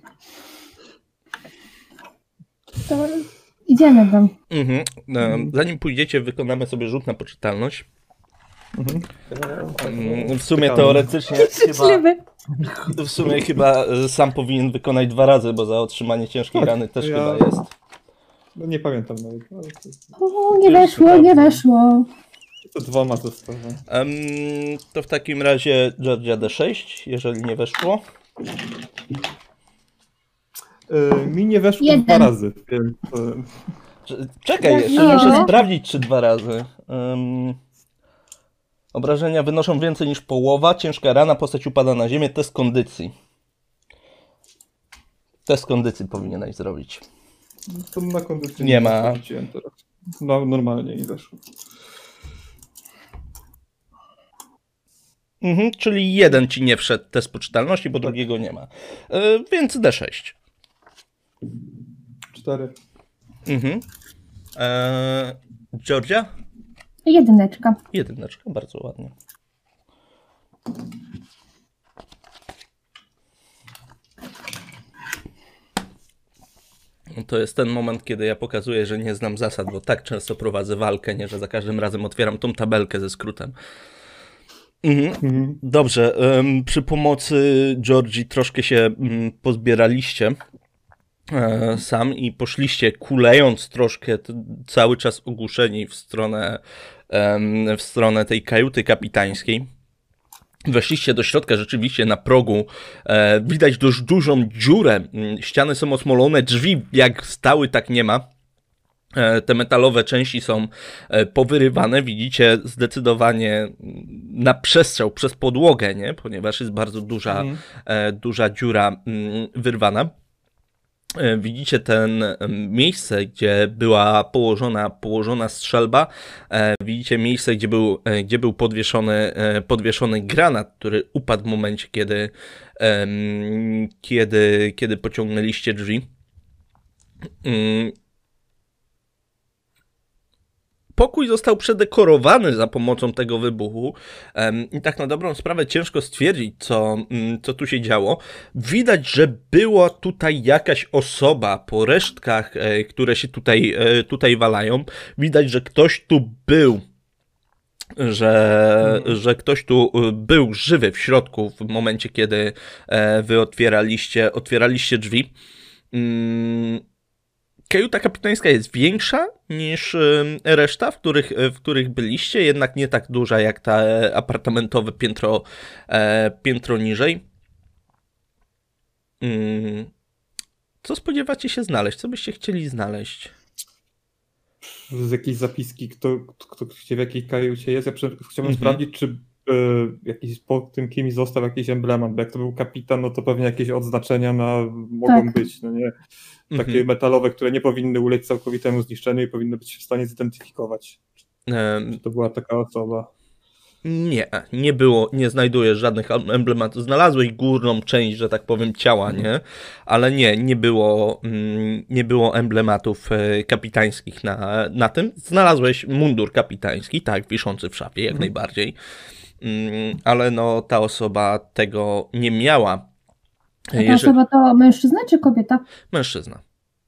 [SPEAKER 2] To idziemy tam.
[SPEAKER 1] Mhm. E, Zanim pójdziecie, wykonamy sobie rzut na poczytalność.
[SPEAKER 4] Mhm.
[SPEAKER 1] Mm, W sumie
[SPEAKER 4] Czekamy.
[SPEAKER 1] teoretycznie chyba,
[SPEAKER 3] Życzliwy.
[SPEAKER 1] w sumie chyba e, sam powinien wykonać dwa razy, bo za otrzymanie ciężkiej
[SPEAKER 4] Tak,
[SPEAKER 1] rany też
[SPEAKER 4] ja-
[SPEAKER 1] chyba jest.
[SPEAKER 4] No nie pamiętam nawet, ale to,
[SPEAKER 2] O, nie weszło, nie weszło.
[SPEAKER 4] to dwoma zostało.
[SPEAKER 1] Em, to w takim razie Georgia D sześć, jeżeli nie weszło.
[SPEAKER 4] Yy, mi nie weszło
[SPEAKER 2] Jeden.
[SPEAKER 4] dwa razy, więc... Yy,
[SPEAKER 1] Cze- Czekaj,
[SPEAKER 2] Ja-
[SPEAKER 1] jeszcze
[SPEAKER 2] no.
[SPEAKER 1] muszę sprawdzić, czy dwa razy. Um, obrażenia wynoszą więcej niż połowa, ciężka rana, postać upada na ziemię, test kondycji. Test kondycji powinieneś zrobić.
[SPEAKER 4] to na kondycji
[SPEAKER 1] Nie ma.
[SPEAKER 4] sprawdziłem teraz. No, normalnie i weszło.
[SPEAKER 1] Mhm, czyli jeden ci nie wszedł test poczytalności, bo drugiego nie ma. E, więc D sześć.
[SPEAKER 4] Cztery.
[SPEAKER 1] Mhm. E, Georgia?
[SPEAKER 2] Jedyneczka.
[SPEAKER 1] Jedyneczka, bardzo ładnie. To jest ten moment, kiedy ja pokazuję, że nie znam zasad, bo tak często prowadzę walkę, nie, że za każdym razem otwieram tą tabelkę ze skrótem. Mhm.
[SPEAKER 4] Mhm.
[SPEAKER 1] Dobrze, em, przy pomocy Georgii troszkę się mm, pozbieraliście e, sam i poszliście kulejąc troszkę, t- cały czas ogłuszeni w stronę, em, w stronę tej kajuty kapitańskiej. Weszliście do środka, rzeczywiście na progu e, widać dość dużą dziurę, mm, ściany są osmolone, drzwi jak stały, tak nie ma. E, Te metalowe części są e, powyrywane, widzicie zdecydowanie mm, na przestrzał przez podłogę, nie? Ponieważ jest bardzo duża,
[SPEAKER 4] Mhm.
[SPEAKER 1] e, duża dziura mm, wyrwana. E, Widzicie ten em, miejsce, gdzie była położona, położona strzelba. E, Widzicie miejsce, gdzie był, e, gdzie był podwieszony, e, podwieszony granat, który upadł w momencie, kiedy, em, kiedy, kiedy pociągnęliście drzwi. Mm, Pokój został przedekorowany za pomocą tego wybuchu em, i tak na dobrą sprawę ciężko stwierdzić, co, mm, co tu się działo. Widać, że była tutaj jakaś osoba po resztkach, e, które się tutaj, e, tutaj walają. Widać, że ktoś tu był, że,
[SPEAKER 4] Mhm.
[SPEAKER 1] że ktoś tu e, był żywy w środku w momencie, kiedy e, wy otwieraliście, otwieraliście drzwi. Mm, Kajuta kapitańska jest większa niż em, reszta, w których, w których byliście, jednak nie tak duża jak ta e, apartamentowe piętro, e, piętro niżej. Mm, Co spodziewacie się znaleźć? Co byście chcieli znaleźć?
[SPEAKER 4] Z jakiejś zapiski, kto, kto gdzie w jakiej kajucie jest. Ja prze- chciałbym
[SPEAKER 1] Mhm.
[SPEAKER 4] sprawdzić, czy e, jakiś po tym kimś został jakiś emblemat, bo jak to był kapitan, no to pewnie jakieś odznaczenia na, mogą
[SPEAKER 2] Tak.
[SPEAKER 4] być, no nie? Takie
[SPEAKER 1] Mhm.
[SPEAKER 4] metalowe, które nie powinny ulec całkowitemu zniszczeniu i powinny być w stanie zidentyfikować.
[SPEAKER 1] Em,
[SPEAKER 4] Czy to była taka osoba?
[SPEAKER 1] Nie, nie było, nie znajdujesz żadnych em- emblematów. Znalazłeś górną część, że tak powiem, ciała, nie? Ale nie, nie było, mm, nie było emblematów e, kapitańskich na, na tym. Znalazłeś mundur kapitański, tak, wiszący w szafie, jak
[SPEAKER 4] Mhm.
[SPEAKER 1] najbardziej. Mm, Ale no, ta osoba tego nie miała.
[SPEAKER 2] A ta
[SPEAKER 1] Jeżeli...
[SPEAKER 2] osoba to mężczyzna czy kobieta?
[SPEAKER 1] Mężczyzna.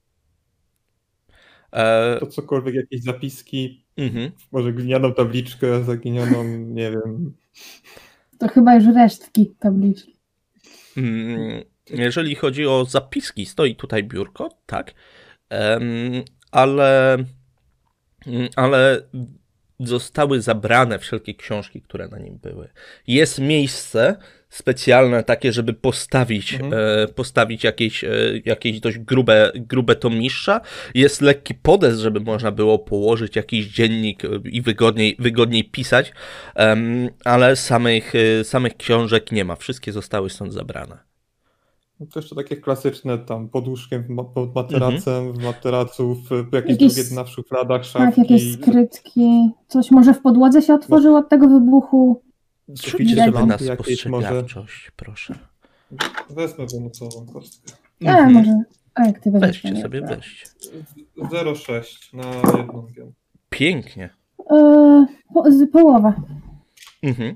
[SPEAKER 1] E,
[SPEAKER 4] To cokolwiek, jakieś zapiski,
[SPEAKER 1] mhm.
[SPEAKER 4] może glinianą tabliczkę zaginioną, nie wiem.
[SPEAKER 2] To chyba już resztki tabliczki.
[SPEAKER 1] Mm, Jeżeli chodzi o zapiski, stoi tutaj biurko, tak, Em, ale, mm, ale zostały zabrane wszelkie książki, które na nim były. Jest miejsce specjalne takie, żeby postawić,
[SPEAKER 4] Mhm.
[SPEAKER 1] e, postawić jakieś, e, jakieś dość grube, grube tomiszcza. Jest lekki podest, żeby można było położyć jakiś dziennik e, i wygodniej, wygodniej pisać, em, ale samych, e, samych książek nie ma. Wszystkie zostały stąd zabrane.
[SPEAKER 4] No to jeszcze takie klasyczne tam pod łóżkiem, ma- pod materacem, w materacu, w, w jakieś
[SPEAKER 2] Jakieś-
[SPEAKER 4] drugie dna w szufladach,
[SPEAKER 2] Tak,
[SPEAKER 4] szafki.
[SPEAKER 2] jakieś skrytki. Coś może w podłodze się otworzyło od tego wybuchu.
[SPEAKER 1] Rzućcie
[SPEAKER 2] Widać
[SPEAKER 1] sobie na
[SPEAKER 4] lampy jakieś może.
[SPEAKER 1] spostrzegawczość, proszę.
[SPEAKER 4] Wezmę bonusową kostkę.
[SPEAKER 2] A,
[SPEAKER 1] Mhm.
[SPEAKER 2] może. A jak ty weźmiesz?
[SPEAKER 1] Weźcie
[SPEAKER 2] to nie
[SPEAKER 1] sobie,
[SPEAKER 2] wiem.
[SPEAKER 1] weźcie.
[SPEAKER 4] zero przecinek sześć na jedną wiem.
[SPEAKER 1] Pięknie.
[SPEAKER 2] E, po, z, połowa.
[SPEAKER 1] Mhm.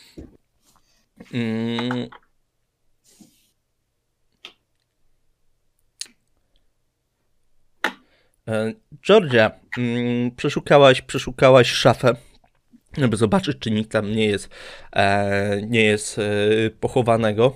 [SPEAKER 1] Mm. E, Georgia, mm, przeszukałaś, przeszukałaś szafę, żeby zobaczyć, czy nic tam nie jest, e, nie jest e, pochowanego.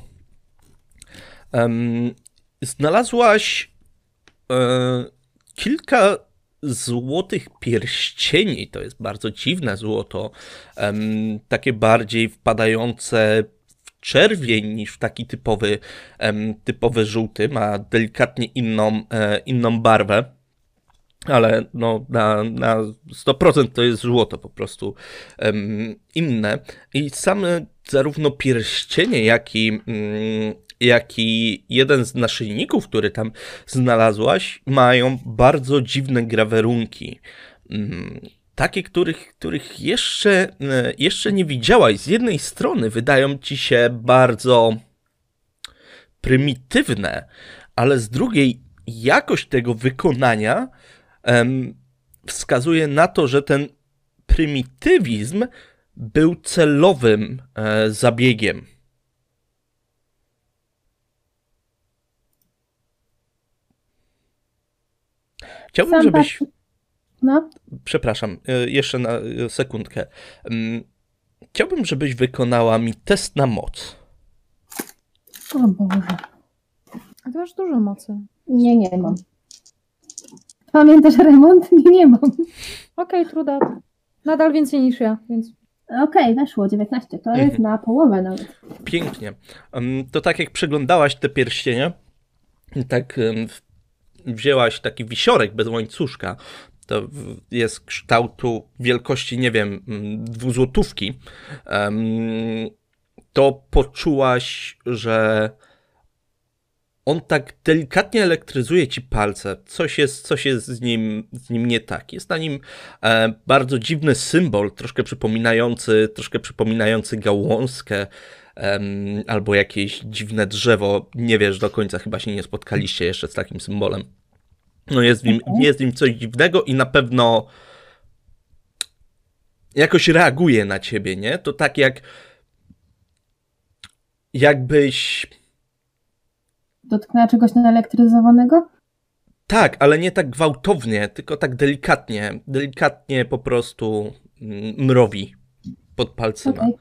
[SPEAKER 1] Em, znalazłaś e, kilka złotych pierścieni. To jest bardzo dziwne złoto. Em, takie bardziej wpadające w czerwień niż w taki typowy, em, typowy żółty. Ma delikatnie inną, e, inną barwę. Ale no, na, na sto procent to jest złoto po prostu em, inne. I same zarówno pierścienie, jak i, mm, jak i jeden z naszyjników, który tam znalazłaś, mają bardzo dziwne grawerunki. Mm, Takie, których, których jeszcze, e, jeszcze nie widziałaś. Z jednej strony wydają ci się bardzo prymitywne, ale z drugiej jakość tego wykonania em, wskazuje na to, że ten prymitywizm był celowym e, zabiegiem. Chciałbym,
[SPEAKER 2] Sam
[SPEAKER 1] żebyś...
[SPEAKER 2] No,
[SPEAKER 1] Przepraszam, e, jeszcze na e, sekundkę. Mm, chciałbym, żebyś wykonała mi test na moc.
[SPEAKER 2] O Boże.
[SPEAKER 3] A ty masz dużo mocy.
[SPEAKER 2] Nie, nie mam. Pamiętasz remont? Nie, nie mam.
[SPEAKER 3] Okej, true that. Nadal więcej niż ja, więc...
[SPEAKER 2] Okej, weszło dziewiętnaście. To jest
[SPEAKER 1] Mhm.
[SPEAKER 2] na połowę nawet.
[SPEAKER 1] Pięknie. Um, to tak jak przeglądałaś te pierścienie, tak um, w- wzięłaś taki wisiorek bez łańcuszka, to w- jest kształtu wielkości, nie wiem, mm, dwuzłotówki, um, to poczułaś, że on tak delikatnie elektryzuje ci palce. Coś jest, coś jest z nim, z nim nie tak. Jest na nim e, bardzo dziwny symbol, troszkę przypominający, troszkę przypominający gałązkę em, albo jakieś dziwne drzewo. Nie wiesz do końca, chyba się nie spotkaliście jeszcze z takim symbolem. No jest w nim, jest w nim coś dziwnego i na pewno jakoś reaguje na ciebie, nie? To tak jak jakbyś...
[SPEAKER 2] Dotknęła czegoś naelektryzowanego?
[SPEAKER 1] Tak, ale nie tak gwałtownie, tylko tak delikatnie. Delikatnie po prostu mm, mrowi pod palcema.
[SPEAKER 2] Okej.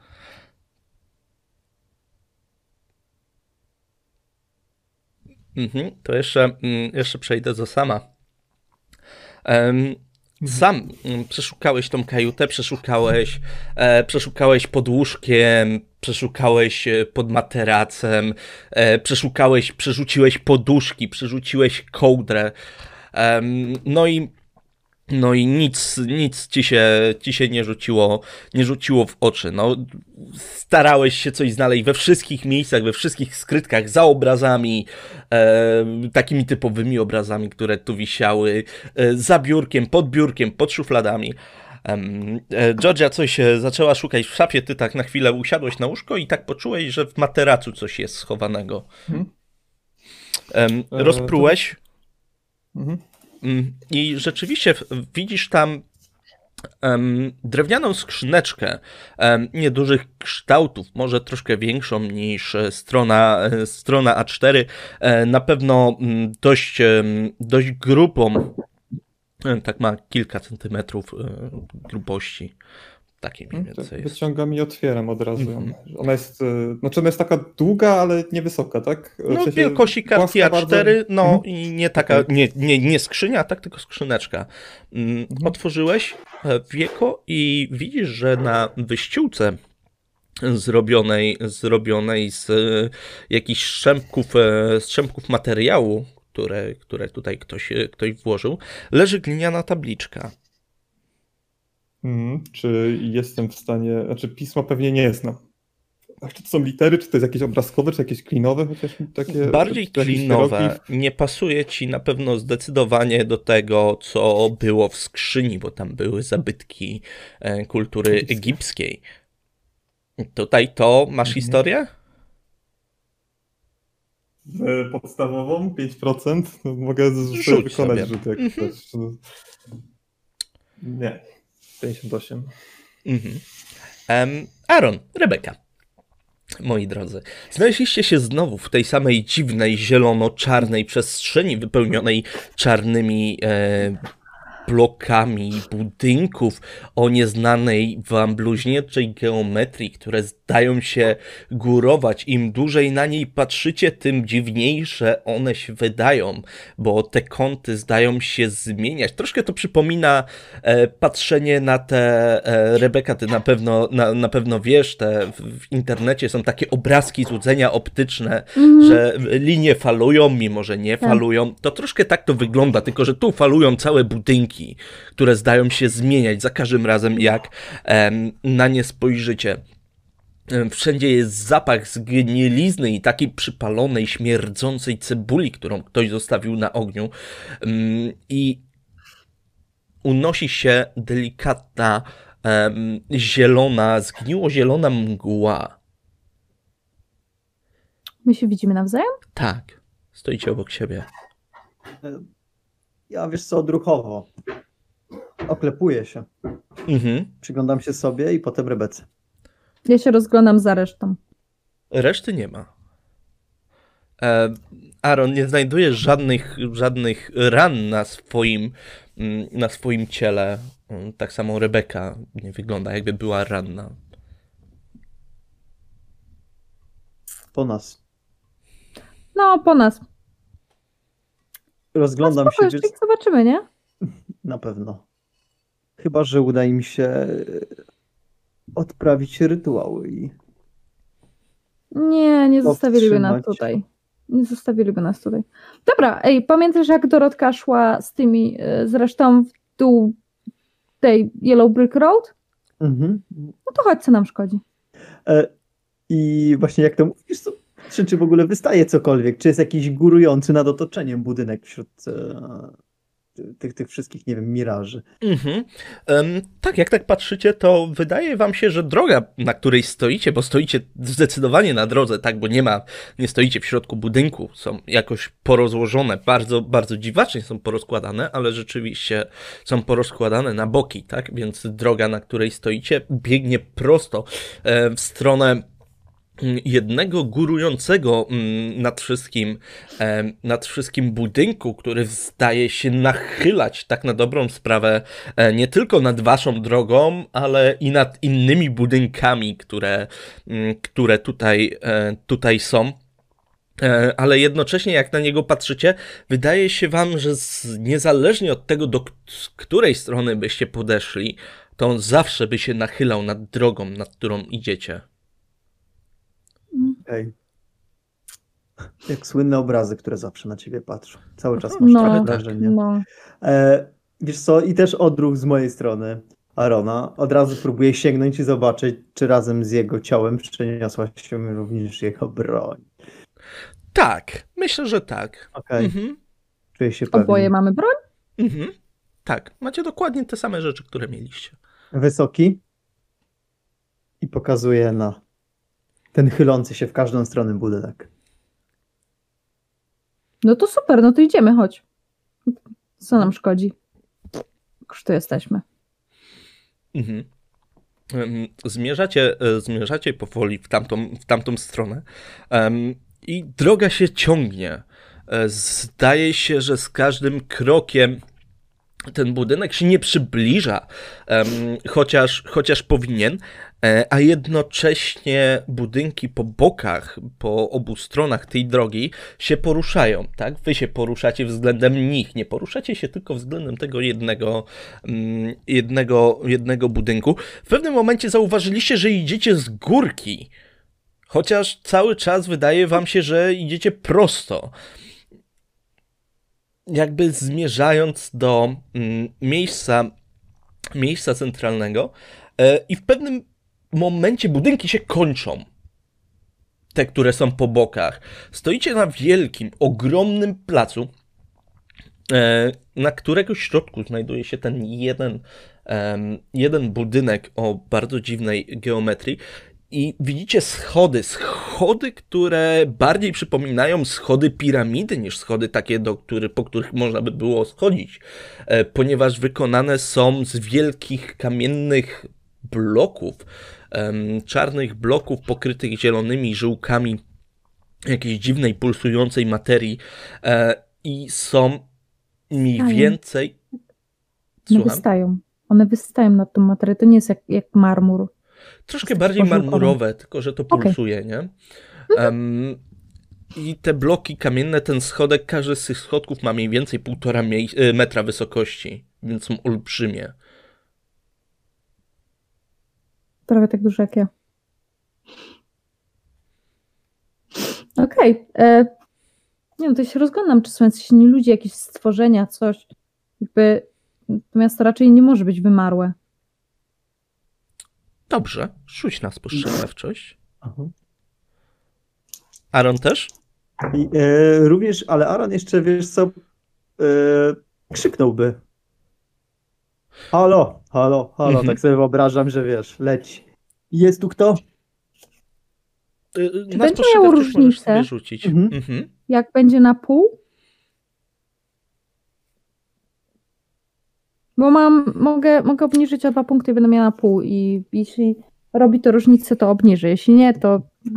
[SPEAKER 1] Mhm, to jeszcze, mm, jeszcze przejdę do sama. Em, Sam mm, przeszukałeś tą kajutę, przeszukałeś, e, przeszukałeś pod łóżkiem, przeszukałeś e, pod materacem, e, przeszukałeś, przerzuciłeś poduszki, przerzuciłeś kołdrę. Em, no i No i nic, nic ci się, ci się nie rzuciło, nie rzuciło w oczy. No, starałeś się coś znaleźć we wszystkich miejscach, we wszystkich skrytkach, za obrazami, e, takimi typowymi obrazami, które tu wisiały, e, za biurkiem, pod biurkiem, pod szufladami. Em, e, Georgia coś e, zaczęła szukać w szafie, ty tak na chwilę usiadłeś na łóżko i tak poczułeś, że w materacu coś jest schowanego.
[SPEAKER 4] Mhm.
[SPEAKER 1] Em,
[SPEAKER 4] E,
[SPEAKER 1] rozprułeś?
[SPEAKER 4] Mhm.
[SPEAKER 1] Mm, I rzeczywiście w- widzisz tam em, drewnianą skrzyneczkę em, niedużych kształtów, może troszkę większą niż e, strona, e, strona A cztery, e, na pewno mm, dość, em, dość grubą, e, tak ma kilka centymetrów e, grubości, takiej mniej
[SPEAKER 4] Tak,
[SPEAKER 1] więcej jest.
[SPEAKER 4] wyciągam i otwieram od razu ją.
[SPEAKER 1] Mhm.
[SPEAKER 4] Ona jest, e, znaczy ona jest taka długa, ale niewysoka, tak? W
[SPEAKER 1] No
[SPEAKER 4] sensie
[SPEAKER 1] wielkości kartki
[SPEAKER 4] płaska
[SPEAKER 1] A cztery,
[SPEAKER 4] bardzo.
[SPEAKER 1] no
[SPEAKER 4] Mhm.
[SPEAKER 1] i nie taka,
[SPEAKER 4] Okej.
[SPEAKER 1] nie, nie, nie skrzynia, tak, tylko skrzyneczka. Mm,
[SPEAKER 4] Mhm.
[SPEAKER 1] Otworzyłeś e, wieko i widzisz, że na wyściółce zrobionej, zrobionej z e, jakichś strzępków, e, strzępków materiału, które, które tutaj ktoś, e, ktoś włożył, leży gliniana tabliczka.
[SPEAKER 4] Mhm. Czy jestem w stanie, znaczy pismo pewnie nie znam. A czy to są litery, czy to jest jakieś obrazkowe, czy jakieś klinowe, chociaż takie...
[SPEAKER 1] Bardziej
[SPEAKER 4] czy jakiś
[SPEAKER 1] klinowe.
[SPEAKER 4] hieroglif?
[SPEAKER 1] Nie pasuje ci na pewno zdecydowanie do tego, co było w skrzyni, bo tam były zabytki e, kultury
[SPEAKER 4] Egipskiej.
[SPEAKER 1] egipskiej. Tutaj to masz
[SPEAKER 4] Mhm.
[SPEAKER 1] historię?
[SPEAKER 4] Z podstawową pięć procent? No, mogę z- sobie
[SPEAKER 1] Rzuć
[SPEAKER 4] wykonać
[SPEAKER 1] sobie.
[SPEAKER 4] rzut jak
[SPEAKER 1] Mhm.
[SPEAKER 4] ktoś. Nie. pięćdziesiąt osiem.
[SPEAKER 1] Mhm. Em, Aaron, Rebeka. Moi drodzy, znaleźliście się znowu w tej samej dziwnej, zielono-czarnej przestrzeni wypełnionej czarnymi e, blokami budynków o nieznanej wam bluźnierczej geometrii, które zdają się górować. Im dłużej na niej patrzycie, tym dziwniejsze one się wydają, bo te kąty zdają się zmieniać. Troszkę to przypomina e, patrzenie na te, e, Rebeka, ty na pewno, na, na pewno wiesz, te w, w internecie są takie obrazki złudzenia optyczne,
[SPEAKER 3] Mhm.
[SPEAKER 1] że linie falują, mimo że nie
[SPEAKER 3] Tak.
[SPEAKER 1] falują. To troszkę tak to wygląda, tylko że tu falują całe budynki, które zdają się zmieniać za każdym razem, jak em, na nie spojrzycie. Em, Wszędzie jest zapach zgnilizny i takiej przypalonej, śmierdzącej cebuli, którą ktoś zostawił na ogniu. Em, I unosi się delikatna, em, zielona, zgniło-zielona mgła.
[SPEAKER 3] My się widzimy nawzajem?
[SPEAKER 1] Tak, stoicie obok siebie.
[SPEAKER 5] Ja wiesz co, odruchowo. Oklepuję się.
[SPEAKER 1] Mhm.
[SPEAKER 5] Przyglądam się sobie i potem Rebece.
[SPEAKER 3] Ja się rozglądam za resztą.
[SPEAKER 1] Reszty nie ma. E, Aaron, nie znajdujesz żadnych, żadnych ran na swoim, mm, na swoim ciele. Mm, Tak samo Rebeka nie wygląda, jakby była ranna.
[SPEAKER 5] po nas.
[SPEAKER 3] No, po nas.
[SPEAKER 5] Rozglądam
[SPEAKER 3] No,
[SPEAKER 5] się,
[SPEAKER 3] spoko,
[SPEAKER 5] wiesz,
[SPEAKER 3] jeszcze zobaczymy, nie?
[SPEAKER 5] na pewno. Chyba że uda im się odprawić rytuały i
[SPEAKER 3] Nie, nie zostawiliby nas
[SPEAKER 5] Powstrzymać.
[SPEAKER 3] tutaj. Nie zostawiliby nas tutaj. Dobra, ej, pamiętasz jak Dorotka szła z tymi, e, zresztą w dół tej Yellow Brick Road?
[SPEAKER 5] Mhm.
[SPEAKER 3] No to chodź, co nam szkodzi.
[SPEAKER 5] E, I właśnie jak to mówisz, co, czy, czy w ogóle wystaje cokolwiek? Czy jest jakiś górujący nad otoczeniem budynek wśród e, tych, tych wszystkich, nie wiem, miraży?
[SPEAKER 1] Mhm. Em, tak, jak tak patrzycie, to wydaje wam się, że droga, na której stoicie, bo stoicie zdecydowanie na drodze, tak, bo nie ma, nie stoicie w środku budynku, są jakoś porozłożone, bardzo, bardzo dziwacznie są porozkładane, ale rzeczywiście są porozkładane na boki, tak, więc droga, na której stoicie, biegnie prosto e, w stronę jednego górującego mm, nad wszystkim, em, nad wszystkim budynku, który zdaje się nachylać tak na dobrą sprawę e, nie tylko nad waszą drogą, ale i nad innymi budynkami, które, mm, które tutaj, e, tutaj są. E, Ale jednocześnie jak na niego patrzycie, wydaje się wam, że z, niezależnie od tego, do k- z której strony byście podeszli, to on zawsze by się nachylał nad drogą, nad którą idziecie.
[SPEAKER 5] Okej. Jak słynne obrazy, które zawsze na ciebie patrzą. Cały czas masz
[SPEAKER 3] No,
[SPEAKER 5] takie
[SPEAKER 1] tak.
[SPEAKER 5] wrażenie.
[SPEAKER 3] No.
[SPEAKER 5] E, wiesz co, i też odruch z mojej strony Arona. Od razu próbuję sięgnąć i zobaczyć, czy razem z jego ciałem przeniosła się również jego broń.
[SPEAKER 1] Tak, myślę, że tak.
[SPEAKER 5] Okej,
[SPEAKER 1] Mhm,
[SPEAKER 5] czuję się pewnie.
[SPEAKER 3] Oboje mamy broń?
[SPEAKER 1] mhm. Tak, macie dokładnie te same rzeczy, które mieliście.
[SPEAKER 5] Wysoki i pokazuje na ten chylący się w każdą stronę budynek.
[SPEAKER 3] No to super, no to idziemy, chodź. Co nam szkodzi? Już tu jesteśmy.
[SPEAKER 1] Mhm. Em, Zmierzacie, e, zmierzacie powoli w tamtą, w tamtą stronę em, i droga się ciągnie. E, Zdaje się, że z każdym krokiem ten budynek się nie przybliża, em, chociaż, chociaż powinien, e, a jednocześnie budynki po bokach, po obu stronach tej drogi się poruszają, tak? Wy się poruszacie względem nich, nie poruszacie się tylko względem tego jednego, mm, jednego, jednego budynku. W pewnym momencie zauważyliście, że idziecie z górki, chociaż cały czas wydaje wam się, że idziecie prosto. Jakby zmierzając do mm, miejsca, miejsca centralnego e, i w pewnym momencie budynki się kończą. Te, które są po bokach. Stoicie na wielkim, ogromnym placu, e, na którego środku znajduje się ten jeden, em, jeden budynek o bardzo dziwnej geometrii. I widzicie schody, schody, które bardziej przypominają schody piramidy niż schody takie, do który, po których można by było schodzić, e, ponieważ wykonane są z wielkich kamiennych bloków, em, czarnych bloków pokrytych zielonymi żyłkami jakiejś dziwnej, pulsującej materii e, i są mniej
[SPEAKER 3] Fajnie.
[SPEAKER 1] więcej...
[SPEAKER 3] One
[SPEAKER 1] Słucham?
[SPEAKER 3] wystają. One wystają nad tą materię. To nie jest jak, jak marmur.
[SPEAKER 1] Troszkę
[SPEAKER 3] Jest
[SPEAKER 1] bardziej
[SPEAKER 3] pożółkowe.
[SPEAKER 1] marmurowe, tylko że to
[SPEAKER 3] Okej.
[SPEAKER 1] pulsuje, nie? Em, I te bloki kamienne, ten schodek, każdy z tych schodków ma mniej więcej półtora mie- e, metra wysokości, więc są olbrzymie.
[SPEAKER 3] Prawie tak duże jak ja. Okej. e, Nie wiem, to się rozglądam, czy są jacyś inni ludzie, jakieś stworzenia, coś. Jakby to miasto raczej nie może być wymarłe.
[SPEAKER 1] Dobrze, rzuć na spostrzegawczość.
[SPEAKER 5] Aha.
[SPEAKER 1] Aaron też?
[SPEAKER 5] I, e, również, ale Aaron jeszcze, wiesz co, e, krzyknąłby. Halo, halo, halo,
[SPEAKER 1] Mhm.
[SPEAKER 5] tak sobie wyobrażam, że wiesz, leci. Jest tu kto?
[SPEAKER 1] E, Na
[SPEAKER 3] będzie miało
[SPEAKER 1] spostrzegawczość możesz
[SPEAKER 3] różnicę?
[SPEAKER 1] sobie rzucić.
[SPEAKER 5] Mhm.
[SPEAKER 1] Mhm.
[SPEAKER 3] Jak będzie na pół? Bo mam, mogę, mogę obniżyć o dwa punkty i będę miała na pół. I jeśli robi to różnicę, to obniżę. Jeśli nie, to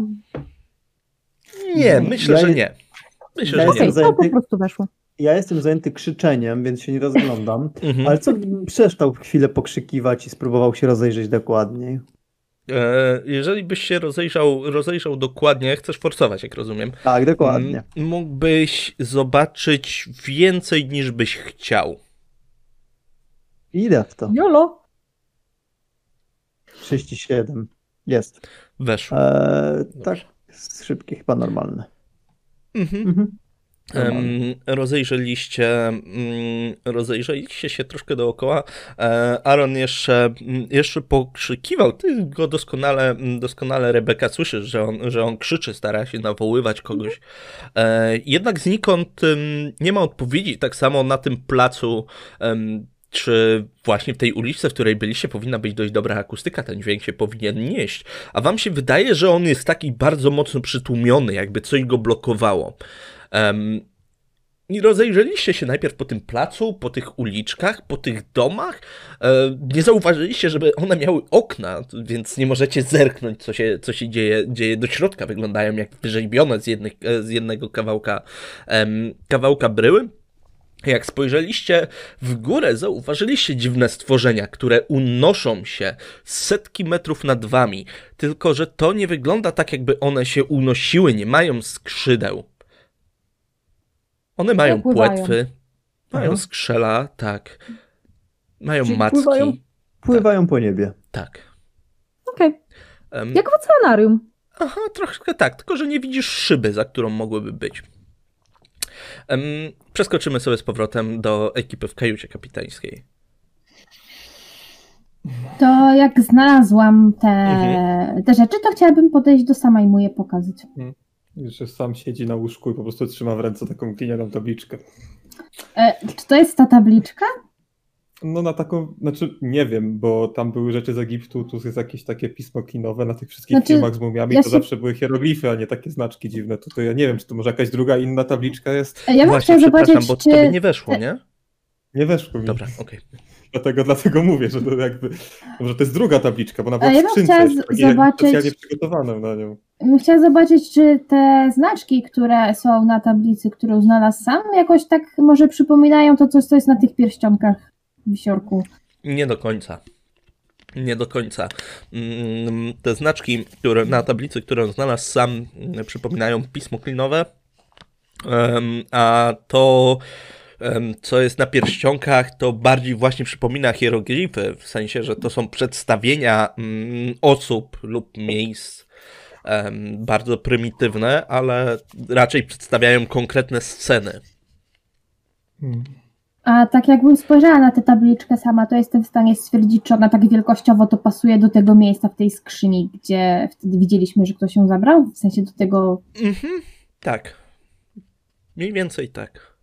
[SPEAKER 1] Nie, myślę,
[SPEAKER 5] Ja
[SPEAKER 1] że
[SPEAKER 5] je-
[SPEAKER 1] nie. Myślę,
[SPEAKER 5] ja
[SPEAKER 1] że
[SPEAKER 3] okej,
[SPEAKER 1] nie.
[SPEAKER 5] jestem
[SPEAKER 3] to po
[SPEAKER 5] zajęty-
[SPEAKER 3] prostu weszło.
[SPEAKER 5] Ja jestem zajęty krzyczeniem, więc się nie rozglądam.
[SPEAKER 1] Mhm.
[SPEAKER 5] Ale co gdybym przestał chwilę pokrzykiwać i spróbował się rozejrzeć dokładniej?
[SPEAKER 1] E, jeżeli byś się rozejrzał, rozejrzał dokładnie, chcesz forsować, jak rozumiem.
[SPEAKER 5] Tak, dokładnie.
[SPEAKER 1] M- mógłbyś zobaczyć więcej niż byś chciał.
[SPEAKER 5] Idę w to.
[SPEAKER 3] Jolo!
[SPEAKER 5] trzydzieści siedem. Jest.
[SPEAKER 1] Weszło.
[SPEAKER 5] Eee, tak,
[SPEAKER 1] Dobrze.
[SPEAKER 5] szybkie, chyba normalne.
[SPEAKER 1] Mhm.
[SPEAKER 5] Mhm.
[SPEAKER 1] Em,
[SPEAKER 5] Normalne.
[SPEAKER 1] rozejrzeliście, mm, rozejrzeliście się troszkę dookoła. E, Aaron jeszcze, mm, jeszcze pokrzykiwał. Ty go doskonale, mm, doskonale Rebeka słyszysz, że on, że on krzyczy, stara się nawoływać kogoś. E, jednak znikąd ym, nie ma odpowiedzi. Tak samo na tym placu, em, czy właśnie w tej uliczce, w której byliście, powinna być dość dobra akustyka, ten dźwięk się powinien nieść. A wam się wydaje, że on jest taki bardzo mocno przytłumiony, jakby coś go blokowało. Um, I rozejrzeliście się najpierw po tym placu, po tych uliczkach, po tych domach. E, nie zauważyliście, żeby one miały okna, więc nie możecie zerknąć, co się, co się dzieje, dzieje do środka. Wyglądają jak wyrzeźbione z, jednych, e, z jednego kawałka, em, kawałka bryły. Jak spojrzeliście w górę, zauważyliście dziwne stworzenia, które unoszą się setki metrów nad wami. Tylko że to nie wygląda tak, jakby one się unosiły, nie mają skrzydeł. One mają
[SPEAKER 3] pływają.
[SPEAKER 1] płetwy, mają
[SPEAKER 5] Aha.
[SPEAKER 1] skrzela, tak. Mają
[SPEAKER 5] Czyli
[SPEAKER 1] macki.
[SPEAKER 5] pływają? Pływają po niebie.
[SPEAKER 1] Tak.
[SPEAKER 3] Okej.
[SPEAKER 1] Em,
[SPEAKER 3] Jak w oceanarium.
[SPEAKER 1] Aha, troszkę tak, tylko że nie widzisz szyby, za którą mogłyby być. Em, Przeskoczymy sobie z powrotem do ekipy w kajucie kapitańskiej.
[SPEAKER 2] To jak znalazłam te,
[SPEAKER 1] Mhm.
[SPEAKER 2] te rzeczy, to chciałabym podejść do sama i mu je pokazać.
[SPEAKER 4] Że sam siedzi na łóżku i po prostu trzyma w ręce taką glinianą tabliczkę.
[SPEAKER 2] E, czy to jest ta tabliczka?
[SPEAKER 4] No na taką, znaczy nie wiem, bo tam były rzeczy z Egiptu, tu jest jakieś takie pismo klinowe na tych wszystkich
[SPEAKER 2] Znaczy,
[SPEAKER 4] filmach z mumiami,
[SPEAKER 2] ja
[SPEAKER 4] to
[SPEAKER 2] się-
[SPEAKER 4] zawsze były hieroglify, a nie takie znaczki dziwne. To, to ja nie wiem, czy to może jakaś druga, inna tabliczka jest?
[SPEAKER 2] E, Ja bym
[SPEAKER 1] Właśnie,
[SPEAKER 2] chciała
[SPEAKER 1] przepraszam,
[SPEAKER 2] zobaczyć,
[SPEAKER 1] bo
[SPEAKER 2] czy...
[SPEAKER 1] tobie nie weszło, nie?
[SPEAKER 4] Nie weszło mi.
[SPEAKER 1] Dobra, okej.
[SPEAKER 4] Dlatego, dlatego mówię, że to jakby, może to jest druga tabliczka, bo ona była
[SPEAKER 2] A ja
[SPEAKER 4] w
[SPEAKER 2] bym
[SPEAKER 4] skrzynce,
[SPEAKER 2] chciała
[SPEAKER 4] jeszcze
[SPEAKER 2] z-
[SPEAKER 4] takiej jakby
[SPEAKER 2] zobaczyć-
[SPEAKER 4] specjalnie przygotowaną na nią.
[SPEAKER 2] Bym chciała zobaczyć, czy te znaczki, które są na tablicy, którą znalazł sam, jakoś tak może przypominają to coś, co jest na tych pierścionkach w wisiorku.
[SPEAKER 1] Nie do końca. Nie do końca. Mm, Te znaczki, które na tablicy, którą znalazł sam, mm, przypominają pismo klinowe, Em, a to, em, co jest na pierścionkach, to bardziej właśnie przypomina hieroglify, w sensie, że to są przedstawienia mm, osób lub miejsc em, bardzo prymitywne, ale raczej przedstawiają konkretne sceny.
[SPEAKER 4] Hmm.
[SPEAKER 2] A tak jakbym spojrzała na tę tabliczkę sama, to jestem w stanie stwierdzić, czy ona tak wielkościowo to pasuje do tego miejsca w tej skrzyni, gdzie wtedy widzieliśmy, że ktoś ją zabrał? W sensie do tego...
[SPEAKER 1] Mhm, tak. Mniej więcej tak.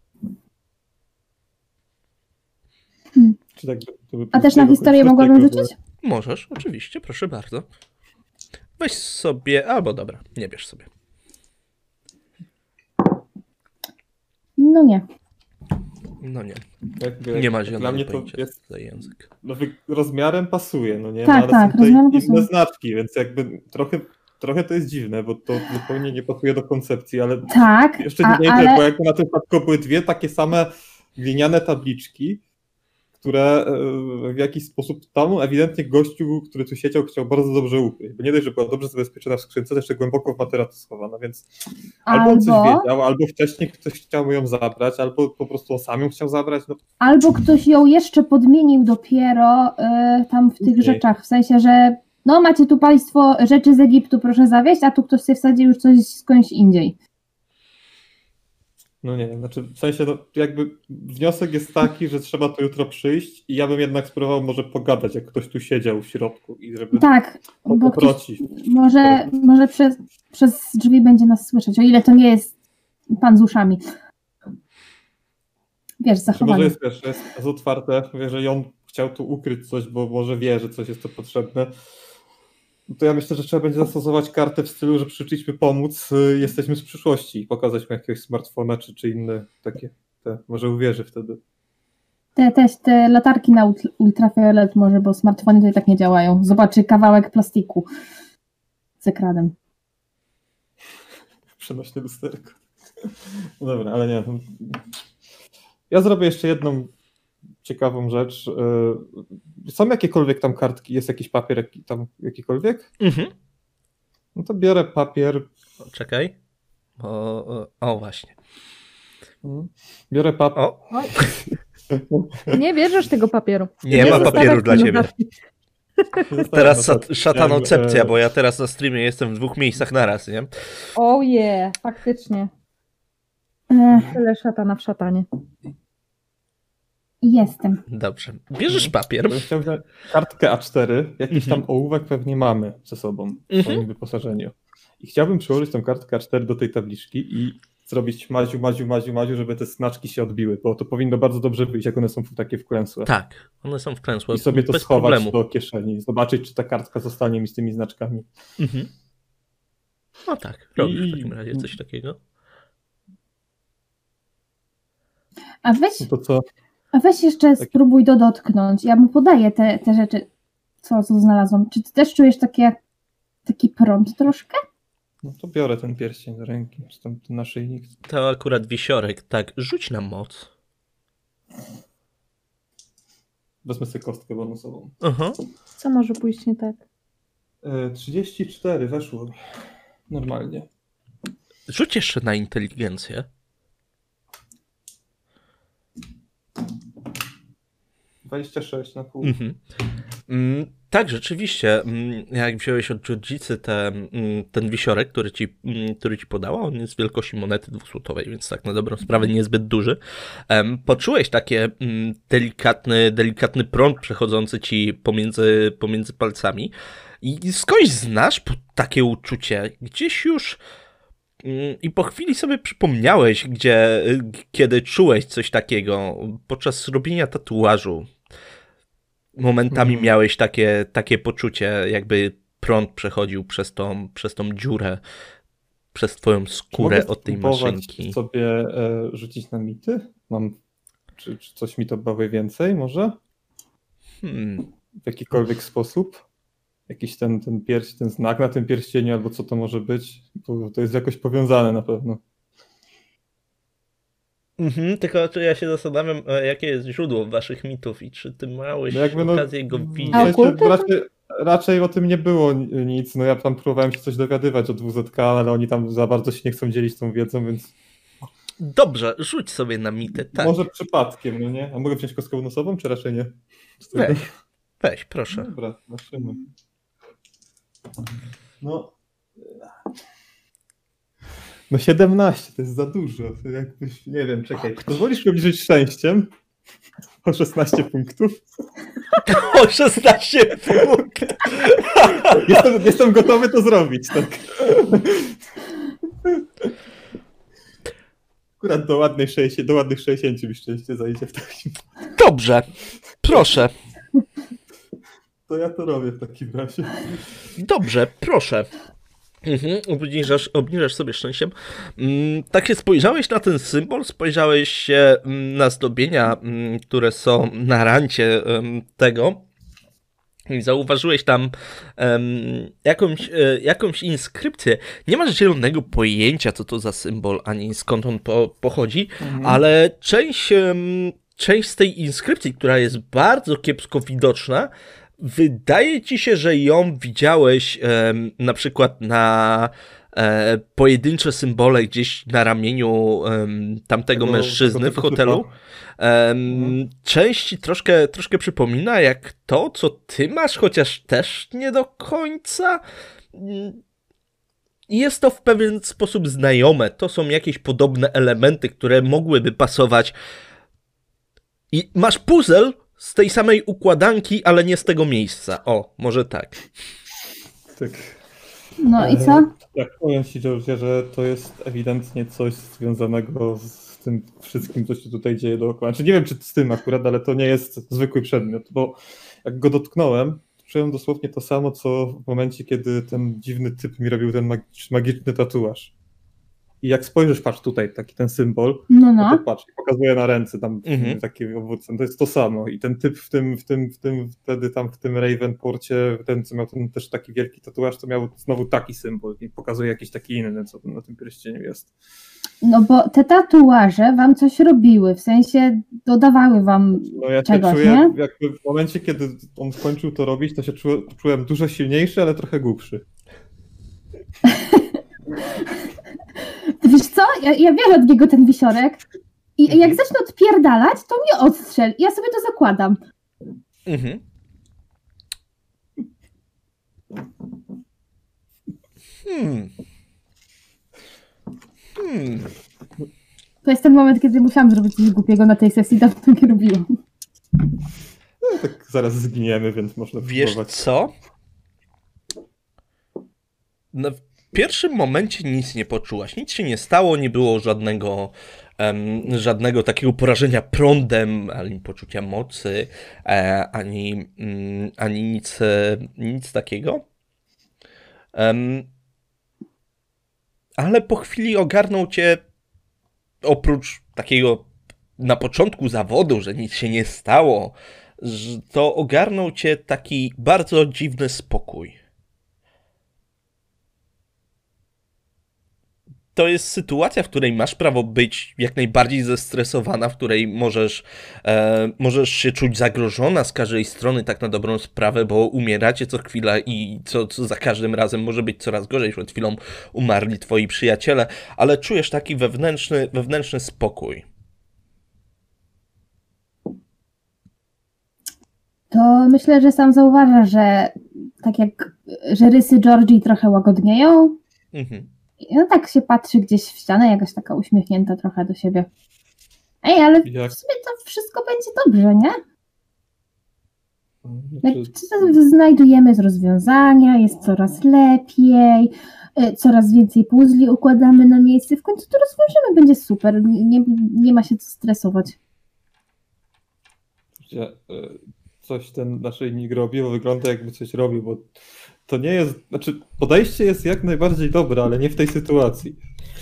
[SPEAKER 4] Czy tak, to by
[SPEAKER 2] A też na
[SPEAKER 4] tego-
[SPEAKER 2] historię
[SPEAKER 4] tego-
[SPEAKER 2] mogłabym
[SPEAKER 4] tego-
[SPEAKER 2] rzucić?
[SPEAKER 1] Możesz, oczywiście, proszę bardzo. Weź sobie, albo dobra, nie bierz sobie.
[SPEAKER 2] No nie.
[SPEAKER 1] No nie,
[SPEAKER 4] jakby-
[SPEAKER 1] nie ma
[SPEAKER 4] Dla
[SPEAKER 1] zielonego
[SPEAKER 4] mnie to
[SPEAKER 1] pojęcia
[SPEAKER 4] jest,
[SPEAKER 1] za język.
[SPEAKER 4] no wy- rozmiarem pasuje, no nie?
[SPEAKER 2] Tak,
[SPEAKER 4] no, ale
[SPEAKER 2] tak,
[SPEAKER 4] są tutaj
[SPEAKER 2] rozmiarem
[SPEAKER 4] inne
[SPEAKER 2] pasuje.
[SPEAKER 4] znaczki, więc jakby trochę, trochę to jest dziwne, bo to zupełnie nie pasuje do koncepcji, ale
[SPEAKER 2] Tak,
[SPEAKER 4] jeszcze
[SPEAKER 2] a,
[SPEAKER 4] nie wiem,
[SPEAKER 2] ale...
[SPEAKER 4] bo jakby na tym przypadku były dwie takie same gliniane tabliczki, które e, w jakiś sposób tam ewidentnie gościu, który tu siedział, chciał bardzo dobrze ukryć. Bo nie dość, że była dobrze zabezpieczona w skrzynce, to jeszcze głęboko w materacu schowana, więc albo on coś
[SPEAKER 2] Albo,
[SPEAKER 4] wiedział, albo wcześniej ktoś chciał ją zabrać, albo po prostu on sam ją chciał zabrać. No,
[SPEAKER 2] albo ktoś ją jeszcze podmienił dopiero y, tam w tych
[SPEAKER 4] Okej.
[SPEAKER 2] rzeczach, w sensie, że no macie tu państwo rzeczy z Egiptu, proszę zawieźć, a tu ktoś sobie wsadził już coś skądś indziej.
[SPEAKER 4] no nie wiem, znaczy w sensie no, jakby wniosek jest taki, że trzeba tu jutro przyjść i ja bym jednak spróbował może pogadać, jak ktoś tu siedział w środku i żeby
[SPEAKER 2] Tak, bo ktoś,
[SPEAKER 4] poprosić.
[SPEAKER 2] może, może przez, przez drzwi będzie nas słyszeć, o ile to nie jest pan z uszami. Wiesz,
[SPEAKER 4] Czy może
[SPEAKER 2] zachowanie.
[SPEAKER 4] jest, wiesz, jest, jest otwarte, wie, że on chciał tu ukryć coś, bo może wie, że coś jest to potrzebne. No to ja myślę, że trzeba będzie zastosować kartę w stylu, że przyszliśmy pomóc, y, jesteśmy z przyszłości i pokazać mu jakiegoś smartfona czy, czy inne takie. Te, może uwierzy wtedy.
[SPEAKER 2] Te, też te latarki na ult- ultrafiolet może, bo smartfony to i tak nie działają. Zobaczy kawałek plastiku z ekranem.
[SPEAKER 4] Przenośne lusterko. No dobra, ale nie. Ja zrobię jeszcze jedną ciekawą rzecz. Yy, są jakiekolwiek tam kartki, jest jakiś papier jaki, tam jakikolwiek?
[SPEAKER 1] Mhm.
[SPEAKER 4] No to biorę papier.
[SPEAKER 1] Czekaj. O, o, o właśnie.
[SPEAKER 4] Biorę papier.
[SPEAKER 1] O,
[SPEAKER 3] Nie bierzesz tego papieru.
[SPEAKER 1] nie ma
[SPEAKER 3] zostawiasz
[SPEAKER 1] papieru dla
[SPEAKER 3] tego
[SPEAKER 1] ciebie.
[SPEAKER 3] na-
[SPEAKER 1] Teraz
[SPEAKER 4] No
[SPEAKER 1] szat,
[SPEAKER 4] to
[SPEAKER 1] szatanocepcja,
[SPEAKER 4] chciałem,
[SPEAKER 1] bo ja teraz na streamie jestem w dwóch miejscach naraz, nie?
[SPEAKER 3] O je, faktycznie.
[SPEAKER 2] Ech,
[SPEAKER 3] Tyle szatana w szatanie.
[SPEAKER 2] jestem.
[SPEAKER 1] Dobrze. Bierzesz papier.
[SPEAKER 4] e, Chciałem wziąć kartkę A cztery, jakiś
[SPEAKER 1] Mhm.
[SPEAKER 4] tam ołówek pewnie mamy ze sobą w
[SPEAKER 1] Mhm.
[SPEAKER 4] swoim wyposażeniu. I chciałbym przyłożyć tą kartkę A cztery do tej tabliczki i zrobić maziu, maziu, maziu, maziu, żeby te znaczki się odbiły, bo to powinno bardzo dobrze wyjść, jak one są takie wklęsłe.
[SPEAKER 1] Tak, one są wklęsłe.
[SPEAKER 4] I sobie to
[SPEAKER 1] bez
[SPEAKER 4] schować
[SPEAKER 1] problemu.
[SPEAKER 4] do kieszeni, zobaczyć, czy ta kartka zostanie mi z tymi znaczkami.
[SPEAKER 1] Mhm. No tak, robisz w
[SPEAKER 4] I-
[SPEAKER 1] takim razie coś takiego.
[SPEAKER 2] A weź,
[SPEAKER 4] No to co?
[SPEAKER 2] a weź jeszcze spróbuj to dotknąć. Ja mu podaję te, te rzeczy, co, co znalazłam. Czy ty też czujesz takie, taki prąd troszkę?
[SPEAKER 4] No to biorę ten pierścień do ręki, czy tam ten naszyjnik.
[SPEAKER 1] To akurat wisiorek, tak, rzuć na moc.
[SPEAKER 4] Wezmę sobie kostkę bonusową.
[SPEAKER 1] Aha.
[SPEAKER 3] Co może pójść nie tak?
[SPEAKER 4] E, trzydzieści cztery weszło. Normalnie.
[SPEAKER 1] Rzuć jeszcze na inteligencję.
[SPEAKER 4] dwadzieścia sześć na pół.
[SPEAKER 1] Mhm. Mm, tak, rzeczywiście, mm, jak wziąłeś od Georgicy te, mm, ten wisiorek, który ci, mm, który ci podała, on jest wielkości monety dwuzłotowej, więc tak na dobrą sprawę niezbyt duży. Em, poczułeś takie mm, delikatny, delikatny prąd przechodzący ci pomiędzy, pomiędzy palcami i skądś znasz po- takie uczucie, gdzieś już mm, i po chwili sobie przypomniałeś, gdzie, y, kiedy czułeś coś takiego podczas robienia tatuażu. Momentami
[SPEAKER 4] Mhm.
[SPEAKER 1] miałeś takie, takie poczucie, jakby prąd przechodził przez tą, przez tą dziurę, przez twoją skórę
[SPEAKER 4] Mogę
[SPEAKER 1] od tej
[SPEAKER 4] spróbować
[SPEAKER 1] maszynki.
[SPEAKER 4] sobie e, rzucić na mity? Mam, czy, czy coś mi to bawi więcej może?
[SPEAKER 1] Hmm.
[SPEAKER 4] W jakikolwiek sposób? Jakiś ten, ten pierś, ten znak na tym pierścieniu, albo co to może być? Bo to jest jakoś powiązane na pewno.
[SPEAKER 1] Mhm, tylko czy ja się zastanawiam, e, jakie jest źródło waszych mitów i czy ty miałeś
[SPEAKER 4] No jakby no,
[SPEAKER 1] okazję go
[SPEAKER 4] w
[SPEAKER 1] widzieć.
[SPEAKER 3] A
[SPEAKER 4] sensie
[SPEAKER 3] okulty?
[SPEAKER 4] raczej, raczej o tym nie było ni- nic. No ja tam próbowałem się coś dowiadywać od W Z K, ale oni tam za bardzo się nie chcą dzielić tą wiedzą, więc
[SPEAKER 1] Dobrze, rzuć sobie na mity, tak.
[SPEAKER 4] może przypadkiem, no nie? A mogę wziąć kostkę bonusową, czy raczej nie?
[SPEAKER 1] Weź, weź, proszę.
[SPEAKER 4] Dobra, zobaczymy. No. No siedemnaście, to jest za dużo. To jakbyś, nie wiem, czekaj. Pozwolisz mi obniżyć szczęściem o szesnaście punktów?
[SPEAKER 1] O szesnaście punktów!
[SPEAKER 4] Jestem, jestem gotowy to zrobić, tak. Akurat do ładnej sześćdziesięciu, do ładnych sześćdziesięciu mi szczęście zajdzie w takim.
[SPEAKER 1] Dobrze, proszę.
[SPEAKER 4] To ja to robię w takim razie.
[SPEAKER 1] Dobrze, proszę. Mhm, obniżasz, obniżasz sobie szczęściem. Mm, tak się spojrzałeś na ten symbol, spojrzałeś się mm, na zdobienia, mm, które są na rancie em, tego i zauważyłeś tam em, jakąś, e, jakąś inskrypcję. Nie masz zielonego pojęcia, co to za symbol, ani skąd on po, pochodzi, ale część, em, część z tej inskrypcji, która jest bardzo kiepsko widoczna, wydaje ci się, że ją widziałeś em, na przykład na e, pojedyncze symbole gdzieś na ramieniu em, tamtego
[SPEAKER 4] Tego-
[SPEAKER 1] mężczyzny
[SPEAKER 4] tego
[SPEAKER 1] w
[SPEAKER 4] typu
[SPEAKER 1] hotelu.
[SPEAKER 4] typa.
[SPEAKER 1] Em,
[SPEAKER 4] Mhm.
[SPEAKER 1] Część ci troszkę, troszkę przypomina jak to, co ty masz, chociaż też nie do końca. Mm, Jest to w pewien sposób znajome. To są jakieś podobne elementy, które mogłyby pasować. I masz puzzle z tej samej układanki, ale nie z tego miejsca. O, może tak.
[SPEAKER 4] Tak.
[SPEAKER 2] No i co?
[SPEAKER 4] Tak, powiem ci, Georgia, że to jest ewidentnie coś związanego z tym wszystkim, co się tutaj dzieje dookoła. Znaczy, nie wiem, czy z tym akurat, ale to nie jest zwykły przedmiot, bo jak go dotknąłem, czułem dosłownie to samo, co w momencie, kiedy ten dziwny typ mi robił ten magicz- magiczny tatuaż. I jak spojrzysz, patrz tutaj, taki ten symbol,
[SPEAKER 2] No,
[SPEAKER 4] no to
[SPEAKER 2] no.
[SPEAKER 4] patrz, pokazuje na ręce tam
[SPEAKER 1] Mhm.
[SPEAKER 4] taki obwódcem, to jest to samo. I ten typ w tym, w tym, w tym, wtedy tam w tym Ravenporcie, ten co miał ten też taki wielki tatuaż, to miał znowu taki symbol i pokazuje jakiś taki inny, co na tym pierścieniu jest.
[SPEAKER 2] No bo te tatuaże wam coś robiły, w sensie dodawały wam
[SPEAKER 4] No ja się
[SPEAKER 2] czegoś,
[SPEAKER 4] czuję,
[SPEAKER 2] nie?
[SPEAKER 4] jakby w momencie, kiedy on skończył to robić, to się czułem, czułem dużo silniejszy, ale trochę głupszy.
[SPEAKER 2] Wiesz co, ja, ja biorę od niego ten wisiorek i jak zacznę odpierdalać, to mnie odstrzel. Ja sobie to zakładam.
[SPEAKER 1] Mhm. Hmm. Hmm.
[SPEAKER 2] To jest ten moment, kiedy musiałam zrobić coś głupiego na tej sesji, dawno nie robiłam.
[SPEAKER 4] No tak zaraz zginiemy, więc można
[SPEAKER 1] Wiesz
[SPEAKER 4] próbować.
[SPEAKER 1] co? No, w pierwszym momencie nic nie poczułaś, nic się nie stało, nie było żadnego, em, żadnego takiego porażenia prądem, ani poczucia mocy, e, ani, mm, ani nic, e, nic takiego. Em, ale po chwili ogarnął cię, oprócz takiego na początku zawodu, że nic się nie stało, że to ogarnął cię taki bardzo dziwny spokój. To jest sytuacja, w której masz prawo być jak najbardziej zestresowana, w której możesz, e, możesz się czuć zagrożona z każdej strony, tak na dobrą sprawę, bo umieracie co chwila i co, co za każdym razem może być coraz gorzej. Przed chwilą umarli twoi przyjaciele, ale czujesz taki wewnętrzny, wewnętrzny spokój.
[SPEAKER 2] To myślę, że sam zauważa, że tak jak, że rysy Georgii trochę łagodnieją.
[SPEAKER 1] Mhm.
[SPEAKER 2] I no tak się patrzy gdzieś w ścianę, jakaś taka uśmiechnięta trochę do siebie. Ej, ale
[SPEAKER 4] Jak-
[SPEAKER 2] w sumie to wszystko będzie dobrze, nie? Jak
[SPEAKER 4] Znaczy,
[SPEAKER 2] znajdujemy rozwiązania, jest coraz lepiej, y, coraz więcej puzli układamy na miejsce, w końcu to rozwiążemy, będzie super, nie, nie ma się co stresować.
[SPEAKER 4] że, e, coś ten naszyjnik robi, bo wygląda jakby coś robił, bo to nie jest, znaczy podejście jest jak najbardziej dobre, ale nie w tej sytuacji.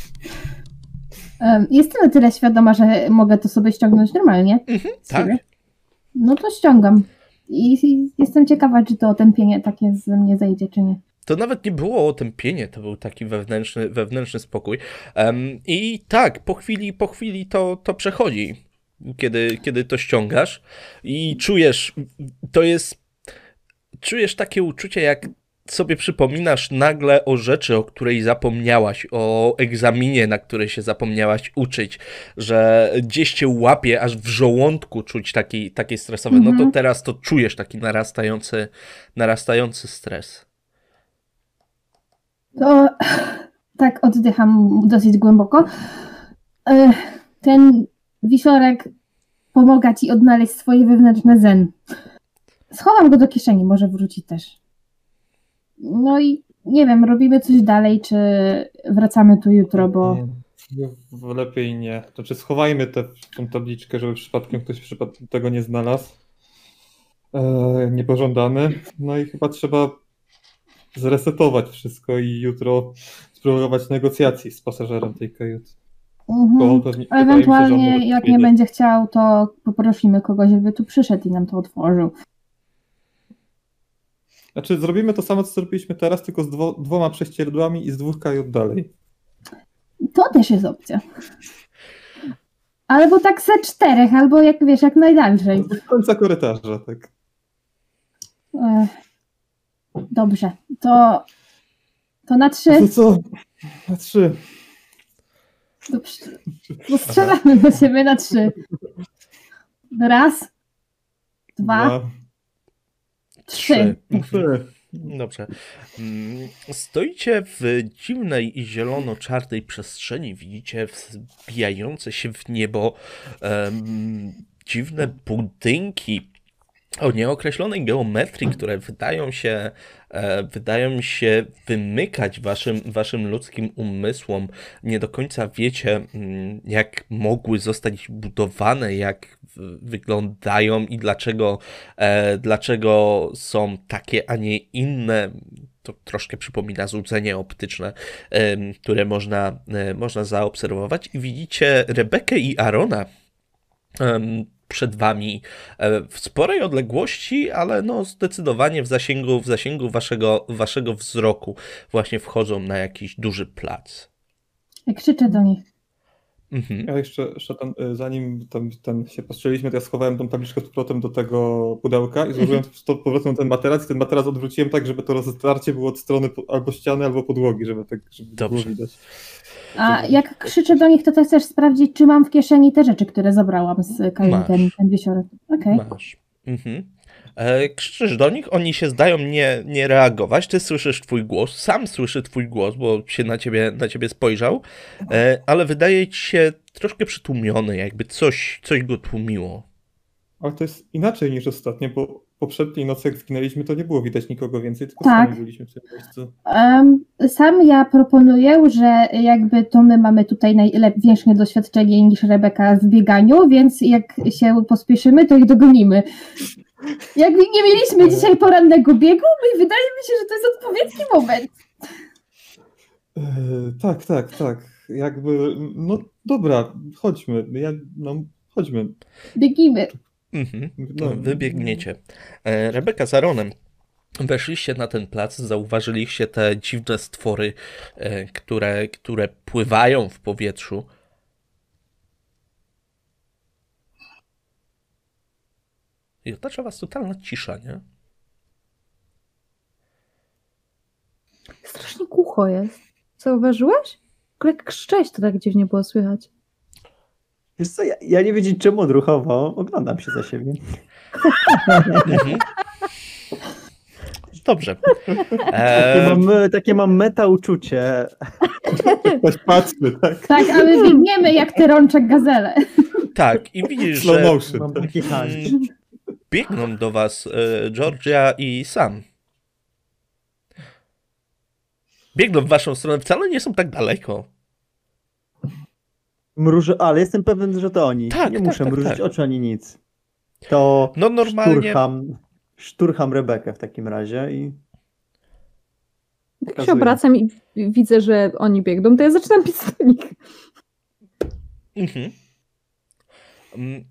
[SPEAKER 2] Ym, Jestem na tyle świadoma, że mogę to sobie ściągnąć normalnie.
[SPEAKER 1] Mhm,
[SPEAKER 2] z
[SPEAKER 1] tak.
[SPEAKER 2] siebie. No to ściągam. I, I jestem ciekawa, czy to otępienie takie ze mnie zejdzie, czy nie.
[SPEAKER 1] To nawet nie było otępienie, to był taki wewnętrzny, wewnętrzny spokój. Em, I tak, po chwili, po chwili to, to przechodzi, kiedy, kiedy to ściągasz i czujesz, to jest, czujesz takie uczucie, jak sobie przypominasz nagle o rzeczy, o której zapomniałaś, o egzaminie, na który się zapomniałaś uczyć, że gdzieś cię łapie, aż w żołądku czuć taki, takie stresowe, no to
[SPEAKER 2] Mhm.
[SPEAKER 1] teraz to czujesz taki narastający, narastający stres.
[SPEAKER 2] To tak oddycham dosyć głęboko. E, Ten wisiorek pomaga ci odnaleźć swoje wewnętrzne zen. Schowam go do kieszeni, może wróci też. No i nie wiem, robimy coś dalej, czy wracamy tu jutro, bo
[SPEAKER 4] W- Lepiej nie. Znaczy schowajmy tę tą tabliczkę, żeby przypadkiem ktoś przypad- tego nie znalazł. E, niepożądany. No i chyba trzeba zresetować wszystko i jutro spróbować negocjacji z pasażerem tej kajuty. Bo
[SPEAKER 2] mhm.
[SPEAKER 4] on pewnie, wydaje mi się, że on
[SPEAKER 2] Ewentualnie
[SPEAKER 4] może
[SPEAKER 2] jak nie
[SPEAKER 4] wiedzieć.
[SPEAKER 2] będzie chciał, to poprosimy kogoś, żeby tu przyszedł i nam to otworzył.
[SPEAKER 4] Znaczy zrobimy to samo, co zrobiliśmy teraz, tylko z dwo, dwoma prześcieradłami i z dwóch kajut dalej.
[SPEAKER 2] To też jest opcja. Albo tak ze czterech, albo jak wiesz, jak najdalej.
[SPEAKER 4] Do końca korytarza, tak.
[SPEAKER 2] Ech. Dobrze, to, to na trzy.
[SPEAKER 4] To co? Na trzy.
[SPEAKER 2] Dobrze. To strzelamy do siebie na trzy. Raz, dwa, trzy.
[SPEAKER 4] Trzy.
[SPEAKER 1] Dobrze. Mm, Stoicie w dziwnej i zielono-czarnej przestrzeni. Widzicie wzbijające się w niebo em, dziwne budynki o nieokreślonej geometrii, które wydają się, e, wydają się wymykać waszym, waszym ludzkim umysłom. Nie do końca wiecie, mm, jak mogły zostać budowane, jak w- wyglądają i dlaczego, e, dlaczego są takie, a nie inne. To troszkę przypomina złudzenie optyczne, em, które można, e, można zaobserwować. I widzicie Rebekę i Arona em, przed wami e, w sporej odległości, ale no zdecydowanie w zasięgu, w zasięgu waszego, waszego wzroku właśnie wchodzą na jakiś duży plac.
[SPEAKER 2] Ja krzyczę do nich.
[SPEAKER 1] Mhm.
[SPEAKER 4] Ja jeszcze, jeszcze ten, y, zanim tam, ten się postrzeliliśmy, to ja schowałem tą tabliczkę z powrotem do tego pudełka i złożyłem z to- powrotem ten materac i ten materac odwróciłem tak, żeby to rozdarcie było od strony po- albo ściany, albo podłogi, żeby tak żeby było
[SPEAKER 1] Dobrze.
[SPEAKER 4] widać.
[SPEAKER 2] A jak krzyczę do nich, to też chcesz sprawdzić, czy mam w kieszeni te rzeczy, które zabrałam z kajuty,
[SPEAKER 1] Masz.
[SPEAKER 2] ten, ten wisiorek. Okej.
[SPEAKER 1] Masz. Mhm. E, krzyczysz do nich, oni się zdają nie, nie reagować, ty słyszysz twój głos, sam słyszy twój głos, bo się na ciebie, na ciebie spojrzał, e, ale wydaje ci się troszkę przytłumiony, jakby coś, coś go tłumiło.
[SPEAKER 4] Ale to jest inaczej niż ostatnio, bo poprzedniej nocy jak zginęliśmy, to nie było widać nikogo więcej, tylko
[SPEAKER 2] Tak.
[SPEAKER 4] sami byliśmy w tym miejscu.
[SPEAKER 2] Em, Sam ja proponuję, że jakby to my mamy tutaj największe doświadczenie niż Rebeka w bieganiu, więc jak się pospieszymy, to ich dogonimy. Jakby nie mieliśmy dzisiaj porannego biegu, i wydaje mi się, że to jest odpowiedni moment.
[SPEAKER 4] E, tak, tak, tak. Jakby, no dobra, chodźmy. Ja, no, chodźmy.
[SPEAKER 2] Biegimy.
[SPEAKER 1] Mhm.
[SPEAKER 4] No.
[SPEAKER 1] Wybiegniecie. E, Rebeka z Aaronem weszliście na ten plac, zauważyliście te dziwne stwory, e, które, które pływają w powietrzu. I otacza was totalna cisza, nie?
[SPEAKER 3] Strasznie głucho jest. Zauważyłeś? W ogóle jak krzyczeć, to tak dziwnie było słychać.
[SPEAKER 5] Wiesz co, ja, ja nie wiedzieć czemu odruchowo oglądam się za siebie.
[SPEAKER 1] Mhm. Dobrze.
[SPEAKER 5] Takie
[SPEAKER 1] E,
[SPEAKER 5] mam, takie mam meta uczucie.
[SPEAKER 4] Ktoś patrzy, tak?
[SPEAKER 2] Tak, a my biegniemy jak te rączek gazele.
[SPEAKER 1] tak, i widzisz,
[SPEAKER 4] Slow
[SPEAKER 1] że
[SPEAKER 4] motion.
[SPEAKER 5] Mam taki hańb.
[SPEAKER 1] mm, biegną do was e, Georgia i Sam. Biegną w waszą stronę, wcale nie są tak daleko.
[SPEAKER 5] Mrużę, ale jestem pewien, że to oni.
[SPEAKER 1] Tak,
[SPEAKER 5] nie
[SPEAKER 1] tak,
[SPEAKER 5] muszę
[SPEAKER 1] tak,
[SPEAKER 5] mrużyć
[SPEAKER 1] tak.
[SPEAKER 5] oczu ani nic. To
[SPEAKER 1] No normalnie...
[SPEAKER 5] szturcham, szturcham Rebekę w takim razie i
[SPEAKER 3] Jak się
[SPEAKER 5] Pokazuję.
[SPEAKER 3] obracam i widzę, że oni biegną, to ja zaczynam pić do nich.
[SPEAKER 1] Mhm. Mm.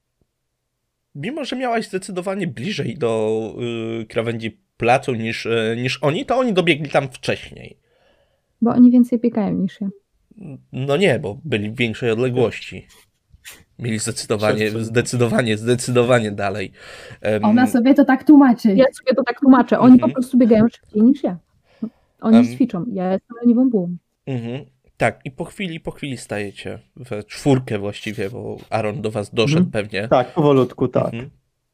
[SPEAKER 1] Mimo, że miałaś zdecydowanie bliżej do y, krawędzi placu niż, y, niż oni, to oni dobiegli tam wcześniej.
[SPEAKER 3] Bo oni więcej biegają niż ja.
[SPEAKER 1] No nie, bo byli w większej odległości. Mieli zdecydowanie,
[SPEAKER 4] Wszyscy.
[SPEAKER 1] zdecydowanie, zdecydowanie dalej. Em,
[SPEAKER 2] Ona sobie to tak tłumaczy.
[SPEAKER 3] Ja sobie to tak tłumaczę. Oni
[SPEAKER 1] Mhm.
[SPEAKER 3] po prostu biegają szybciej niż ja. Oni
[SPEAKER 1] Em.
[SPEAKER 3] ćwiczą. Ja jestem leniwą bułą.
[SPEAKER 1] mhm. Tak, i po chwili, po chwili stajecie we czwórkę właściwie, bo Aaron do was doszedł
[SPEAKER 5] Mhm.
[SPEAKER 1] pewnie.
[SPEAKER 5] tak, powolutku, tak.
[SPEAKER 1] Mhm.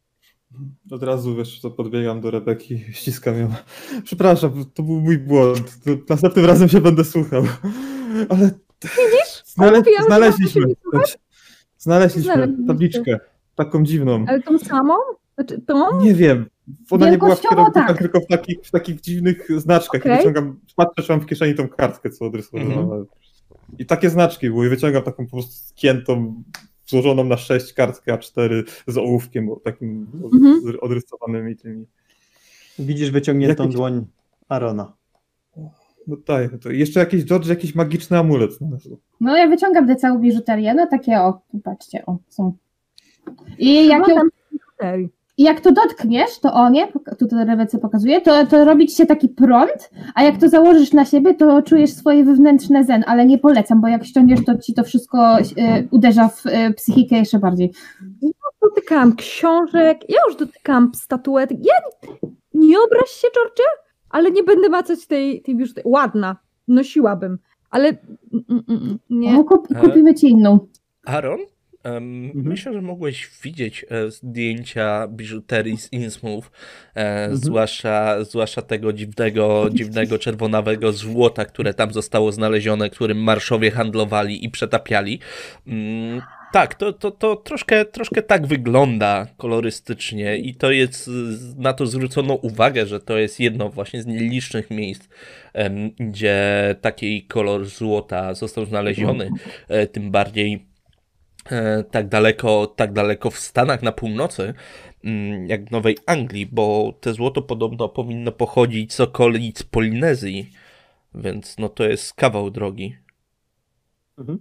[SPEAKER 4] Od razu, wiesz, to podbiegam do Rebeki, ściskam ją. Przepraszam, to był mój błąd. To następnym razem się będę słuchał. Ale znale...
[SPEAKER 3] Mówiłam, że
[SPEAKER 4] znaleźliśmy.
[SPEAKER 3] mam się nie słuchać.
[SPEAKER 4] Znaleźliśmy
[SPEAKER 3] Znaleźliście.
[SPEAKER 4] tabliczkę. Taką dziwną.
[SPEAKER 3] Ale tą samą? Znaczy tą?
[SPEAKER 4] Nie wiem. Ona nie była w
[SPEAKER 2] Wielkościowo
[SPEAKER 4] kierownicach,
[SPEAKER 2] tak.
[SPEAKER 4] tylko w takich, w takich dziwnych znaczkach.
[SPEAKER 3] Okej.
[SPEAKER 4] I wyciągam, patrzę, czy mam w kieszeni tą kartkę, co odrysowałem.
[SPEAKER 1] Mhm.
[SPEAKER 4] I takie znaczki były. I wyciągam taką po prostu skiętą, złożoną na sześć kartkę A cztery z ołówkiem, o, takim
[SPEAKER 3] Mhm.
[SPEAKER 4] z odrysowanymi tymi.
[SPEAKER 5] Widzisz wyciągniętą
[SPEAKER 4] Jakieś-
[SPEAKER 5] dłoń Arona.
[SPEAKER 4] No tak, to jeszcze jakiś George, jakiś magiczny amulet znalazł.
[SPEAKER 2] No ja wyciągam tę całą biżuterię, no takie o, tu patrzcie, o, są. I jak, ją,
[SPEAKER 3] tam serii.
[SPEAKER 2] i jak to dotkniesz, to o nie, poka- tu to Rebece pokazuje, to, to robi ci się taki prąd, a jak to założysz na siebie, to czujesz swoje wewnętrzne zen, ale nie polecam, bo jak ściągniesz, to ci to wszystko y, uderza w y, psychikę jeszcze bardziej.
[SPEAKER 3] Dotykałam książek, ja już dotykałam statuetek. Ja nie obraź się, Georgia, ale nie będę macać tej, tej biżuterii. Ładna, nosiłabym, ale mm, mm, mm, nie.
[SPEAKER 2] No, kup,
[SPEAKER 1] E?
[SPEAKER 2] kupimy ci inną.
[SPEAKER 1] Aaron, em, myślę, że mogłeś widzieć e, zdjęcia biżuterii z Innsmouth, e, zwłaszcza, zwłaszcza tego dziwnego, dziwnego czerwonawego złota, które tam zostało znalezione, którym marszowie handlowali i przetapiali. Mm, tak, to, to, to troszkę, troszkę tak wygląda kolorystycznie i to jest, z- na to zwrócono uwagę, że to jest jedno właśnie z nielicznych miejsc, em, gdzie taki kolor złota został znaleziony, e, tym bardziej e, tak daleko, tak daleko w Stanach na północy, mm, jak w Nowej Anglii, bo te złoto podobno powinno pochodzić z okolic Polinezji, więc no to jest kawał drogi.
[SPEAKER 5] Mhm.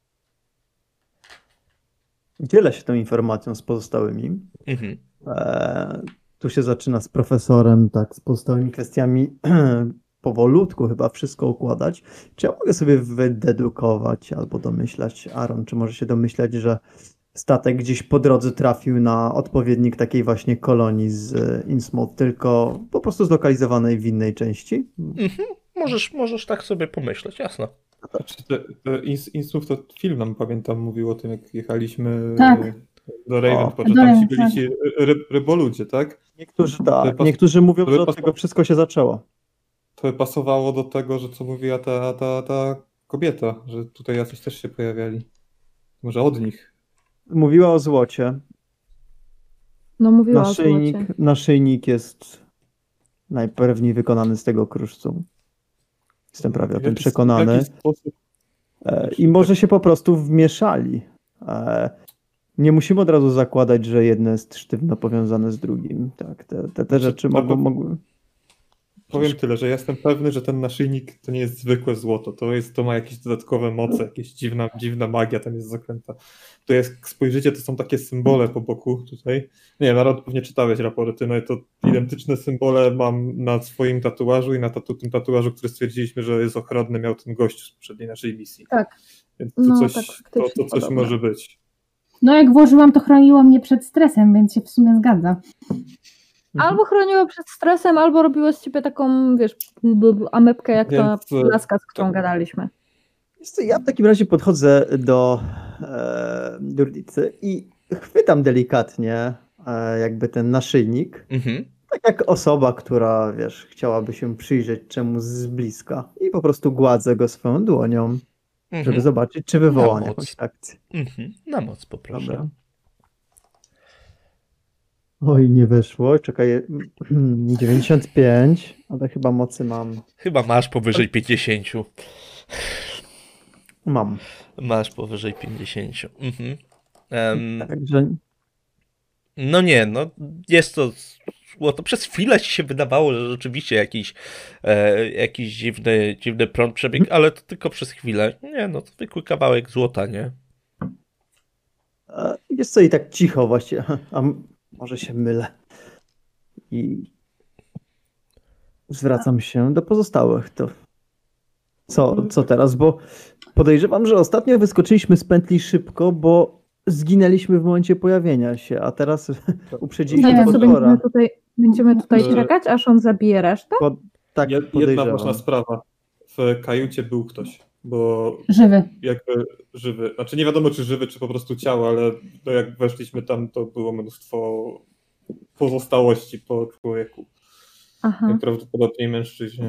[SPEAKER 5] Dzielę się tą informacją z pozostałymi.
[SPEAKER 1] Mhm.
[SPEAKER 5] E, tu się zaczyna z profesorem, tak, z pozostałymi kwestiami. powolutku chyba wszystko układać. Czy ja mogę sobie wydedukować albo domyślać, Aaron, czy może się domyślać, że statek gdzieś po drodze trafił na odpowiednik takiej właśnie kolonii z Innsmouth, tylko po prostu zlokalizowanej w innej części?
[SPEAKER 1] Mhm. Możesz, możesz tak sobie pomyśleć, jasno.
[SPEAKER 4] Znaczy, te, te Innsmouth to film nam, pamiętam, mówił o tym, jak jechaliśmy
[SPEAKER 2] Tak.
[SPEAKER 4] do Raven,
[SPEAKER 5] O,
[SPEAKER 4] po czym
[SPEAKER 2] do
[SPEAKER 4] tam
[SPEAKER 2] Raven,
[SPEAKER 4] ci byli ci ry, ryboludzie, tak?
[SPEAKER 5] Niektórzy
[SPEAKER 4] To
[SPEAKER 5] tak,
[SPEAKER 4] pas-
[SPEAKER 5] niektórzy mówią,
[SPEAKER 4] to
[SPEAKER 5] że od
[SPEAKER 4] pas-
[SPEAKER 5] tego wszystko się zaczęło.
[SPEAKER 4] To by pasowało do tego, że co mówiła ta, ta, ta kobieta, że tutaj jacyś też się pojawiali. Może od nich.
[SPEAKER 5] Mówiła o złocie.
[SPEAKER 3] No mówiła o
[SPEAKER 5] Naszyjnik,
[SPEAKER 3] złocie.
[SPEAKER 5] naszyjnik jest najpewniej wykonany z tego kruszcu. Jestem prawie o
[SPEAKER 4] W
[SPEAKER 5] tym
[SPEAKER 4] jaki- W
[SPEAKER 5] przekonany.
[SPEAKER 4] jaki sposób?
[SPEAKER 5] E, I może się po prostu wmieszali. E, Nie musimy od razu zakładać, że jedno jest sztywno powiązane z drugim. Tak, te, te, te rzeczy
[SPEAKER 4] to-
[SPEAKER 5] mogą, mogły.
[SPEAKER 4] Powiem tyle, że jestem pewny, że ten naszyjnik to nie jest zwykłe złoto. To jest, to ma jakieś dodatkowe moce, jakieś dziwna, dziwna magia tam jest zaklęta. To jest, jak spojrzycie, to są takie symbole po boku tutaj. Nie wiem, Aaron, pewnie czytałeś raporty, no i to identyczne symbole mam na swoim tatuażu i na tatu, tym tatuażu, który stwierdziliśmy, że jest ochronny, miał ten gość z poprzedniej naszej misji.
[SPEAKER 3] Tak.
[SPEAKER 4] Więc to
[SPEAKER 3] No,
[SPEAKER 4] coś,
[SPEAKER 3] tak,
[SPEAKER 4] to,
[SPEAKER 3] faktycznie
[SPEAKER 4] to coś
[SPEAKER 3] podobne.
[SPEAKER 4] może być.
[SPEAKER 2] No jak włożyłam, to chroniło mnie przed stresem, więc się w sumie zgadza.
[SPEAKER 3] Albo chroniło przed stresem, albo robiło z ciebie taką, wiesz, b- b- amepkę jak ta
[SPEAKER 4] Więc, e,
[SPEAKER 3] laska, z którą
[SPEAKER 4] to-
[SPEAKER 3] gadaliśmy.
[SPEAKER 5] Wiesz co, ja w takim razie podchodzę do e, Durdicy i chwytam delikatnie e, jakby ten naszyjnik.
[SPEAKER 1] Mhm.
[SPEAKER 5] Tak jak osoba, która, wiesz, chciałaby się przyjrzeć czemuś z bliska i po prostu gładzę go swoją dłonią, żeby
[SPEAKER 1] Mhm.
[SPEAKER 5] zobaczyć, czy wywoła
[SPEAKER 1] Na moc.
[SPEAKER 5] jakąś akcję.
[SPEAKER 1] Mhm. Na moc poproszę.
[SPEAKER 5] Dobra. Oj, nie wyszło. Czekaj, dziewięćdziesiąt pięć, ale chyba mocy mam.
[SPEAKER 1] Chyba masz powyżej pięćdziesięciu.
[SPEAKER 5] Mam.
[SPEAKER 1] Masz powyżej pięćdziesięciu. Mhm. Em,
[SPEAKER 5] Także
[SPEAKER 1] no nie, no jest to złoto. Przez chwilę ci się wydawało, że rzeczywiście jakiś, e, jakiś dziwny, dziwny prąd przebiegł, ale to tylko przez chwilę. Nie, no to zwykły kawałek złota, nie?
[SPEAKER 5] e, jest co i tak cicho właściwie. A m- może się mylę. I zwracam się do pozostałych. To co, co teraz? Bo podejrzewam, że ostatnio wyskoczyliśmy z pętli szybko, bo zginęliśmy w momencie pojawienia się, a teraz uprzedziliśmy
[SPEAKER 2] Nie wiem,
[SPEAKER 3] Co,
[SPEAKER 2] co
[SPEAKER 3] będziemy
[SPEAKER 5] potwora.
[SPEAKER 3] tutaj, będziemy tutaj
[SPEAKER 4] Że-
[SPEAKER 3] czekać, aż on zabije resztę?
[SPEAKER 5] Po, tak,
[SPEAKER 4] Jed- Jedna
[SPEAKER 5] podejrzewam.
[SPEAKER 4] ważna sprawa. W kajucie był ktoś, bo
[SPEAKER 2] Żywy.
[SPEAKER 4] jakby żywy, znaczy nie wiadomo czy żywy, czy po prostu ciało, ale to jak weszliśmy tam, to było mnóstwo pozostałości po człowieku.
[SPEAKER 3] Aha.
[SPEAKER 4] Najprawdopodobniej mężczyźnie.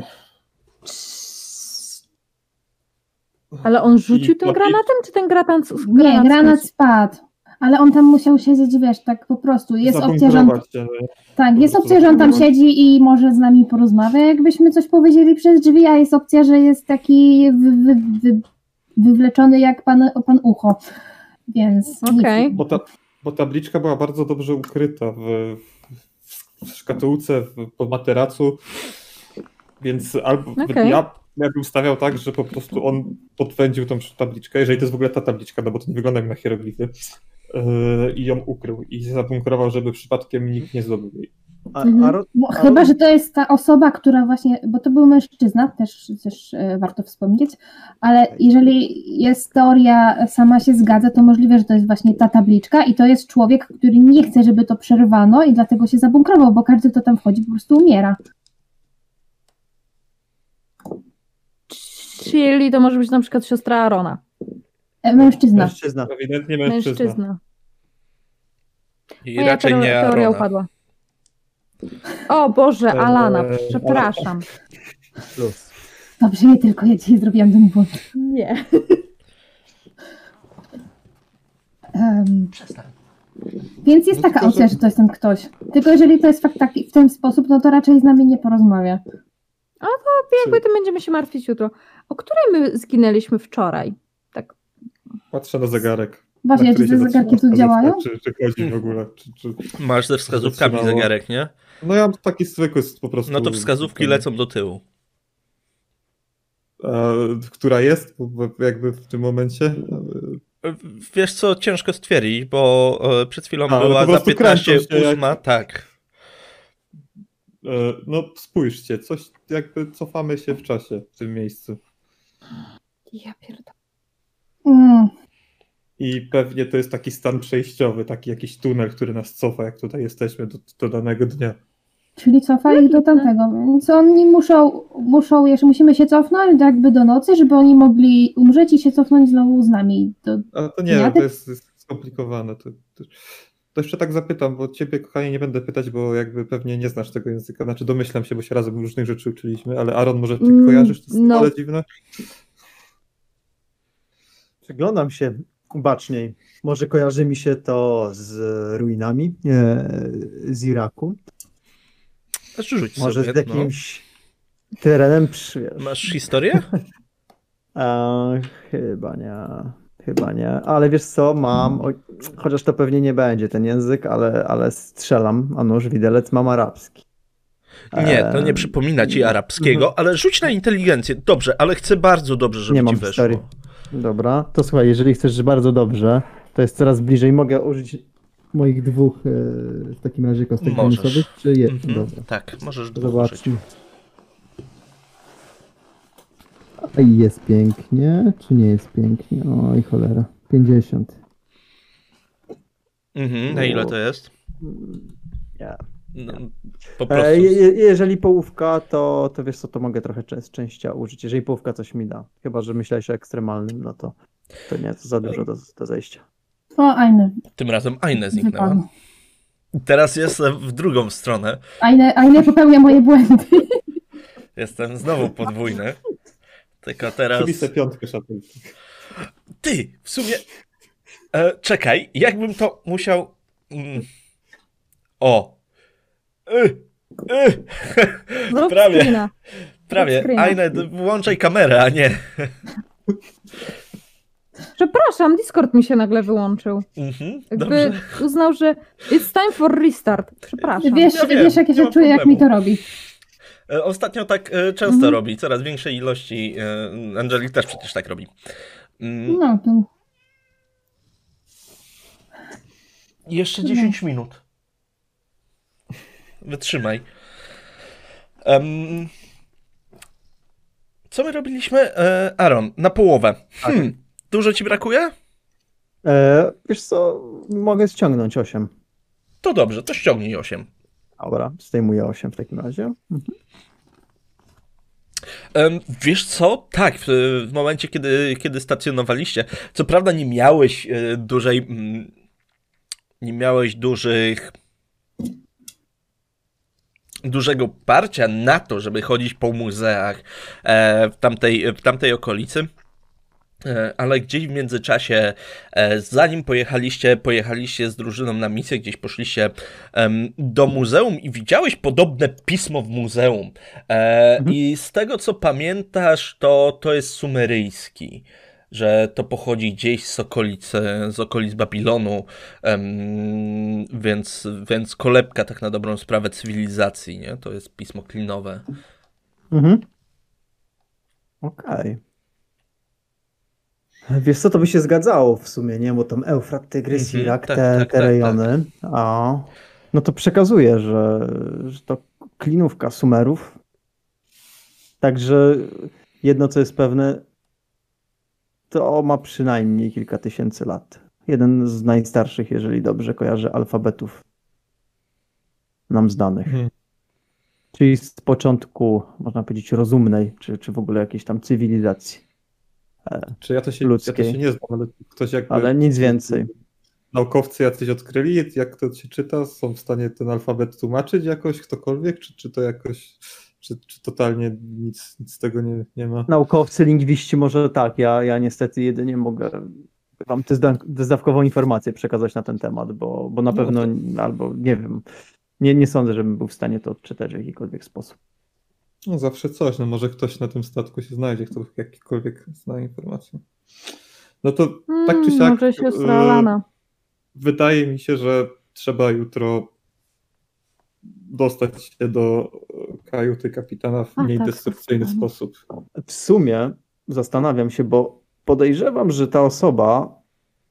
[SPEAKER 3] Ale on rzucił
[SPEAKER 4] I-
[SPEAKER 3] tym
[SPEAKER 4] i-
[SPEAKER 3] granatem, czy ten granat...
[SPEAKER 2] Nie,
[SPEAKER 3] granat
[SPEAKER 2] granat
[SPEAKER 3] skończył?
[SPEAKER 2] spadł. Ale on tam musiał siedzieć, wiesz, tak po prostu. Jest opcja, że on,
[SPEAKER 4] Zabunkrować się, nie?
[SPEAKER 2] tak,
[SPEAKER 4] po
[SPEAKER 2] jest
[SPEAKER 4] prostu
[SPEAKER 2] opcja, że on tam
[SPEAKER 4] zabunkrować.
[SPEAKER 2] siedzi i może z nami porozmawia, jakbyśmy coś powiedzieli przez drzwi, a jest opcja, że jest taki wy, wy, wy, wywleczony jak pan, pan ucho. Więc nic.
[SPEAKER 3] Okej.
[SPEAKER 4] Bo, ta, bo tabliczka była bardzo dobrze ukryta w, w, w szkatułce, w, po materacu, więc albo
[SPEAKER 3] Okej.
[SPEAKER 4] ja, ja bym stawiał tak, że po prostu on podpędził tą tabliczkę, jeżeli to jest w ogóle ta tabliczka, no bo to nie wygląda jak na hieroglify, yy, i ją ukrył i zabunkrował, żeby przypadkiem nikt nie zdobył jej.
[SPEAKER 5] A,
[SPEAKER 3] Mhm.
[SPEAKER 5] a, ro-
[SPEAKER 2] Bo
[SPEAKER 5] a
[SPEAKER 2] chyba,
[SPEAKER 5] ro-
[SPEAKER 2] że to jest ta osoba, która właśnie, bo to był mężczyzna, też, też e, warto wspomnieć, ale jeżeli jest teoria sama się zgadza, to możliwe, że to jest właśnie ta tabliczka i to jest człowiek, który nie chce, żeby to przerwano i dlatego się zabunkrował, bo każdy, kto tam wchodzi, po prostu umiera.
[SPEAKER 3] Czyli to może być na przykład siostra Arona.
[SPEAKER 2] E, Mężczyzna.
[SPEAKER 5] Mężczyzna.
[SPEAKER 4] Ewidentnie mężczyzna.
[SPEAKER 3] Mężczyzna.
[SPEAKER 1] I
[SPEAKER 3] Moja
[SPEAKER 1] raczej
[SPEAKER 3] teor-
[SPEAKER 1] nie
[SPEAKER 3] teoria
[SPEAKER 1] Arona.
[SPEAKER 3] upadła. O Boże, Alana,
[SPEAKER 4] Eee,
[SPEAKER 3] przepraszam.
[SPEAKER 5] Plus.
[SPEAKER 2] Dobrze, nie tylko ja dzisiaj zrobiłam ten błąd.
[SPEAKER 3] Nie.
[SPEAKER 2] Em,
[SPEAKER 1] Przestań.
[SPEAKER 2] więc jest
[SPEAKER 4] No
[SPEAKER 2] taka
[SPEAKER 4] tylko,
[SPEAKER 2] opcja,
[SPEAKER 4] że-
[SPEAKER 2] że to jest ten ktoś. Tylko jeżeli to jest fakt taki w ten sposób, no to raczej z nami nie porozmawia.
[SPEAKER 3] Jakby tym będziemy się martwić jutro. O której my zginęliśmy wczoraj? Tak.
[SPEAKER 4] Patrzę na zegarek.
[SPEAKER 2] Właśnie,
[SPEAKER 4] na
[SPEAKER 2] czy
[SPEAKER 4] który
[SPEAKER 2] te
[SPEAKER 4] się
[SPEAKER 2] zegarki tu
[SPEAKER 4] zatrzyma
[SPEAKER 2] działają?
[SPEAKER 4] wskazówka, Czy, czy chodzi w ogóle? Czy, czy...
[SPEAKER 1] Masz ze wskazówkami
[SPEAKER 4] Zatrzymało.
[SPEAKER 1] zegarek, nie?
[SPEAKER 4] No ja mam taki zwykły po prostu.
[SPEAKER 1] No to wskazówki lecą do tyłu.
[SPEAKER 4] A, która jest bo jakby w tym momencie?
[SPEAKER 1] Wiesz co, ciężko stwierdzić, bo e, przed chwilą
[SPEAKER 4] A, ale
[SPEAKER 1] była
[SPEAKER 4] po
[SPEAKER 1] za
[SPEAKER 4] prostu kręcą
[SPEAKER 1] piętnaście
[SPEAKER 4] się jak-
[SPEAKER 1] ósma, tak.
[SPEAKER 4] E, No spójrzcie, coś jakby cofamy się w czasie w tym miejscu.
[SPEAKER 3] Ja pierdolę.
[SPEAKER 2] Mm,
[SPEAKER 4] I pewnie to jest taki stan przejściowy, taki jakiś tunel, który nas cofa, jak tutaj jesteśmy do, do danego dnia.
[SPEAKER 2] czyli cofa ich do tamtego, więc oni muszą, muszą, jeszcze musimy się cofnąć jakby do nocy, żeby oni mogli umrzeć i się cofnąć znowu z nami. To,
[SPEAKER 4] A to
[SPEAKER 2] Ja
[SPEAKER 4] nie,
[SPEAKER 2] ty-
[SPEAKER 4] to jest, jest skomplikowane. To, to, to jeszcze tak zapytam, bo ciebie, kochanie, nie będę pytać, bo jakby pewnie nie znasz tego języka. Znaczy domyślam się, bo się razem różnych rzeczy uczyliśmy, ale Aaron, może ty
[SPEAKER 3] Mm,
[SPEAKER 4] kojarzysz to
[SPEAKER 3] no.
[SPEAKER 4] ale dziwne?
[SPEAKER 5] Przyglądam się baczniej. Może kojarzy mi się to z ruinami e, z Iraku.
[SPEAKER 1] Znaczy rzuć
[SPEAKER 5] Może
[SPEAKER 1] sobie,
[SPEAKER 5] z jakimś terenem przy...
[SPEAKER 1] no. Masz historię?
[SPEAKER 5] E, chyba nie. Chyba nie. Ale wiesz co, mam... O, chociaż to pewnie nie będzie ten język, ale, ale strzelam. A nóż widelec mam arabski.
[SPEAKER 1] Nie, to nie
[SPEAKER 5] Em,
[SPEAKER 1] przypomina ci arabskiego, ale rzuć na inteligencję. Dobrze, ale chcę bardzo dobrze, żeby
[SPEAKER 5] Nie
[SPEAKER 1] ci
[SPEAKER 5] mam
[SPEAKER 1] weszło.
[SPEAKER 5] historii. Dobra, to słuchaj, jeżeli chcesz bardzo dobrze, to jest coraz bliżej. Mogę użyć moich dwóch e, w takim razie kostek
[SPEAKER 1] Możesz.
[SPEAKER 5] bonusowych, czy je?
[SPEAKER 1] Mhm,
[SPEAKER 5] Dobra,
[SPEAKER 1] tak, możesz dwóch użyć.
[SPEAKER 5] zobaczmy. A i jest pięknie, czy nie jest pięknie? Oj cholera, pięćdziesiąt.
[SPEAKER 1] Mhm, na ile to jest?
[SPEAKER 5] Nie.
[SPEAKER 1] No, po prostu.
[SPEAKER 5] E, je, je- jeżeli połówka, to, to wiesz co, to mogę trochę czę- częściej użyć. Jeżeli połówka coś mi da. Chyba, że myślałeś o ekstremalnym, no to, to nie, to za dużo do, do zejścia.
[SPEAKER 2] o, Aine.
[SPEAKER 1] Tym razem Aine zniknęła.
[SPEAKER 2] Wypadło.
[SPEAKER 1] Teraz jestem w drugą stronę.
[SPEAKER 2] Aine, Aine popełnia moje błędy.
[SPEAKER 1] Jestem znowu podwójny. Tylko teraz...
[SPEAKER 4] Przybij sobie piątkę szatę.
[SPEAKER 1] Ty, w sumie... E, czekaj, jakbym to musiał... Mm. O! Y, y.
[SPEAKER 3] Zrób
[SPEAKER 1] Prawie,
[SPEAKER 3] screena.
[SPEAKER 1] prawie.
[SPEAKER 3] screena.
[SPEAKER 1] Aine, włączaj kamerę, a nie...
[SPEAKER 3] Przepraszam, Discord mi się nagle wyłączył.
[SPEAKER 1] Mhm,
[SPEAKER 3] Jakby
[SPEAKER 1] dobrze.
[SPEAKER 3] uznał, że it's time for restart. Przepraszam.
[SPEAKER 2] Wiesz,
[SPEAKER 1] Ja wiem,
[SPEAKER 2] wiesz jak ja
[SPEAKER 1] nie
[SPEAKER 2] się
[SPEAKER 1] ma
[SPEAKER 2] czuję, jak mi to
[SPEAKER 1] problemu.
[SPEAKER 2] robi.
[SPEAKER 1] E, Ostatnio tak e, często
[SPEAKER 2] Mhm.
[SPEAKER 1] robi, coraz większej ilości. E, Angelique też przecież tak robi. Mm,
[SPEAKER 2] No, to
[SPEAKER 1] Jeszcze dziesięć minut. Wytrzymaj. Em, co my robiliśmy? E, Aaron, na połowę. Hmm, dużo ci brakuje?
[SPEAKER 5] E, wiesz co, mogę ściągnąć osiem.
[SPEAKER 1] To dobrze, to ściągnij osiem.
[SPEAKER 5] Dobra, zdejmuję osiem w takim razie.
[SPEAKER 1] Em, wiesz co? Tak, w, w momencie, kiedy, kiedy stacjonowaliście, co prawda nie miałeś e, dużej... Mm, nie miałeś dużych... dużego parcia na to, żeby chodzić po muzeach e, w, tamtej, w tamtej okolicy. E, Ale gdzieś w międzyczasie, e, zanim pojechaliście, pojechaliście z drużyną na misję, gdzieś poszliście em, do muzeum i widziałeś podobne pismo w muzeum. E,
[SPEAKER 5] Mhm.
[SPEAKER 1] I z tego, co pamiętasz, to, to jest sumeryjski, że to pochodzi gdzieś z okolic, z okolic Babilonu, em, więc, więc kolebka tak na dobrą sprawę cywilizacji, nie? To jest pismo klinowe.
[SPEAKER 5] Mhm. Okej. Wiesz co, to by się zgadzało w sumie, nie? Bo tam Eufrat, Tygrys,
[SPEAKER 1] Mhm,
[SPEAKER 5] Irak,
[SPEAKER 1] tak,
[SPEAKER 5] te,
[SPEAKER 1] tak,
[SPEAKER 5] te
[SPEAKER 1] tak,
[SPEAKER 5] rejony. A, no to przekazuję, że, że to klinówka Sumerów. Także jedno, co jest pewne, to ma przynajmniej kilka tysięcy lat. Jeden z najstarszych, jeżeli dobrze kojarzę, alfabetów nam znanych.
[SPEAKER 4] Mhm.
[SPEAKER 5] Czyli z początku, można powiedzieć, rozumnej, czy, czy w ogóle jakiejś tam cywilizacji.
[SPEAKER 4] Czy ja to się, ja
[SPEAKER 5] Ludzkiej.
[SPEAKER 4] to się nie znam, ale ktoś jakby...
[SPEAKER 5] Ale nic więcej.
[SPEAKER 4] Naukowcy jacyś odkryli, jak to się czyta, są w stanie ten alfabet tłumaczyć jakoś, ktokolwiek, czy, czy to jakoś, czy, czy totalnie nic, nic z tego nie, nie ma?
[SPEAKER 5] Naukowcy, lingwiści może tak, ja, ja niestety jedynie mogę wam tę zda- zdawkową informację przekazać na ten temat, bo, bo na
[SPEAKER 4] No
[SPEAKER 5] pewno,
[SPEAKER 4] to-
[SPEAKER 5] albo nie wiem, nie, nie sądzę, żebym był w stanie to odczytać w jakikolwiek sposób.
[SPEAKER 4] No zawsze coś, no może ktoś na tym statku się znajdzie, kto jakikolwiek zna informację. No to tak czy
[SPEAKER 3] Mm,
[SPEAKER 4] siak,
[SPEAKER 3] Może siostra
[SPEAKER 4] e,
[SPEAKER 3] Alana.
[SPEAKER 4] wydaje mi się, że trzeba jutro dostać się do e, kajuty kapitana w
[SPEAKER 3] A,
[SPEAKER 4] mniej
[SPEAKER 3] tak,
[SPEAKER 4] destrukcyjny
[SPEAKER 3] zdecydowanie.
[SPEAKER 4] sposób.
[SPEAKER 5] W sumie zastanawiam się, bo podejrzewam, że ta osoba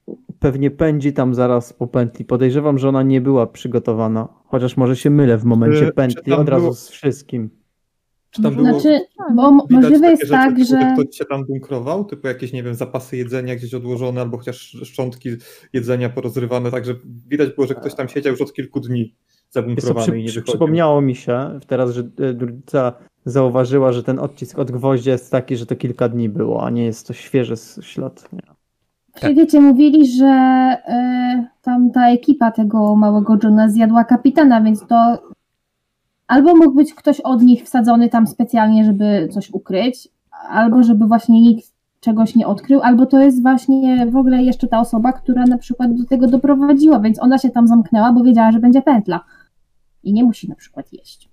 [SPEAKER 5] pewnie pędzi tam zaraz po pętli. Podejrzewam, że ona nie była przygotowana. Chociaż może się mylę w momencie
[SPEAKER 4] Czy- czy
[SPEAKER 5] pętli
[SPEAKER 4] tam
[SPEAKER 5] od razu
[SPEAKER 4] było-
[SPEAKER 5] z wszystkim.
[SPEAKER 4] Czy tam było
[SPEAKER 2] Znaczy, bo m-
[SPEAKER 4] widać
[SPEAKER 2] możliwe
[SPEAKER 4] takie
[SPEAKER 2] jest
[SPEAKER 4] rzeczy,
[SPEAKER 2] tak,
[SPEAKER 4] typu,
[SPEAKER 2] że...
[SPEAKER 4] ktoś się tam bunkrował, typu jakieś, nie wiem, zapasy jedzenia gdzieś odłożone, albo chociaż szczątki jedzenia porozrywane, także widać było, że ktoś tam siedział już od kilku dni
[SPEAKER 5] Wiesz co,
[SPEAKER 4] zabunkrowany
[SPEAKER 5] przy,
[SPEAKER 4] i nie
[SPEAKER 5] przy,
[SPEAKER 4] wychodził.
[SPEAKER 5] przypomniało mi się teraz, że e, druica zauważyła, że ten odcisk od gwoździa jest taki, że to kilka dni było, a nie jest to świeży s- ślad. Nie.
[SPEAKER 2] Czyli wiecie, mówili, że y, tam ta ekipa tego małego Johna zjadła kapitana, więc to albo mógł być ktoś od nich wsadzony tam specjalnie, żeby coś ukryć, albo żeby właśnie nikt czegoś nie odkrył, albo to jest właśnie w ogóle jeszcze ta osoba, która na przykład do tego doprowadziła, więc ona się tam zamknęła, bo wiedziała, że będzie pętla i nie musi na przykład jeść.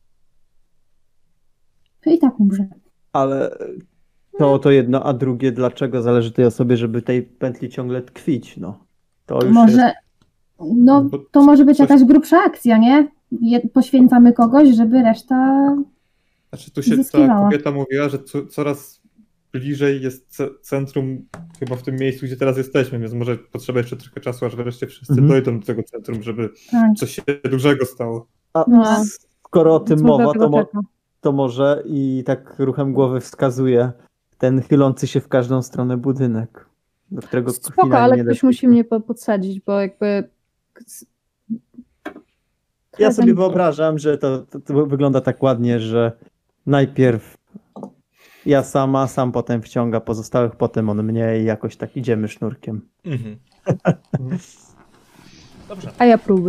[SPEAKER 2] To i tak umrze.
[SPEAKER 5] Ale to, to jedno, a drugie, dlaczego zależy tej osobie, żeby tej pętli ciągle tkwić, no. To już
[SPEAKER 2] Może,
[SPEAKER 5] jest...
[SPEAKER 2] no
[SPEAKER 4] Bo
[SPEAKER 2] to może być
[SPEAKER 4] coś-
[SPEAKER 2] jakaś grubsza akcja, nie? Je- Poświęcamy kogoś, żeby reszta...
[SPEAKER 4] Znaczy tu się ta
[SPEAKER 2] zyskiwała.
[SPEAKER 4] kobieta mówiła, że co, coraz bliżej jest ce- centrum chyba w tym miejscu, gdzie teraz jesteśmy, więc może potrzeba jeszcze trochę czasu, aż wreszcie wszyscy
[SPEAKER 5] Mhm.
[SPEAKER 4] dojdą do tego centrum, żeby
[SPEAKER 2] Tak.
[SPEAKER 4] coś się dużego stało.
[SPEAKER 5] A
[SPEAKER 2] No.
[SPEAKER 5] skoro o tym
[SPEAKER 3] Więc może
[SPEAKER 5] mowa, to,
[SPEAKER 3] dlatego
[SPEAKER 5] mo-
[SPEAKER 3] czeka.
[SPEAKER 5] to może i tak ruchem głowy wskazuje ten chylący się w każdą stronę budynek, do którego
[SPEAKER 3] Spoko,
[SPEAKER 5] finalnie
[SPEAKER 3] ale
[SPEAKER 5] nie
[SPEAKER 3] ktoś
[SPEAKER 5] doszliśmy.
[SPEAKER 3] musi mnie po- podsadzić, bo jakby...
[SPEAKER 5] Ja sobie
[SPEAKER 3] Trochę-
[SPEAKER 5] wyobrażam, że to, to, to wygląda tak ładnie, że najpierw ja sama, sam potem wciąga pozostałych, potem on mnie i jakoś tak idziemy sznurkiem.
[SPEAKER 1] Mhm. Dobrze.
[SPEAKER 3] A ja próbuję.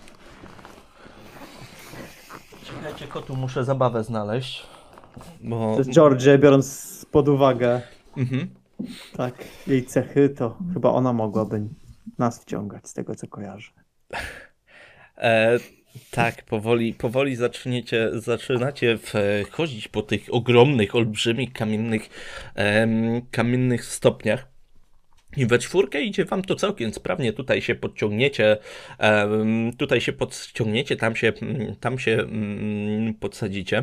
[SPEAKER 1] Czekajcie, kotu, muszę zabawę znaleźć. Bo...
[SPEAKER 5] Przez Georgię, biorąc pod uwagę
[SPEAKER 1] Mhm.
[SPEAKER 5] tak jej cechy, to chyba ona mogłaby nas wciągać, z tego co kojarzę.
[SPEAKER 1] E, tak, powoli, powoli zaczniecie, zaczynacie wchodzić po tych ogromnych, olbrzymich, kamiennych, em, kamiennych stopniach. I we czwórkę idzie wam to całkiem sprawnie. Tutaj się podciągniecie, em, tutaj się podciągniecie, tam się, tam się mm, podsadzicie.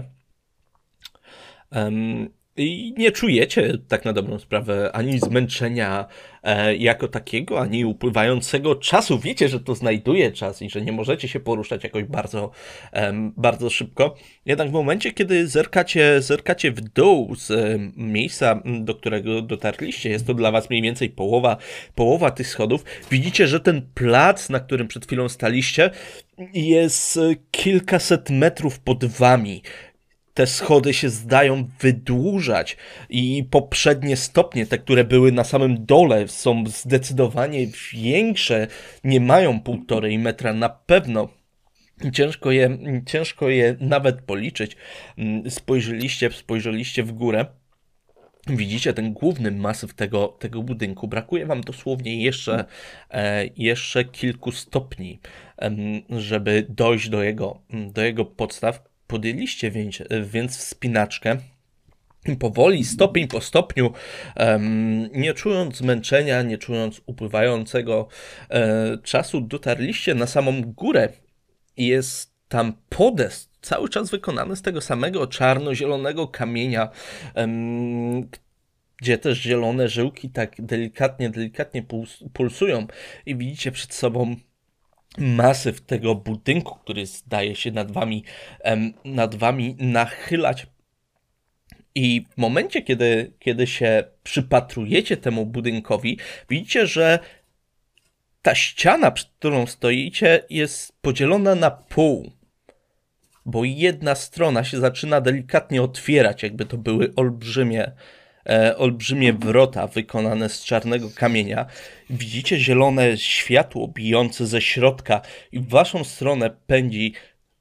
[SPEAKER 1] Em, I nie czujecie tak na dobrą sprawę ani zmęczenia e, jako takiego, ani upływającego czasu. Wiecie, że to znajduje czas i że nie możecie się poruszać jakoś bardzo, em, bardzo szybko. Jednak w momencie, kiedy zerkacie, zerkacie w dół z e, miejsca, m, do którego dotarliście, jest to dla was mniej więcej połowa, połowa tych schodów, widzicie, że ten plac, na którym przed chwilą staliście, jest e, kilkaset metrów pod wami. Te schody się zdają wydłużać i poprzednie stopnie, te, które były na samym dole, są zdecydowanie większe, nie mają półtorej metra na pewno. Ciężko je, ciężko je nawet policzyć. Spojrzeliście, spojrzeliście w górę. Widzicie ten główny masyw tego, tego budynku. Brakuje wam dosłownie jeszcze, e, jeszcze kilku stopni, em, żeby dojść do jego, do jego podstaw. Podjęliście więc, więc wspinaczkę. Powoli, stopień po stopniu, em, nie czując zmęczenia, nie czując upływającego e, czasu, dotarliście na samą górę. I jest tam podest, cały czas wykonany z tego samego czarno-zielonego kamienia, em, gdzie też zielone żyłki tak delikatnie, delikatnie puls- pulsują. I widzicie przed sobą masyw tego budynku, który zdaje się nad wami, em, nad wami nachylać. I w momencie, kiedy, kiedy się przypatrujecie temu budynkowi, widzicie, że ta ściana, przed którą stoicie, jest podzielona na pół. Bo jedna strona się zaczyna delikatnie otwierać, jakby to były olbrzymie, e, olbrzymie wrota wykonane z czarnego kamienia. Widzicie zielone światło bijące ze środka i w waszą stronę pędzi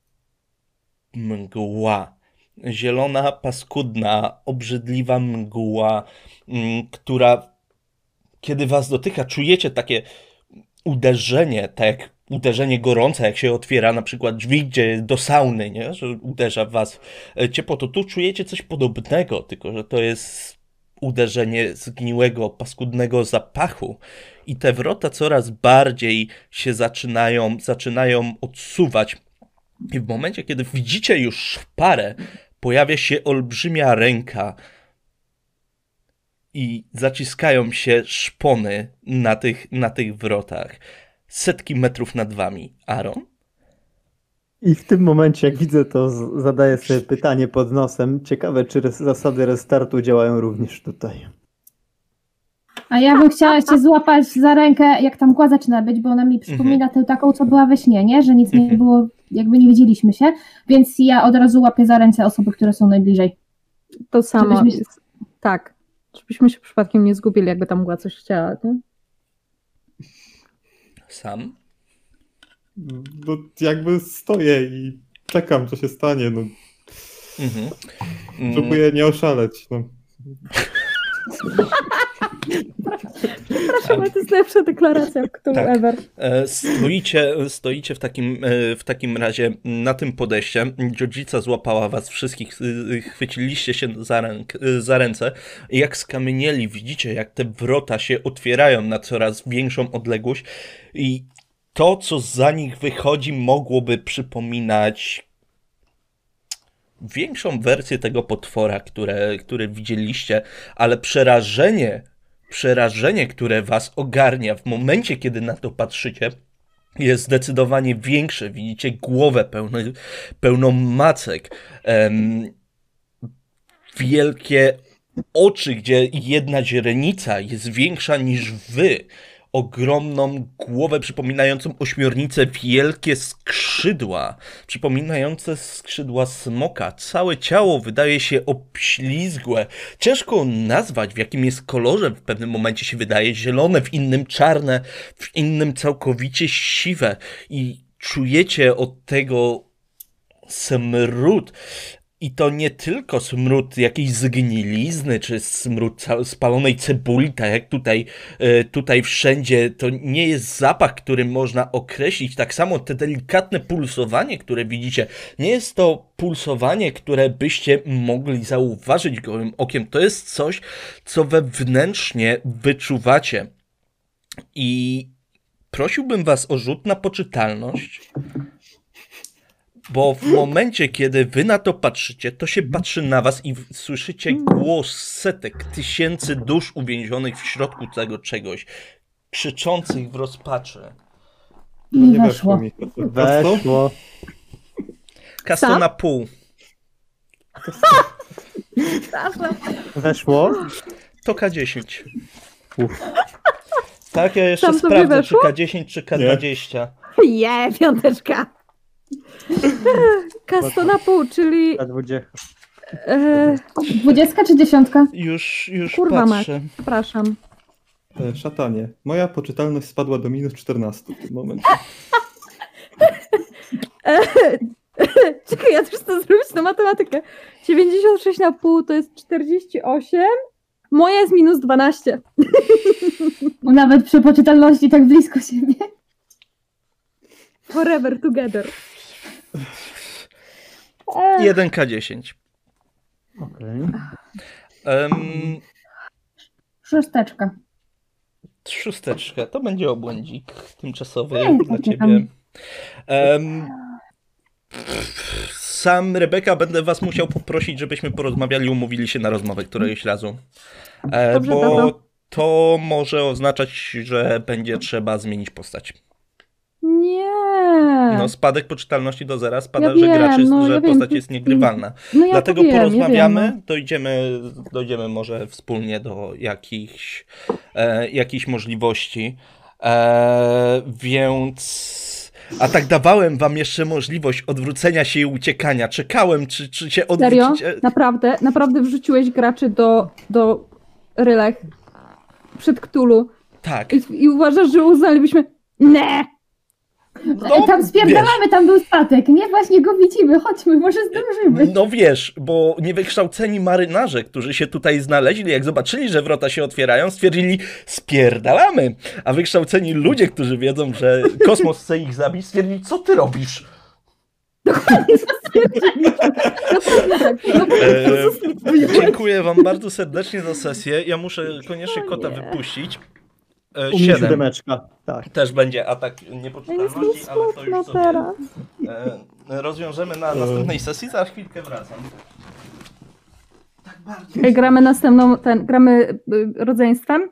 [SPEAKER 1] mgła. Zielona, paskudna, obrzydliwa mgła, mm, która kiedy was dotyka, czujecie takie uderzenie, tak jak uderzenie gorące, jak się otwiera na przykład drzwi gdzie do sauny, nie? Że uderza w was ciepło, to tu czujecie coś podobnego, tylko że to jest uderzenie zgniłego, paskudnego zapachu i te wrota coraz bardziej się zaczynają, zaczynają odsuwać. I w momencie, kiedy widzicie już szparę, pojawia się olbrzymia ręka i zaciskają się szpony na tych, na tych wrotach. Setki metrów nad wami. Aaron?
[SPEAKER 5] I w tym momencie, jak widzę to, z- zadaję sobie pytanie pod nosem. Ciekawe, czy res- zasady restartu działają również tutaj.
[SPEAKER 2] A ja bym chciała cię złapać za rękę, jak ta mgła zaczyna być, bo ona mi przypomina tę taką, co była we śnie, nie? Że nic nie
[SPEAKER 1] Mhm.
[SPEAKER 2] było, jakby nie widzieliśmy się, więc ja od razu łapię za ręce osoby, które są najbliżej.
[SPEAKER 3] To samo.
[SPEAKER 2] Żebyśmy się-
[SPEAKER 3] Tak. Żebyśmy się przypadkiem nie zgubili, jakby tam była coś chciała. Nie?
[SPEAKER 1] Sam?
[SPEAKER 4] No, jakby stoję i czekam, co się stanie. No,
[SPEAKER 1] Mhm. Mm,
[SPEAKER 4] próbuję nie oszaleć. No.
[SPEAKER 3] Przepraszam, ale to jest najlepsza deklaracja, którą
[SPEAKER 1] Tak.
[SPEAKER 3] ever.
[SPEAKER 1] E, Stoicie, stoicie w, takim, e, w takim razie na tym podejście. Dziodzica złapała was wszystkich, e, chwyciliście się za, ręk, e, za ręce i jak skamienieli widzicie, jak te wrota się otwierają na coraz większą odległość i to, co za nich wychodzi, mogłoby przypominać większą wersję tego potwora, które, które widzieliście, ale przerażenie, przerażenie, które was ogarnia w momencie, kiedy na to patrzycie, jest zdecydowanie większe. Widzicie głowę pełną, pełną macek, em, wielkie oczy, gdzie jedna źrenica jest większa niż wy. Ogromną głowę przypominającą ośmiornicę, wielkie skrzydła, przypominające skrzydła smoka. Całe ciało wydaje się obślizgłe. Ciężko nazwać, w jakim jest kolorze. W pewnym momencie się wydaje zielone, w innym czarne, w innym całkowicie siwe. I czujecie od tego smród. I to nie tylko smród jakiejś zgnilizny, czy smród ca- spalonej cebuli, tak jak tutaj, e, tutaj wszędzie. To nie jest zapach, który można określić. Tak samo te delikatne pulsowanie, które widzicie, nie jest to pulsowanie, które byście mogli zauważyć gołym okiem. To jest coś, co wewnętrznie wyczuwacie. I prosiłbym was o rzut na poczytalność. Bo w momencie, kiedy wy na to patrzycie, to się patrzy na was i w- słyszycie głos setek, tysięcy dusz uwięzionych w środku tego czegoś, krzyczących w rozpaczy.
[SPEAKER 4] No,
[SPEAKER 2] Nie
[SPEAKER 4] nie
[SPEAKER 2] weszło.
[SPEAKER 4] mi. A co?
[SPEAKER 5] Weszło.
[SPEAKER 1] Kasto
[SPEAKER 3] Sam?
[SPEAKER 1] na pół.
[SPEAKER 5] Weszło.
[SPEAKER 1] To K dziesięć.
[SPEAKER 5] Uf.
[SPEAKER 1] Tak, ja jeszcze
[SPEAKER 3] Tam sobie
[SPEAKER 1] sprawdzę, czy
[SPEAKER 3] weszło?
[SPEAKER 1] K dziesięć, czy K dwadzieścia.
[SPEAKER 3] Je, piąteczka. Kasto na pół, czyli
[SPEAKER 5] Na dwudziestkę.
[SPEAKER 3] e,
[SPEAKER 2] Dwudziestka czy dziesiątka?
[SPEAKER 1] Już, już
[SPEAKER 3] Kurwa mać.
[SPEAKER 1] patrzę.
[SPEAKER 3] przepraszam.
[SPEAKER 4] E, Szatanie. Moja poczytalność spadła do minus czternaście w tym momencie.
[SPEAKER 3] E, czekaj, ja też chcę zrobić na matematykę. dziewięćdziesiąt sześć na pół to jest czterdzieści osiem. Moja jest minus dwanaście.
[SPEAKER 2] Nawet przy poczytalności tak blisko siebie.
[SPEAKER 3] Forever together. E,
[SPEAKER 1] jeden K dziesięć.
[SPEAKER 5] Okej.
[SPEAKER 1] Um,
[SPEAKER 2] Szósteczka.
[SPEAKER 1] Szósteczka, to będzie obłędzik tymczasowy
[SPEAKER 2] Nie,
[SPEAKER 1] dla
[SPEAKER 2] takie
[SPEAKER 1] ciebie.
[SPEAKER 2] tam.
[SPEAKER 1] Em, sam, Rebeka, będę was musiał poprosić, żebyśmy porozmawiali, umówili się na rozmowę któregoś razu. E,
[SPEAKER 3] Dobrze,
[SPEAKER 1] bo
[SPEAKER 3] tato.
[SPEAKER 1] to może oznaczać, że będzie trzeba zmienić postać.
[SPEAKER 3] nie.
[SPEAKER 1] No, spadek poczytalności do zera spada,
[SPEAKER 3] Ja
[SPEAKER 1] że
[SPEAKER 3] wiem,
[SPEAKER 1] graczy,
[SPEAKER 3] no,
[SPEAKER 1] że
[SPEAKER 3] ja wiem.
[SPEAKER 1] postać jest niegrywalna.
[SPEAKER 3] No ja
[SPEAKER 1] Dlatego
[SPEAKER 3] to wiem,
[SPEAKER 1] porozmawiamy,
[SPEAKER 3] ja wiem, no.
[SPEAKER 1] dojdziemy, dojdziemy może wspólnie do jakichś, e, jakichś możliwości. E, więc... A tak dawałem wam jeszcze możliwość odwrócenia się i uciekania. Czekałem, czy, czy się
[SPEAKER 3] Serio?
[SPEAKER 1] odwrócicie.
[SPEAKER 3] Naprawdę? Naprawdę wrzuciłeś graczy do, do rylek przed Cthulhu
[SPEAKER 1] Tak.
[SPEAKER 3] I, i uważasz, że uznalibyśmy nie!
[SPEAKER 2] E, tam spierdalamy, tam był statek. Nie, właśnie go widzimy. Chodźmy, może zdążymy.
[SPEAKER 1] No wiesz, bo niewykształceni marynarze, którzy się tutaj znaleźli, jak zobaczyli, że wrota się otwierają, stwierdzili, spierdalamy. A wykształceni ludzie, którzy wiedzą, że kosmos chce ich zabić, stwierdzili, co ty robisz?
[SPEAKER 3] Dokładnie stwierdziliśmy. Dokładnie tak. No,
[SPEAKER 1] E, dziękuję wam bardzo serdecznie za sesję. Ja muszę koniecznie
[SPEAKER 3] O
[SPEAKER 1] kota
[SPEAKER 3] nie.
[SPEAKER 1] wypuścić. E,
[SPEAKER 5] U mnie
[SPEAKER 1] Siedem.
[SPEAKER 5] siódemeczka. Tak.
[SPEAKER 1] Też będzie atak
[SPEAKER 3] ja jest mi
[SPEAKER 1] niepoczytalności, ale to
[SPEAKER 3] smutno
[SPEAKER 1] już sobie
[SPEAKER 3] teraz.
[SPEAKER 1] e, rozwiążemy na następnej sesji. Za chwilkę wracam. Tak
[SPEAKER 3] Ej, gramy następną, ten, gramy y, rodzeństwem?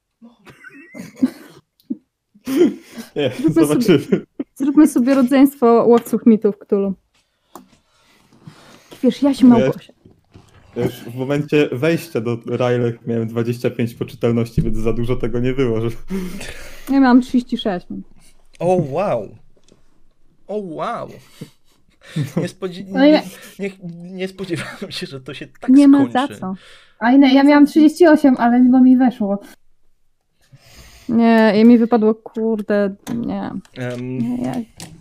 [SPEAKER 4] Nie,
[SPEAKER 3] Zróbmy
[SPEAKER 4] zobaczymy.
[SPEAKER 3] Zróbmy sobie rodzeństwo łowców mitów Cthulhu. Wiesz, Jaś i Małgosia.
[SPEAKER 4] Ja już w momencie wejścia do Rajlech miałem dwadzieścia pięć poczytalności, więc za dużo tego nie było. Że...
[SPEAKER 3] Ja miałam trzydzieści sześć.
[SPEAKER 1] O wow. O wow. Nie, spodzi-
[SPEAKER 2] No
[SPEAKER 1] nie, nie, nie spodziewałem się, że to się tak
[SPEAKER 3] Nie ma
[SPEAKER 1] skończy.
[SPEAKER 3] za co.
[SPEAKER 2] A inne, ja miałam trzydzieści osiem, ale mimo mi weszło.
[SPEAKER 3] Nie, i mi wypadło, kurde, nie.
[SPEAKER 1] Um,
[SPEAKER 3] nie ja...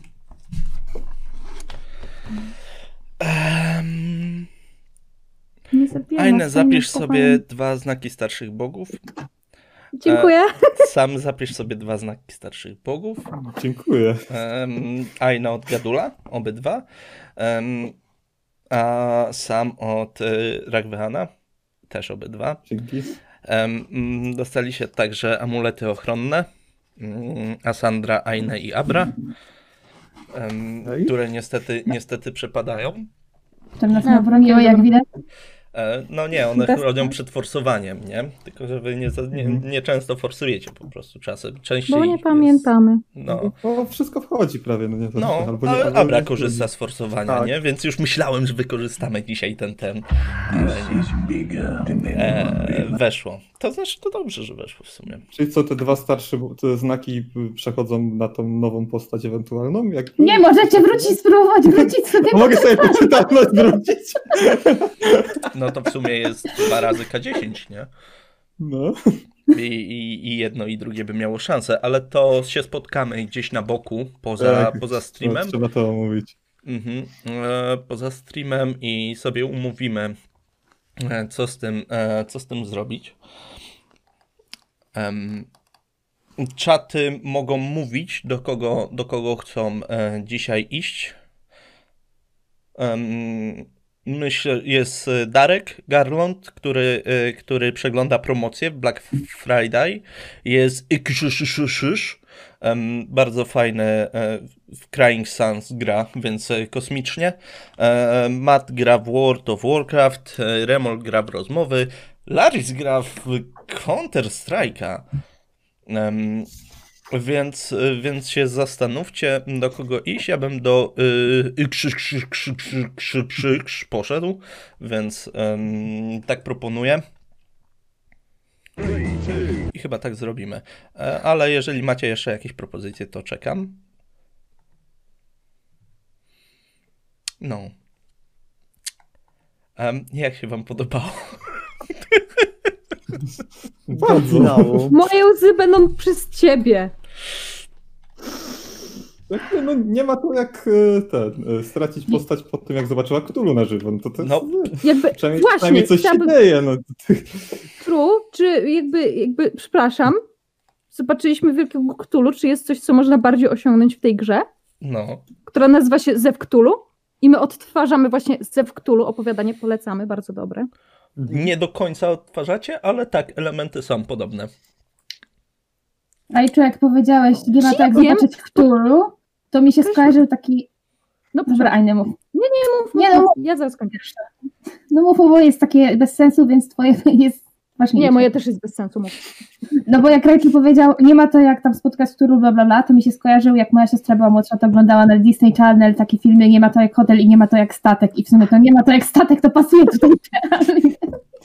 [SPEAKER 1] um,
[SPEAKER 3] nie zabijam
[SPEAKER 1] Aine,
[SPEAKER 3] nas,
[SPEAKER 1] zapisz
[SPEAKER 3] spokojnie.
[SPEAKER 1] sobie dwa znaki starszych bogów.
[SPEAKER 3] Dziękuję.
[SPEAKER 1] Sam zapisz sobie dwa znaki starszych bogów.
[SPEAKER 4] Dziękuję.
[SPEAKER 1] Um, Aina od Gadula, obydwa. Um, a sam od y, Ragwehana, też obydwa.
[SPEAKER 4] Dzięki.
[SPEAKER 1] Um, mm, dostali się także amulety ochronne. Um, Asandra, Aine i Abra. Um,
[SPEAKER 4] Ej.
[SPEAKER 1] które niestety, niestety przepadają.
[SPEAKER 2] Które nas
[SPEAKER 3] No,
[SPEAKER 2] nie obroniło,
[SPEAKER 3] okej,
[SPEAKER 2] jak
[SPEAKER 3] dobra.
[SPEAKER 2] widać.
[SPEAKER 1] E, No nie, one
[SPEAKER 3] Bez-
[SPEAKER 1] chronią przed forsowaniem, nie? Tylko, że wy nie, za- nie, nie często forsujecie po prostu czasem. Częściej
[SPEAKER 3] Bo nie
[SPEAKER 1] jest-
[SPEAKER 3] pamiętamy.
[SPEAKER 1] No,
[SPEAKER 4] Bo wszystko wchodzi prawie. No, nie,
[SPEAKER 1] no
[SPEAKER 4] albo nie,
[SPEAKER 1] ale
[SPEAKER 4] albo
[SPEAKER 1] Abra
[SPEAKER 4] nie-
[SPEAKER 1] korzysta z forsowania,
[SPEAKER 4] Tak.
[SPEAKER 1] nie? Więc już myślałem, że wykorzystamy dzisiaj ten ten. Ale nie. E, weszło. To znaczy, to dobrze, że weszło w sumie.
[SPEAKER 4] Czyli co, te dwa starsze te znaki przechodzą na tą nową postać ewentualną? Jakby?
[SPEAKER 2] Nie, możecie wrócić, spróbować wrócić sobie.
[SPEAKER 4] No, mogę sobie poczytalność zwrócić.
[SPEAKER 1] No to w sumie jest dwa razy K dziesięć, nie?
[SPEAKER 4] No.
[SPEAKER 1] I, i, I jedno i drugie by miało szansę, ale to się spotkamy gdzieś na boku, poza,
[SPEAKER 4] Tak,
[SPEAKER 1] poza streamem.
[SPEAKER 4] Trzeba to omówić.
[SPEAKER 1] Mhm. E, poza streamem i sobie umówimy, e, co z tym, e, co z tym zrobić. Em, Czaty mogą mówić, do kogo, do kogo chcą e, dzisiaj iść. Em, Myślę, jest e, Darek Garland, który, e, który przegląda promocję w Black Friday. Jest Ikszyszyszysz. Um, bardzo fajne, e, w Crying Suns gra, więc e, kosmicznie. E, Matt gra w World of Warcraft, e, Remol gra w rozmowy, Laris gra w Counter-Strike'a. Em, więc, e, więc się zastanówcie, do kogo iść. Ja bym do y, krzyk, krzyk, krzyk, krzyk, krzyk, krzyk poszedł, więc em, tak proponuję. I chyba tak zrobimy. E, Ale jeżeli macie jeszcze jakieś propozycje, to czekam. No. Em, jak się wam podobało?
[SPEAKER 4] Bardzo.
[SPEAKER 5] Finało.
[SPEAKER 3] Moje łzy będą przez ciebie.
[SPEAKER 4] Jakby, no, nie ma to jak e, ten, e, stracić postać po tym, jak zobaczyła Cthulhu na żywo. No to, to jest,
[SPEAKER 1] No.
[SPEAKER 3] Jakby,
[SPEAKER 4] przynajmniej,
[SPEAKER 3] właśnie,
[SPEAKER 4] przynajmniej coś
[SPEAKER 3] chciałabym...
[SPEAKER 4] się dzieje. No.
[SPEAKER 3] True, czy jakby, jakby, przepraszam, zobaczyliśmy Wielkiego Cthulhu, czy jest coś, co można bardziej osiągnąć w tej grze,
[SPEAKER 1] No.
[SPEAKER 3] która nazywa się Zew Cthulhu i my odtwarzamy właśnie Zew Cthulhu, opowiadanie polecamy, bardzo dobre.
[SPEAKER 1] Nie do końca odtwarzacie, ale tak, elementy są podobne.
[SPEAKER 2] Rajczu, jak powiedziałeś, nie ma to jak
[SPEAKER 3] Wiem.
[SPEAKER 2] zobaczyć Cthulhu, to mi się skojarzył taki...
[SPEAKER 3] No
[SPEAKER 2] Dobra, Aine, mów.
[SPEAKER 3] Nie, mów,
[SPEAKER 2] Nie,
[SPEAKER 3] mów,
[SPEAKER 2] no,
[SPEAKER 3] mów. Ja zaraz kończę.
[SPEAKER 2] No mów, bo jest takie bez sensu, więc twoje jest ważniejsze.
[SPEAKER 3] Nie, moje też jest bez sensu, mów.
[SPEAKER 2] No bo jak Rajczu powiedział, nie ma to jak tam spotkać Cthulhu, bla bla bla, to mi się skojarzył, jak moja siostra była młodsza, to oglądała na Disney Channel takie filmy, nie ma to jak hotel i nie ma to jak statek. I w sumie to nie ma to jak statek, to pasuje tutaj idealnie.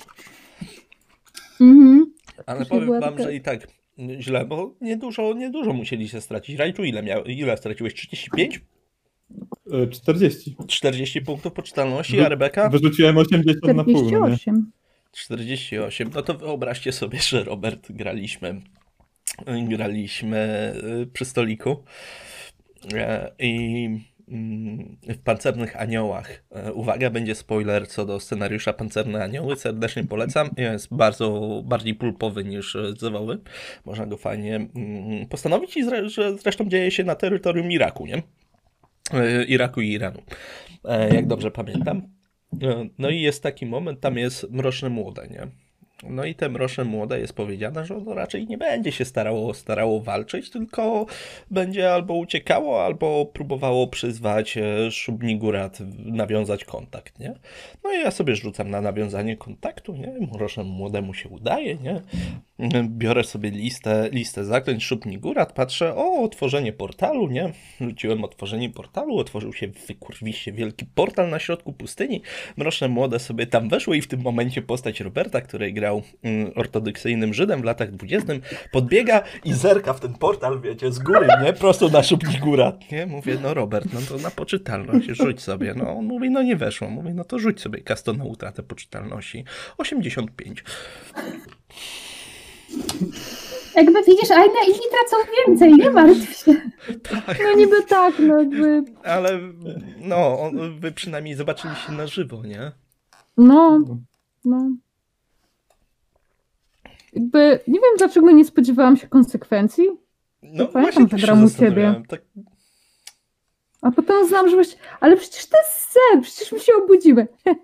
[SPEAKER 3] Mhm.
[SPEAKER 1] Ale
[SPEAKER 3] Też nie
[SPEAKER 1] powiem
[SPEAKER 3] była
[SPEAKER 1] wam,
[SPEAKER 3] taka-
[SPEAKER 1] że i tak źle, bo niedużo, niedużo musieliście stracić. Rajczu, ile, miał, ile straciłeś? trzydzieści pięć?
[SPEAKER 4] E, czterdzieści.
[SPEAKER 1] czterdzieści punktów poczytalności,
[SPEAKER 4] Wy-
[SPEAKER 1] a Rebeka?
[SPEAKER 4] Wyrzuciłem osiemdziesiąt na pół.
[SPEAKER 3] czterdzieści
[SPEAKER 4] No, nie?
[SPEAKER 3] osiem.
[SPEAKER 1] czterdzieści osiem. No to wyobraźcie sobie, że Robert graliśmy graliśmy y, przy stoliku e, i mm, w Pancernych Aniołach. E, Uwaga, będzie spoiler co do scenariusza Pancerne Anioły. Serdecznie polecam. Jest bardzo bardziej pulpowy niż e, Zewowy. Można go fajnie mm, postanowić i zre, że zresztą dzieje się na terytorium Iraku, nie? E, Iraku i Iranu. E, jak dobrze pamiętam. E, No i jest taki moment, tam jest Mroczne Młode, nie? No i te mroczne młode jest powiedziane, że ono raczej nie będzie się starało, starało walczyć, tylko będzie albo uciekało, albo próbowało przyzwać e, Szubnigurat, nawiązać kontakt, nie? No i ja sobie rzucam na nawiązanie kontaktu, nie? Mrocznemu młodemu się udaje, nie? Biorę sobie listę, listę zaklęć Szubnigurat, patrzę, o, otworzenie portalu, nie? Rzuciłem otworzenie portalu, otworzył się wykurwiście wielki portal na środku pustyni. Mroczne młode sobie tam weszły i w tym momencie postać Roberta, który grał mm, ortodoksyjnym Żydem w latach dwudziestych, podbiega i zerka w ten portal, wiecie, z góry, nie? Prosto na Szubnigurat, nie? Mówię, no Robert, no to na poczytalność, rzuć sobie. No on mówi, no nie weszło. Mówi, no to rzuć sobie kasto na utratę poczytalności. osiemdziesiąt pięć.
[SPEAKER 2] Jakby widzisz, a inne inni tracą więcej, nie martw się.
[SPEAKER 1] Tak,
[SPEAKER 3] No niby tak, no jakby...
[SPEAKER 1] ale no, on, wy przynajmniej zobaczyliście na żywo, nie?
[SPEAKER 3] No, no. Jakby, nie wiem dlaczego nie spodziewałam się konsekwencji,
[SPEAKER 1] No
[SPEAKER 3] pamiętam,
[SPEAKER 1] właśnie
[SPEAKER 3] że
[SPEAKER 1] też się
[SPEAKER 3] gram u
[SPEAKER 1] zastanawiałem,
[SPEAKER 3] ciebie.
[SPEAKER 1] Tak,
[SPEAKER 3] a potem znam, że właśnie, ale przecież to jest sen, przecież my się obudzimy.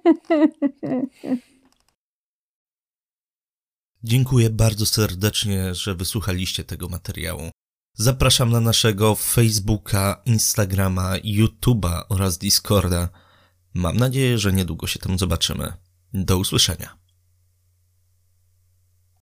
[SPEAKER 1] Dziękuję bardzo serdecznie, że wysłuchaliście tego materiału. Zapraszam na naszego Facebooka, Instagrama, YouTube'a oraz Discorda. Mam nadzieję, że niedługo się tam zobaczymy. Do usłyszenia.